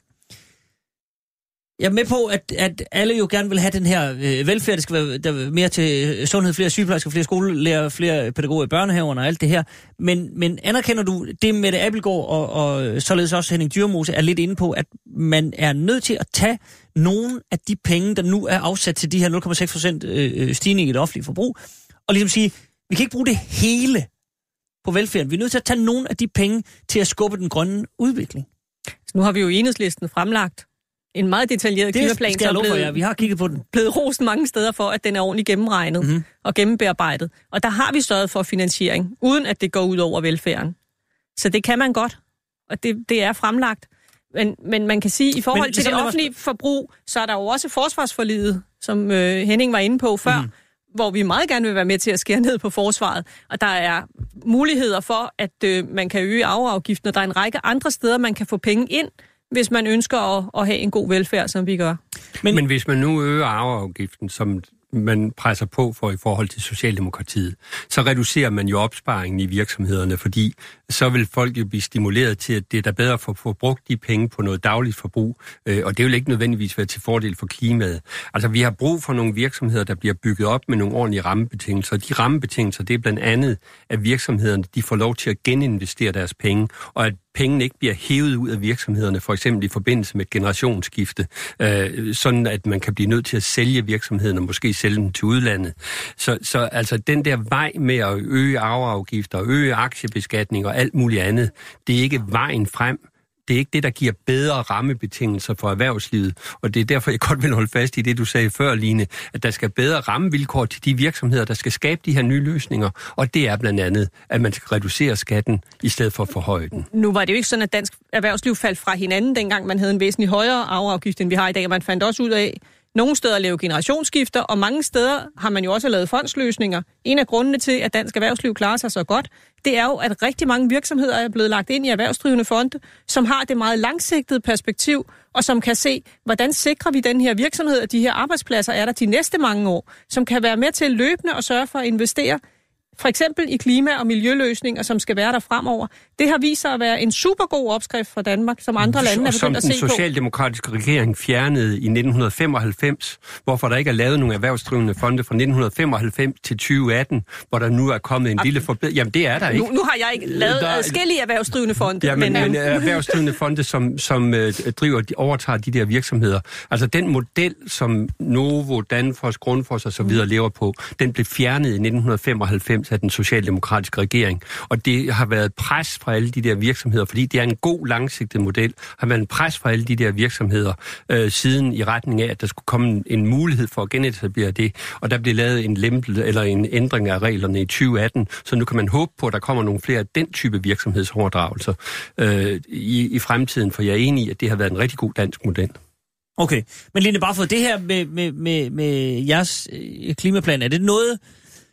Jeg er med på, at, at alle jo gerne vil have den her øh, velfærd. Det skal være der mere til sundhed, flere sygeplejersker, flere skolelærer, flere pædagoger i børnehaverne og alt det her. Men, men anerkender du det med det Abildgaard og, og således også Henning Dyrmose er lidt inde på, at man er nødt til at tage nogle af de penge, der nu er afsat til de her nul komma seks procent øh, stigning i det offentlige forbrug, og ligesom sige, vi kan ikke bruge det hele på velfærden. Vi er nødt til at tage nogle af de penge til at skubbe den grønne udvikling. Så nu har vi jo i Enhedslisten fremlagt en meget detaljeret klimaplan, som er blevet, ja. Vi har kigget på den. blevet rost mange steder for, at den er ordentligt gennemregnet mm-hmm. og gennembearbejdet. Og der har vi sørget for finansiering, uden at det går ud over velfærden. Så det kan man godt, og det, det er fremlagt. Men, men man kan sige, at i forhold men, til det offentlige også forbrug, så er der jo også forsvarsforliget, som øh, Henning var inde på før, mm-hmm. hvor vi meget gerne vil være med til at skære ned på forsvaret. Og der er muligheder for, at øh, man kan øge arveafgiften, og der er en række andre steder, man kan få penge ind, hvis man ønsker at, at have en god velfærd, som vi gør. Men, Men hvis man nu øger arveafgiften, som man presser på for i forhold til Socialdemokratiet, så reducerer man jo opsparingen i virksomhederne, fordi så vil folk jo blive stimuleret til, at det er da bedre for at få brugt de penge på noget dagligt forbrug, øh, og det vil ikke nødvendigvis være til fordel for klimaet. Altså, vi har brug for nogle virksomheder, der bliver bygget op med nogle ordentlige rammebetingelser, og de rammebetingelser, det er blandt andet, at virksomhederne de får lov til at geninvestere deres penge, og at pengene ikke bliver hævet ud af virksomhederne, for eksempel i forbindelse med et generationsskifte, øh, sådan at man kan blive nødt til at sælge virksomheden og måske sælge dem til udlandet. Så, så altså den der vej med at øge arveafgifter, øge aktiebeskatning og alt muligt andet, det er ikke vejen frem. Det er ikke det, der giver bedre rammebetingelser for erhvervslivet, og det er derfor, jeg godt vil holde fast i det, du sagde før, Line, at der skal bedre rammevilkår til de virksomheder, der skal skabe de her nye løsninger, og det er blandt andet, at man skal reducere skatten i stedet for at forhøje den. Nu var det jo ikke sådan, at dansk erhvervsliv faldt fra hinanden, dengang man havde en væsentlig højere arveafgift, end vi har i dag, og man fandt også ud af, nogle steder at lave generationsskifter, og mange steder har man jo også lavet fondsløsninger. En af grundene til, at dansk erhvervsliv klarer sig så godt, det er jo, at rigtig mange virksomheder er blevet lagt ind i erhvervsdrivende fonde, som har det meget langsigtede perspektiv, og som kan se, hvordan sikrer vi den her virksomhed, og de her arbejdspladser er der de næste mange år, som kan være med til løbende at sørge for at investere for eksempel i klima- og miljøløsninger, som skal være der fremover. Det har vist sig at være en super god opskrift for Danmark, som andre lande er begyndt at se på. Som den socialdemokratiske regering fjernede i nitten femoghalvfems, hvorfor der ikke er lavet nogle erhvervsdrivende fonde fra nitten femoghalvfems til tyve atten, hvor der nu er kommet en lille forbedring. Jamen, det er der ikke. Nu, nu har jeg ikke lavet adskillige erhvervsdrivende fonde. Ja, men, men, men erhvervsdrivende fonde, som, som uh, driver, de overtager de der virksomheder. Altså, den model, som Novo, Danfoss, Grundfos og så videre mm. lever på, den blev fjernet i nitten femoghalvfems af den socialdemokratiske regering. Og det har været pres fra alle de der virksomheder, fordi det er en god langsigtet model, har været en pres fra alle de der virksomheder øh, siden i retning af, at der skulle komme en mulighed for at genetablere det. Og der blev lavet en lempelse eller en ændring af reglerne i tyve atten, så nu kan man håbe på, at der kommer nogle flere af den type virksomhedsoverdragelser øh, i, i fremtiden, for jeg er enig i, at det har været en rigtig god dansk model. Okay, men Line Barfod, det her med, med, med, med jeres klimaplan, er det noget,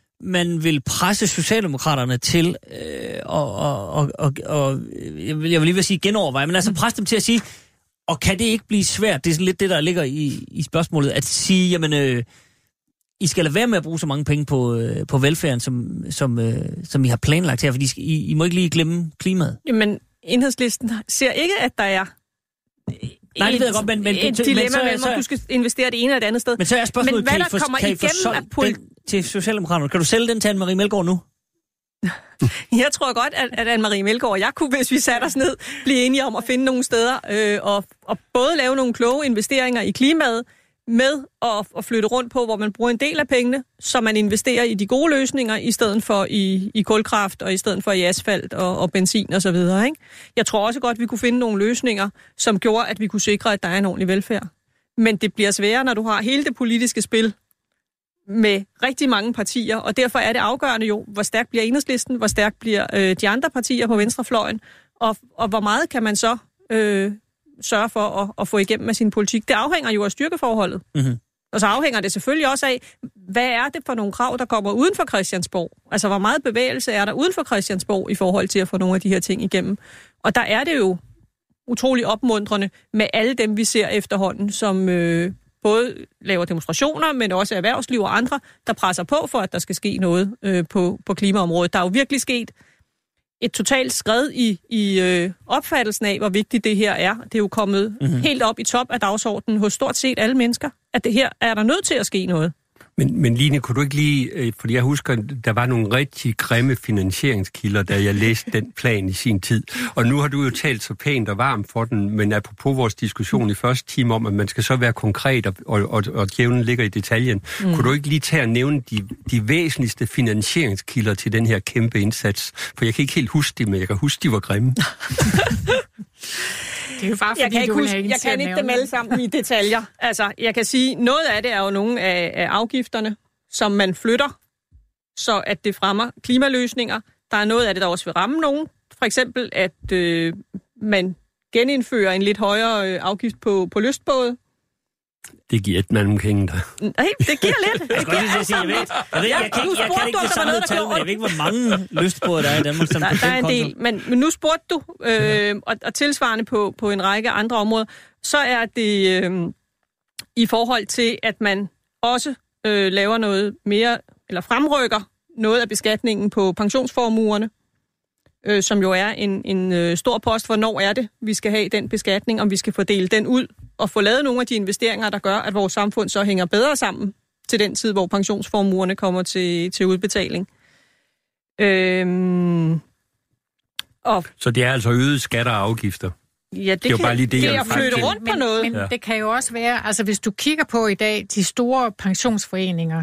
man vil presse Socialdemokraterne til, øh, og, og, og, og, og jeg, vil, jeg vil lige vil sige genoverveje, men altså presse dem til at sige, og kan det ikke blive svært, det er sådan lidt det, der ligger i, i spørgsmålet, at sige, jamen, øh, I skal lade være med at bruge så mange penge på, øh, på velfærden, som, som, øh, som I har planlagt her, fordi I, skal, I, I må ikke lige glemme klimaet. Jamen, Enhedslisten ser ikke, at der er Nej, det ved jeg godt, men... men et det, dilemma men, mellem, så, om du skal investere det ene eller det andet sted. Men så er spørgsmålet, men hvad kan, der I for, kommer kan I få igennem solgt af pol- den til Socialdemokraterne? Kan du sælge den til Anne-Marie Melgaard nu? Jeg tror godt, at, at Anne-Marie Melgaard og jeg kunne, hvis vi satte os ned, blive enige om at finde nogle steder øh, og, og både lave nogle kloge investeringer i klimaet, med at, at flytte rundt på, hvor man bruger en del af pengene, så man investerer i de gode løsninger, i stedet for i, i kulkraft, og i stedet for i asfalt og, og benzin og så videre, ikke? Jeg tror også godt, at vi kunne finde nogle løsninger, som gjorde, at vi kunne sikre, at der er en ordentlig velfærd. Men det bliver sværere, når du har hele det politiske spil med rigtig mange partier, og derfor er det afgørende jo, hvor stærk bliver Enhedslisten, hvor stærk bliver øh, de andre partier på venstrefløjen, og, og hvor meget kan man så øh, sørge for at, at få igennem med sin politik. Det afhænger jo af styrkeforholdet. Mm-hmm. Og så afhænger det selvfølgelig også af, hvad er det for nogle krav, der kommer uden for Christiansborg? Altså, hvor meget bevægelse er der uden for Christiansborg i forhold til at få nogle af de her ting igennem? Og der er det jo utrolig opmuntrende med alle dem, vi ser efterhånden, som øh, både laver demonstrationer, men også erhvervsliv og andre, der presser på for, at der skal ske noget øh, på, på klimaområdet. Der er jo virkelig sket et totalt skred i, i øh, opfattelsen af, hvor vigtigt det her er. Det er jo kommet mm-hmm. helt op i top af dagsordenen hos stort set alle mennesker, at det her er der nødt til at ske noget. Men, men Line, kunne du ikke lige, fordi jeg husker, der var nogle rigtig grimme finansieringskilder, da jeg læste den plan i sin tid. Og nu har du jo talt så pænt og varmt for den, men apropos vores diskussion i første time om, at man skal så være konkret, og, og, og djævlen ligger i detaljen. Mm. Kunne du ikke lige tage og nævne de, de væsentligste finansieringskilder til den her kæmpe indsats? For jeg kan ikke helt huske det, men jeg kan huske, de var grimme. Det er jo bare, fordi jeg kan ikke, huske, jeg kan ikke dem alle sammen i detaljer. Altså, jeg kan sige, noget af det er jo nogle af, af afgifterne, som man flytter, så at det fremmer klimaløsninger. Der er noget af det, der også vil ramme nogen. For eksempel, at øh, man genindfører en lidt højere øh, afgift på, på lystbåde. Det giver et mellem penge, der. Nej, det giver lidt. Jeg, jeg, jeg, sige, jeg, ved, jeg, ved, jeg, kan ikke, jeg kan ikke det samme tal, men jeg ved ikke, hvor mange lystbåde der er i Danmark. Der, der er en del, men, men nu spurgte du, øh, og, og tilsvarende på, på en række andre områder, så er det øh, i forhold til, at man også øh, laver noget mere, eller fremrykker noget af beskatningen på pensionsformuerne, øh, som jo er en, en øh, stor post. Hvornår er det, vi skal have den beskatning, om vi skal fordele den ud, og få lavet nogle af de investeringer, der gør, at vores samfund så hænger bedre sammen til den tid, hvor pensionsformuerne kommer til, til udbetaling. Øhm, og så det er altså øget skatter og afgifter? Ja, det, det er jo kan, bare lige det, det jeg er at flytte rundt men, på noget. Men ja. det kan jo også være, altså hvis du kigger på i dag, de store pensionsforeninger,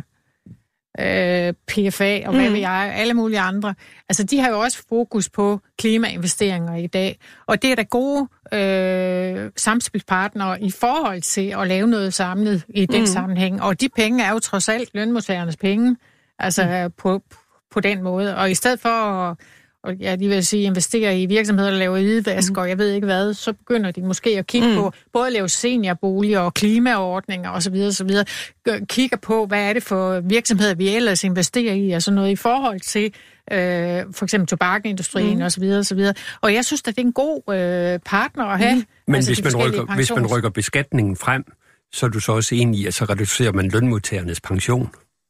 øh, P F A og hvad mm. ved jeg, alle mulige andre, altså de har jo også fokus på klimainvesteringer i dag, og det er da gode øh, samspilspartnere i forhold til at lave noget samlet i den mm. sammenhæng, og de penge er jo trods alt lønmodtagernes penge, altså mm. på, på den måde, og i stedet for at og ja, de vil sige, investere i virksomheder, der laver hvidvask, mm. og jeg ved ikke hvad, så begynder de måske at kigge mm. på, både at lave seniorboliger og klimaordninger osv. osv. Kigger på, hvad er det for virksomheder, vi ellers investerer i, og sådan noget i forhold til øh, for eksempel tobakindustrien mm. osv. osv. Og jeg synes, at det er en god øh, partner at have. Mm. Men altså hvis, man rykker, hvis man rykker beskatningen frem, så er du så også enig i, at så reducerer man lønmodtagernes pension.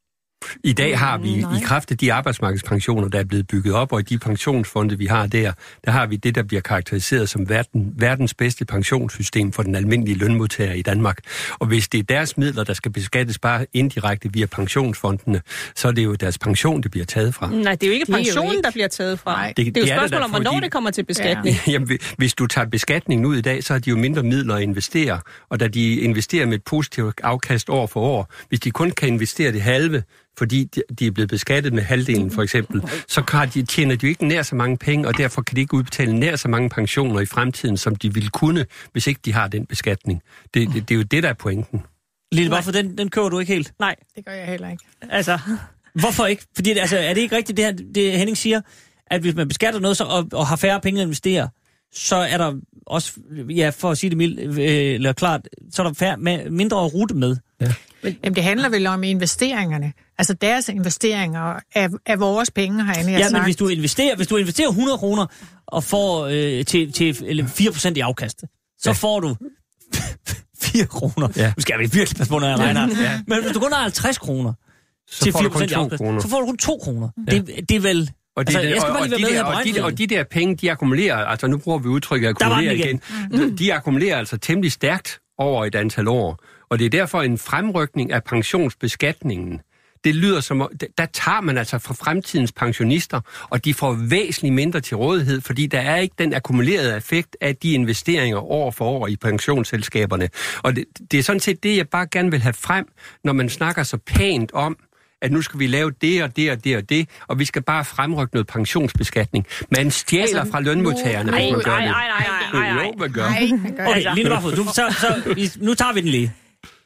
I dag har vi Nej. i kraft af de arbejdsmarkedspensioner, der er blevet bygget op, og i de pensionsfonde, vi har der, der har vi det, der bliver karakteriseret som verden, verdens bedste pensionssystem for den almindelige lønmodtager i Danmark. Og hvis det er deres midler, der skal beskattes bare indirekte via pensionsfondene, så er det jo deres pension, det bliver taget fra. Nej, det er jo ikke pensionen, der bliver taget fra. Nej, det, det er jo spørgsmål om, hvornår det kommer til beskatning. Ja. Jamen, hvis du tager beskatningen ud i dag, så har de jo mindre midler at investere, og da de investerer med et positivt afkast år for år, hvis de kun kan investere det halve, fordi de er blevet beskattet med halvdelen for eksempel, så de, tjener de jo ikke nær så mange penge, og derfor kan de ikke udbetale nær så mange pensioner i fremtiden, som de ville kunne, hvis ikke de har den beskatning. Det, det, det er jo det, der er pointen. Lille, hvorfor den, den kører du ikke helt? Nej, det gør jeg heller ikke. Altså, hvorfor ikke? Fordi altså, er det ikke rigtigt, det, her, det Henning siger, at hvis man beskatter noget så, og, og har færre penge at investere, så er der også, ja, for at sige det mildt, øh, eller klart, så er der færre, med, mindre at rute med. Ja. Jamen, det handler vel om investeringerne. Altså deres investeringer er, er vores penge, herinde. Ja, men hvis du investerer, hvis du investerer hundrede kroner og får øh, til, til fire procent i afkast, så ja. får du fire kroner. Ja. Nu skal vi virkelig passe på, når jeg regner. Ja. Men hvis du kun har halvtreds kroner så til får fire procent i afkast, kroner. så får du kun to kroner. Ja. Det, det er vel Og, det, altså, jeg skal bare og, lige være de med der, her og, de, og de der penge, de akkumulerer, altså nu bruger vi udtrykket akkumulere igen, igen. De akkumulerer altså temmelig stærkt over et antal år. Og det er derfor en fremrykning af pensionsbeskatningen. Det lyder som, der tager man altså fra fremtidens pensionister, og de får væsentligt mindre til rådighed, fordi der er ikke den akkumulerede effekt af de investeringer år for år i pensionsselskaberne. Og det, det er sådan set det, jeg bare gerne vil have frem, når man snakker så pænt om, at nu skal vi lave det og det og det og det, og vi skal bare fremrykke noget pensionsbeskatning. Man stjæler altså, fra lønmodtagerne, hvis man gør det. Nej, nej, nej, nej. Jo, man gør. Okay, Line Barfod, så, så, nu tager vi den lige.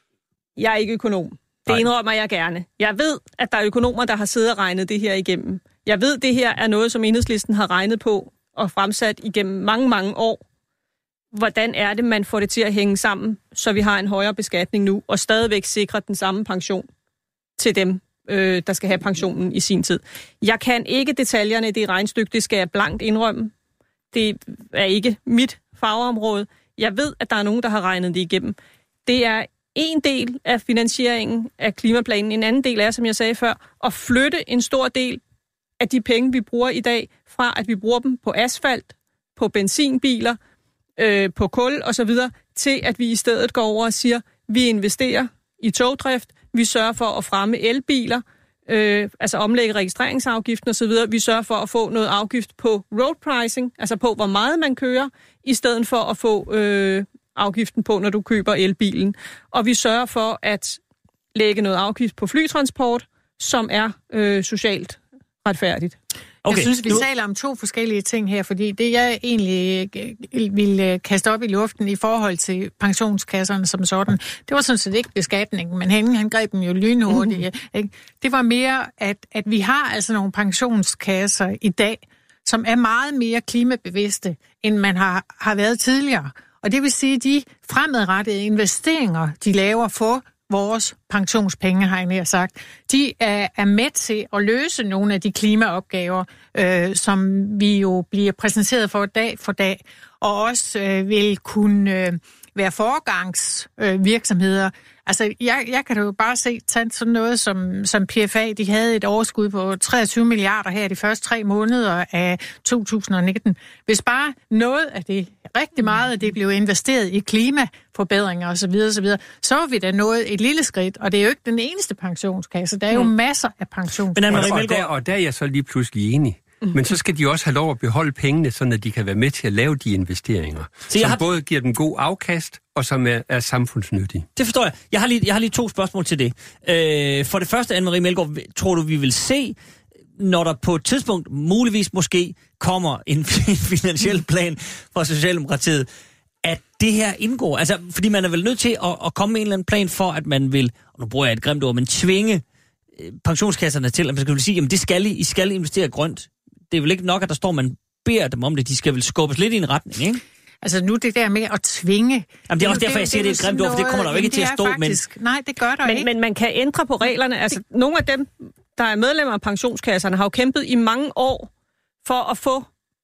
Jeg er ikke økonom. Det indrømmer jeg gerne. Jeg ved, at der er økonomer, der har siddet og regnet det her igennem. Jeg ved, at det her er noget, som Enhedslisten har regnet på og fremsat igennem mange, mange år. Hvordan er det, man får det til at hænge sammen, så vi har en højere beskatning nu, og stadigvæk sikrer den samme pension til dem, øh, der skal have pensionen i sin tid. Jeg kan ikke detaljerne i det regnestykke, det skal jeg blankt indrømme. Det er ikke mit fagområde. Jeg ved, at der er nogen, der har regnet det igennem. Det er en del af finansieringen af klimaplanen. En anden del er, som jeg sagde før, at flytte en stor del af de penge, vi bruger i dag, fra at vi bruger dem på asfalt, på benzinbiler, øh, på kul osv., til at vi i stedet går over og siger, vi investerer i togdrift, vi sørger for at fremme elbiler, øh, altså omlægge registreringsafgiften osv., vi sørger for at få noget afgift på road pricing, altså på hvor meget man kører, i stedet for at få øh, afgiften på, når du køber elbilen. Og vi sørger for at lægge noget afgift på flytransport, som er øh, socialt retfærdigt. Okay, jeg synes, vi nu... taler om to forskellige ting her, fordi det, jeg egentlig ville kaste op i luften i forhold til pensionskasserne som sådan, det var sådan set ikke beskatningen, men Henning, han greb dem jo lynhurtigt. Mm-hmm. Ikke? Det var mere, at, at vi har altså nogle pensionskasser i dag, som er meget mere klimabevidste, end man har, har været tidligere. Og det vil sige, at de fremadrettede investeringer, de laver for vores pensionspenge, har jeg nær sagt, de er, er med til at løse nogle af de klimaopgaver, øh, som vi jo bliver præsenteret for dag for dag, og også øh, vil kunne øh, være foregangsvirksomheder. Øh, altså, jeg, jeg kan jo bare se sådan noget som, som P F A, de havde et overskud på treogtyve milliarder her de første tre måneder af to tusind nitten. Hvis bare noget af det, rigtig meget af det blev investeret i klimaforbedringer osv., osv., så var vi da nået et lille skridt, og det er jo ikke den eneste pensionskasse. Der er jo mm. masser af pensionskasser. Og, og, der, og der er jeg så lige pludselig enig. Men så skal de også have lov at beholde pengene, så de kan være med til at lave de investeringer, så som har... både giver dem god afkast, og som er, er samfundsnyttige. Det forstår jeg. Jeg har lige, jeg har lige to spørgsmål til det. Øh, for det første, Anne-Marie Melgaard, tror du, vi vil se, når der på et tidspunkt muligvis måske kommer en finansiel plan fra Socialdemokratiet, at det her indgår? Altså, fordi man er vel nødt til at, at komme med en eller anden plan for, at man vil, og nu bruger jeg et grimt ord, men tvinge pensionskasserne til, at man skal sige, jamen det skal I, I skal investere grønt. Det er vel ikke nok, at der står, man beder dem om det. De skal vel skubbes lidt i en retning, ikke? Altså nu det der med at tvinge... Jamen det er også derfor, jeg siger, det er et grimt ord, for det kommer der jo ikke til at stå. Faktisk, men... Nej, det gør der men, ikke. Men man kan ændre på reglerne. Altså nogle af dem, der er medlemmer af pensionskasserne, har jo kæmpet i mange år for at få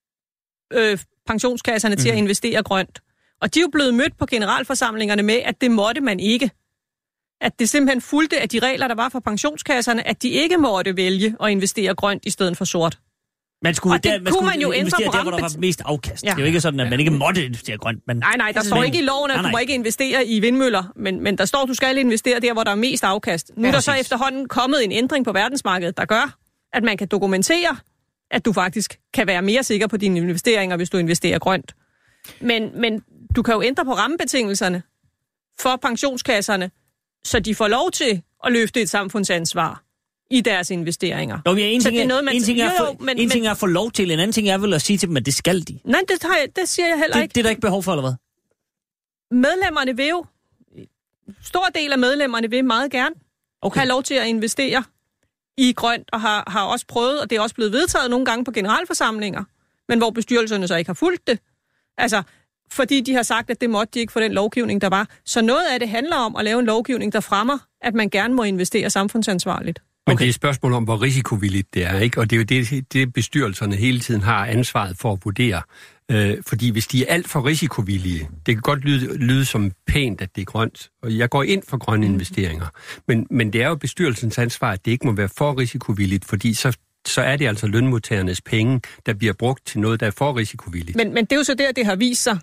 øh, pensionskasserne mm. til at investere grønt. Og de er jo blevet mødt på generalforsamlingerne med, at det måtte man ikke. At det simpelthen fulgte af de regler, der var for pensionskasserne, at de ikke måtte vælge at investere grønt i stedet for sort. Man skulle, og det der, man kunne skulle man jo ændre investere på der, hvor der var mest afkast. Ja. Det er jo ikke sådan, at man ikke måtte investere grønt. Men... Nej, nej, der står ikke i loven, at nej, nej. du må ikke investere i vindmøller, men, men der står, at du skal investere der, hvor der er mest afkast. Nu ja, er der så efterhånden kommet en ændring på verdensmarkedet, der gør, at man kan dokumentere, at du faktisk kan være mere sikker på dine investeringer, hvis du investerer grønt. Men, men du kan jo ændre på rammebetingelserne for pensionskasserne, så de får lov til at løfte et samfundsansvar i deres investeringer. Jo, ja, en ting er, er, noget, man... en ting er, for, jo, men, en ting er at få lov til, en anden ting er vel at sige til dem, at det skal de. Nej, det, har jeg, det siger jeg heller det, ikke. Det er der ikke behov for, eller hvad? Medlemmerne vil jo, stor del af medlemmerne vil meget gerne okay. have lov til at investere i grønt, og har, har også prøvet, og det er også blevet vedtaget nogle gange på generalforsamlinger, men hvor bestyrelserne så ikke har fulgt det. Altså, fordi de har sagt, at det måtte de ikke for den lovgivning, der var. Så noget af det handler om at lave en lovgivning, der fremmer, at man gerne må investere samfundsansvarligt. Men okay. Det er et spørgsmål om, hvor risikovilligt det er, ikke? Og det er jo det, det bestyrelserne hele tiden har ansvaret for at vurdere. Øh, fordi hvis de er alt for risikovillige, det kan godt lyde, lyde som pænt, at det er grønt. Og jeg går ind for grønne investeringer. Men, men det er jo bestyrelsens ansvar, at det ikke må være for risikovilligt, fordi så så er det altså lønmodtagernes penge, der bliver brugt til noget, der er for risikovilligt. Men, men det er jo så der, det har vist sig,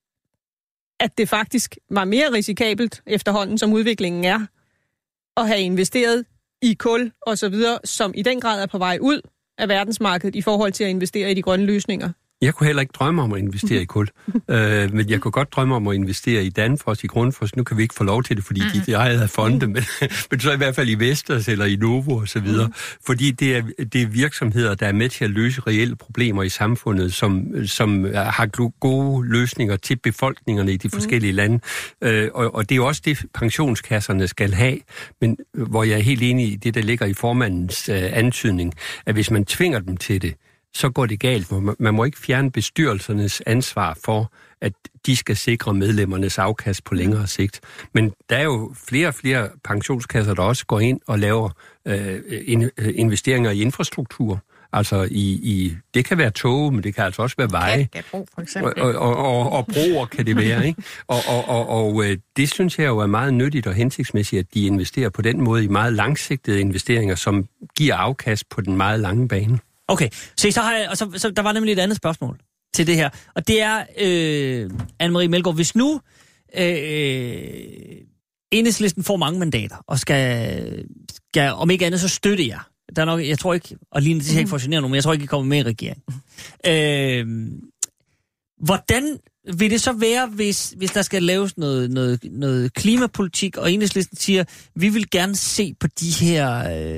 at det faktisk var mere risikabelt efterhånden, som udviklingen er, at have investeret i kul og så videre, som i den grad er på vej ud af verdensmarkedet i forhold til at investere i de grønne løsninger. Jeg kunne heller ikke drømme om at investere i kul, øh, men jeg kunne godt drømme om at investere i Danfoss, i Grundfos. Nu kan vi ikke få lov til det, fordi mm. de ejede af fonde, men, men så i hvert fald i Vestas eller i Novo og så videre. Mm. Fordi det er, det er virksomheder, der er med til at løse reelle problemer i samfundet, som, som har gode løsninger til befolkningerne i de forskellige mm. lande. Øh, og, og det er jo også det, pensionskasserne skal have, men hvor jeg er helt enig i det, der ligger i formandens øh, antydning, at hvis man tvinger dem til det, så går det galt. Man må ikke fjerne bestyrelsernes ansvar for, at de skal sikre medlemmernes afkast på længere sigt. Men der er jo flere og flere pensionskasser, der også går ind og laver øh, investeringer i infrastruktur. Altså i, i, det kan være tog, men det kan altså også være veje. Katbro, for eksempel. Og, og, og, og broer kan det være, ikke? Og, og, og, og det synes jeg jo er meget nyttigt og hensigtsmæssigt, at de investerer på den måde i meget langsigtede investeringer, som giver afkast på den meget lange bane. Okay, så, så, har jeg, og så, så der var nemlig et andet spørgsmål til det her. Og det er, øh, Anne-Marie Melgaard, hvis nu øh, Enhedslisten får mange mandater, og skal, skal om ikke andet så støtte jer. Der er nok, jeg tror ikke, og lige det skal ikke forsionere nogen, men jeg tror ikke, I kommer med i regeringen. Øh, hvordan vil det så være, hvis, hvis der skal laves noget, noget, noget klimapolitik, og Enhedslisten siger, vi vil gerne se på de her,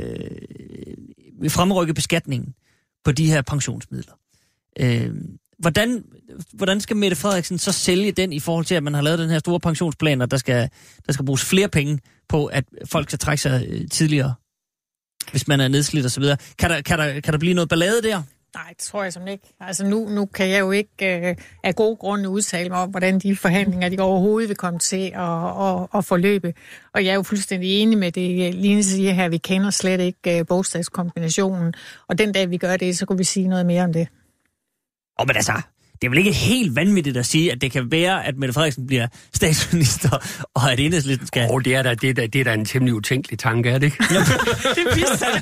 øh, fremrykke beskatningen på de her pensionsmidler. Øh, hvordan, hvordan skal Mette Frederiksen så sælge den i forhold til, at man har lavet den her store pensionsplan, og der skal, der skal bruges flere penge på, at folk skal trække sig øh, tidligere, hvis man er nedslidt og så videre. Kan der, kan der, kan der blive noget ballade der? Nej, det tror jeg som ikke. Altså nu, nu kan jeg jo ikke øh, af gode grunde udtale mig om, hvordan de forhandlinger, de overhovedet vil komme til at, at, at forløbe. Og jeg er jo fuldstændig enig med det, Line siger her, vi kender slet ikke øh, bogstavskombinationen. Og den dag vi gør det, så kunne vi sige noget mere om det. Åh, men altså, det er vel ikke helt vanvittigt at sige, at det kan være, at Mette Frederiksen bliver statsminister, og at Enhedslisten skal... Åh, oh, det er da det er, det er da en temmelig utænkelig tanke, er det ikke? Det vidste jeg.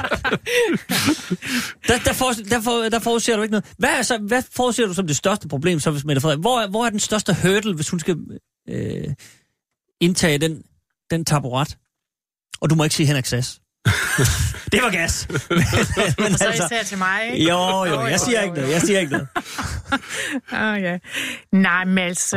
Der, der, for, der, for, der forudser du ikke noget. Hvad, er så, hvad forudser du som det største problem, så hvis Mette Frederiksen... Hvor, hvor er den største hurdle, hvis hun skal øh, indtage den, den taburet? Og du må ikke sige Henrik Sass. Det var gas. Men, men så altså, især til mig, ikke? Jo, jo, jeg siger ikke noget. Jeg siger ikke noget. oh, ja. Nej, men altså,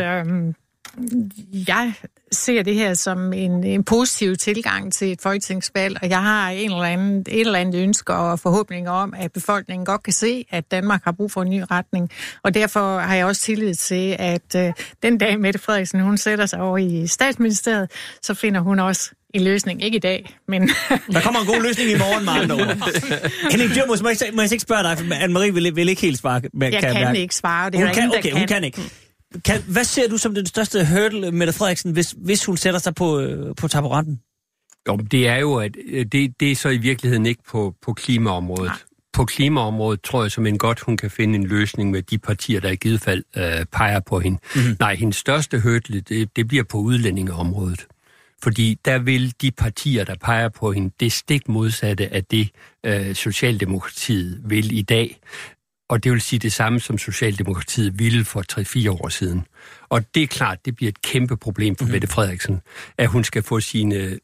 jeg ser det her som en, en positiv tilgang til et folketingsvalg, og jeg har en eller anden, et eller andet ønske og forhåbning om, at befolkningen godt kan se, at Danmark har brug for en ny retning. Og derfor har jeg også tillid til, at uh, den dag Mette Frederiksen, hun sætter sig over i Statsministeriet, så finder hun også en løsning. Ikke i dag, men... Der kommer en god løsning i morgen, med andre ord. Henning Dyrmos, må jeg, må jeg ikke spørge dig, for Anne-Marie vil, vil ikke helt svare. Jeg kan, kan ikke svare, det er hun kan, ingen, okay, kan. hun kan ikke. Kan, hvad ser du som den største hurdle, Mette Frederiksen, hvis, hvis hun sætter sig på, på taburetten? Jo, det er jo, at det, det er så i virkeligheden ikke på, på klimaområdet. Nej. På klimaområdet tror jeg som en godt, hun kan finde en løsning med de partier, der i givet fald øh, peger på hende. Mm-hmm. Nej, hendes største hurdle, det, det bliver på udlændingeområdet. Fordi der vil de partier, der peger på hende, det stik modsatte af det, øh, Socialdemokratiet vil i dag. Og det vil sige det samme, som Socialdemokratiet ville for tre fire år siden. Og det er klart, det bliver et kæmpe problem for mm-hmm. Mette Frederiksen, at hun skal få sine øh,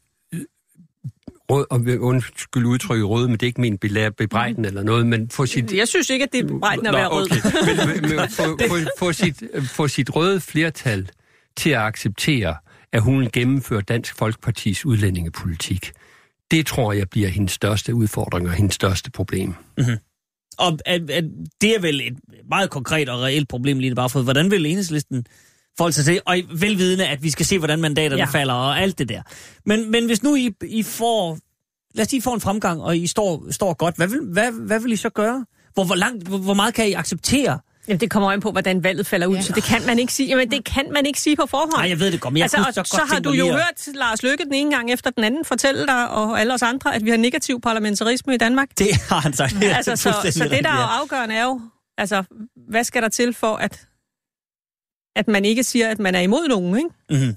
rød, og undskyld udtrykke røde, men det er ikke min bebrejden mm. eller noget, men få sit... Jeg synes ikke, at det er bebrejden at være rød. Okay. men, men, men få, få, få, sit, få sit røde flertal til at acceptere, at hun vil gennemføre Dansk Folkepartis udlændingepolitik. Det tror jeg bliver hendes største udfordring og hendes største problem. Mm-hmm. Og at, at det er vel et meget konkret og reelt problem lige bare for, hvordan vil Enhedslisten forholde sig til, og velvidende, at vi skal se, hvordan mandaterne ja. falder og alt det der. Men, men hvis nu I, I får, lad os sige, I får en fremgang, og I står, står godt, hvad vil, hvad, hvad vil I så gøre? Hvor, hvor, langt, hvor, hvor meget kan I acceptere? Jamen, det kommer an på, hvordan valget falder ud, ja. Så det kan man ikke sige. Jamen, det kan man ikke sige på forhånd. Nej, jeg ved det godt, men jeg altså, kunne så, så godt har du jo at... hørt Lars Løkke den ene gang efter den anden fortælle dig, og alle os andre, at vi har negativ parlamentarisme i Danmark. Det har han sagt. Det altså, så, så det, der er jo afgørende, er jo, altså, hvad skal der til for, at, at man ikke siger, at man er imod nogen, ikke? Mm-hmm.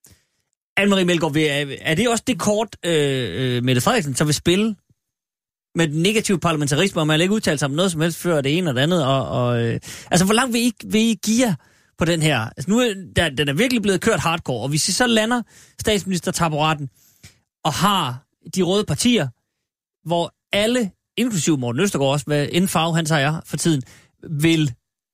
Anne-Marie Melgaard, er det også det kort, øh, Mette Frederiksen så vil spille med den negative parlamentarisme, og man vil ikke udtale sig om noget som helst før det ene og det andet. Og, og, øh, altså, hvor langt vil I, vil I give jer på den her? Altså, nu er der, den er virkelig blevet kørt hardcore, og hvis I så lander statsminister-taburetten og har de røde partier, hvor alle, inklusive Morten Østergaard også, hvad inden farve han siger for tiden, vil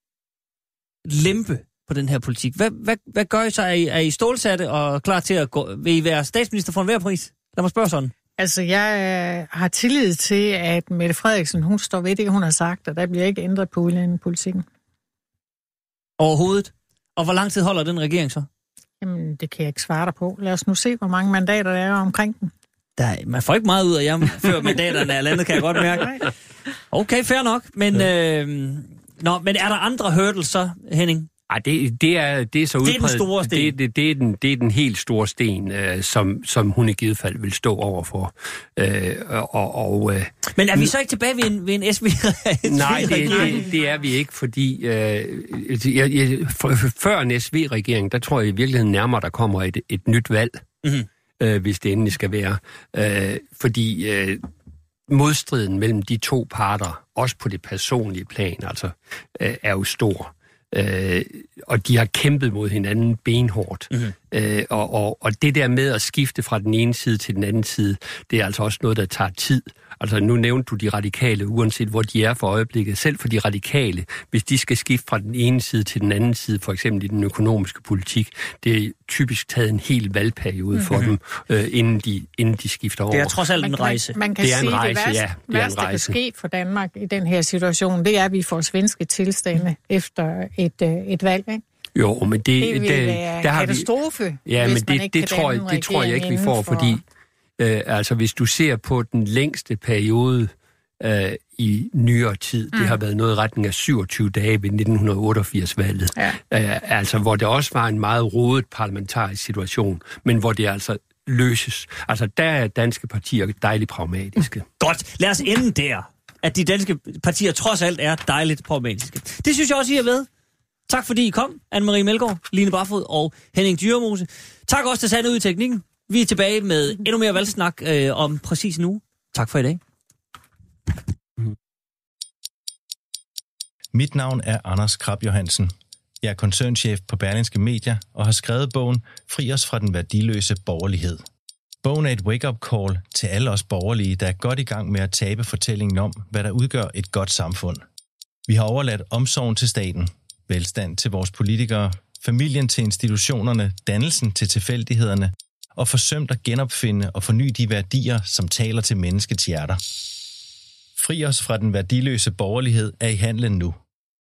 lempe på den her politik. Hvad, hvad, hvad gør I så? Er I, er I stålsatte og klar til at gå? Vil I være statsminister for enhver pris? Lad mig spørge sådan. Altså, jeg har tillid til, at Mette Frederiksen, hun står ved det, hun har sagt, og der bliver ikke ændret på udlændingepolitikken. Overhovedet? Og hvor lang tid holder den regering så? Jamen, det kan jeg ikke svare dig på. Lad os nu se, hvor mange mandater der er omkring den. Der, man får ikke meget ud af jer, før mandaterne er landet, kan jeg godt mærke. Okay, fair nok. Men, øh, nå, men er der andre hurdles så, Henning? Ej, det, det, er, det er så udpræget. Det er den store sten. Det, det, det, er, den, det er den helt store sten, øh, som, som hun i givet fald vil stå overfor. Øh, og, og, øh, men er vi så ikke tilbage ved en, ved en S V-regering? Nej, det, det, det er vi ikke, fordi øh, jeg, jeg, for, før en S V-regering, der tror jeg i virkeligheden nærmere, der kommer et, et nyt valg, mm-hmm. øh, hvis det endelig skal være. Øh, fordi øh, modstriden mellem de to parter, også på det personlige plan, altså, øh, er jo stor. Øh, og de har kæmpet mod hinanden benhårdt. Mm-hmm. Øh, og, og, og det der med at skifte fra den ene side til den anden side, det er altså også noget, der tager tid. Altså nu nævnte du de radikale, uanset hvor de er for øjeblikket. Selv for de radikale, hvis de skal skifte fra den ene side til den anden side, for eksempel i den økonomiske politik, det er typisk taget en hel valgperiode mm-hmm. for dem, øh, inden, de, inden de skifter over. Det er trods alt en rejse. Man, man kan det er en sige, rejse, det værste, ja. Det er værste en rejse. der kan ske for Danmark i den her situation, det er, at vi får svenske tilstande efter et, et valg, ikke? Jo, men det, det vil det, være der har katastrofe, vi, ja, hvis men det, man ikke det, kan tror, danne jeg, det tror jeg ikke, vi får, for... fordi øh, altså, hvis du ser på den længste periode øh, i nyere tid, mm. det har været noget i retning af syvogtyve dage ved nitten otteogfirs-valget, ja. øh, altså hvor det også var en meget rodet parlamentarisk situation, men hvor det altså løses. Altså, der er danske partier dejligt pragmatiske. Mm. Godt, lad os ende der, at de danske partier trods alt er dejligt pragmatiske. Det synes jeg også, I er ved. Tak fordi I kom, Anne-Marie Melgaard, Line Barfod og Henning Dyremose. Tak også til Sande ud i teknikken. Vi er tilbage med endnu mere valgsnak øh, om præcis en uge. Tak for i dag. Mit navn er Anders Krab Johansen. Jeg er koncernchef på Berlingske Medier og har skrevet bogen Fri os fra den værdiløse borgerlighed. Bogen er et wake-up call til alle os borgerlige, der er godt i gang med at tabe fortællingen om, hvad der udgør et godt samfund. Vi har overladt omsorgen til staten, velstand til vores politikere, familien til institutionerne, dannelsen til tilfældighederne og forsømt at genopfinde og forny de værdier, som taler til menneskets hjerter. Fri os fra den værdiløse borgerlighed er i handlen nu.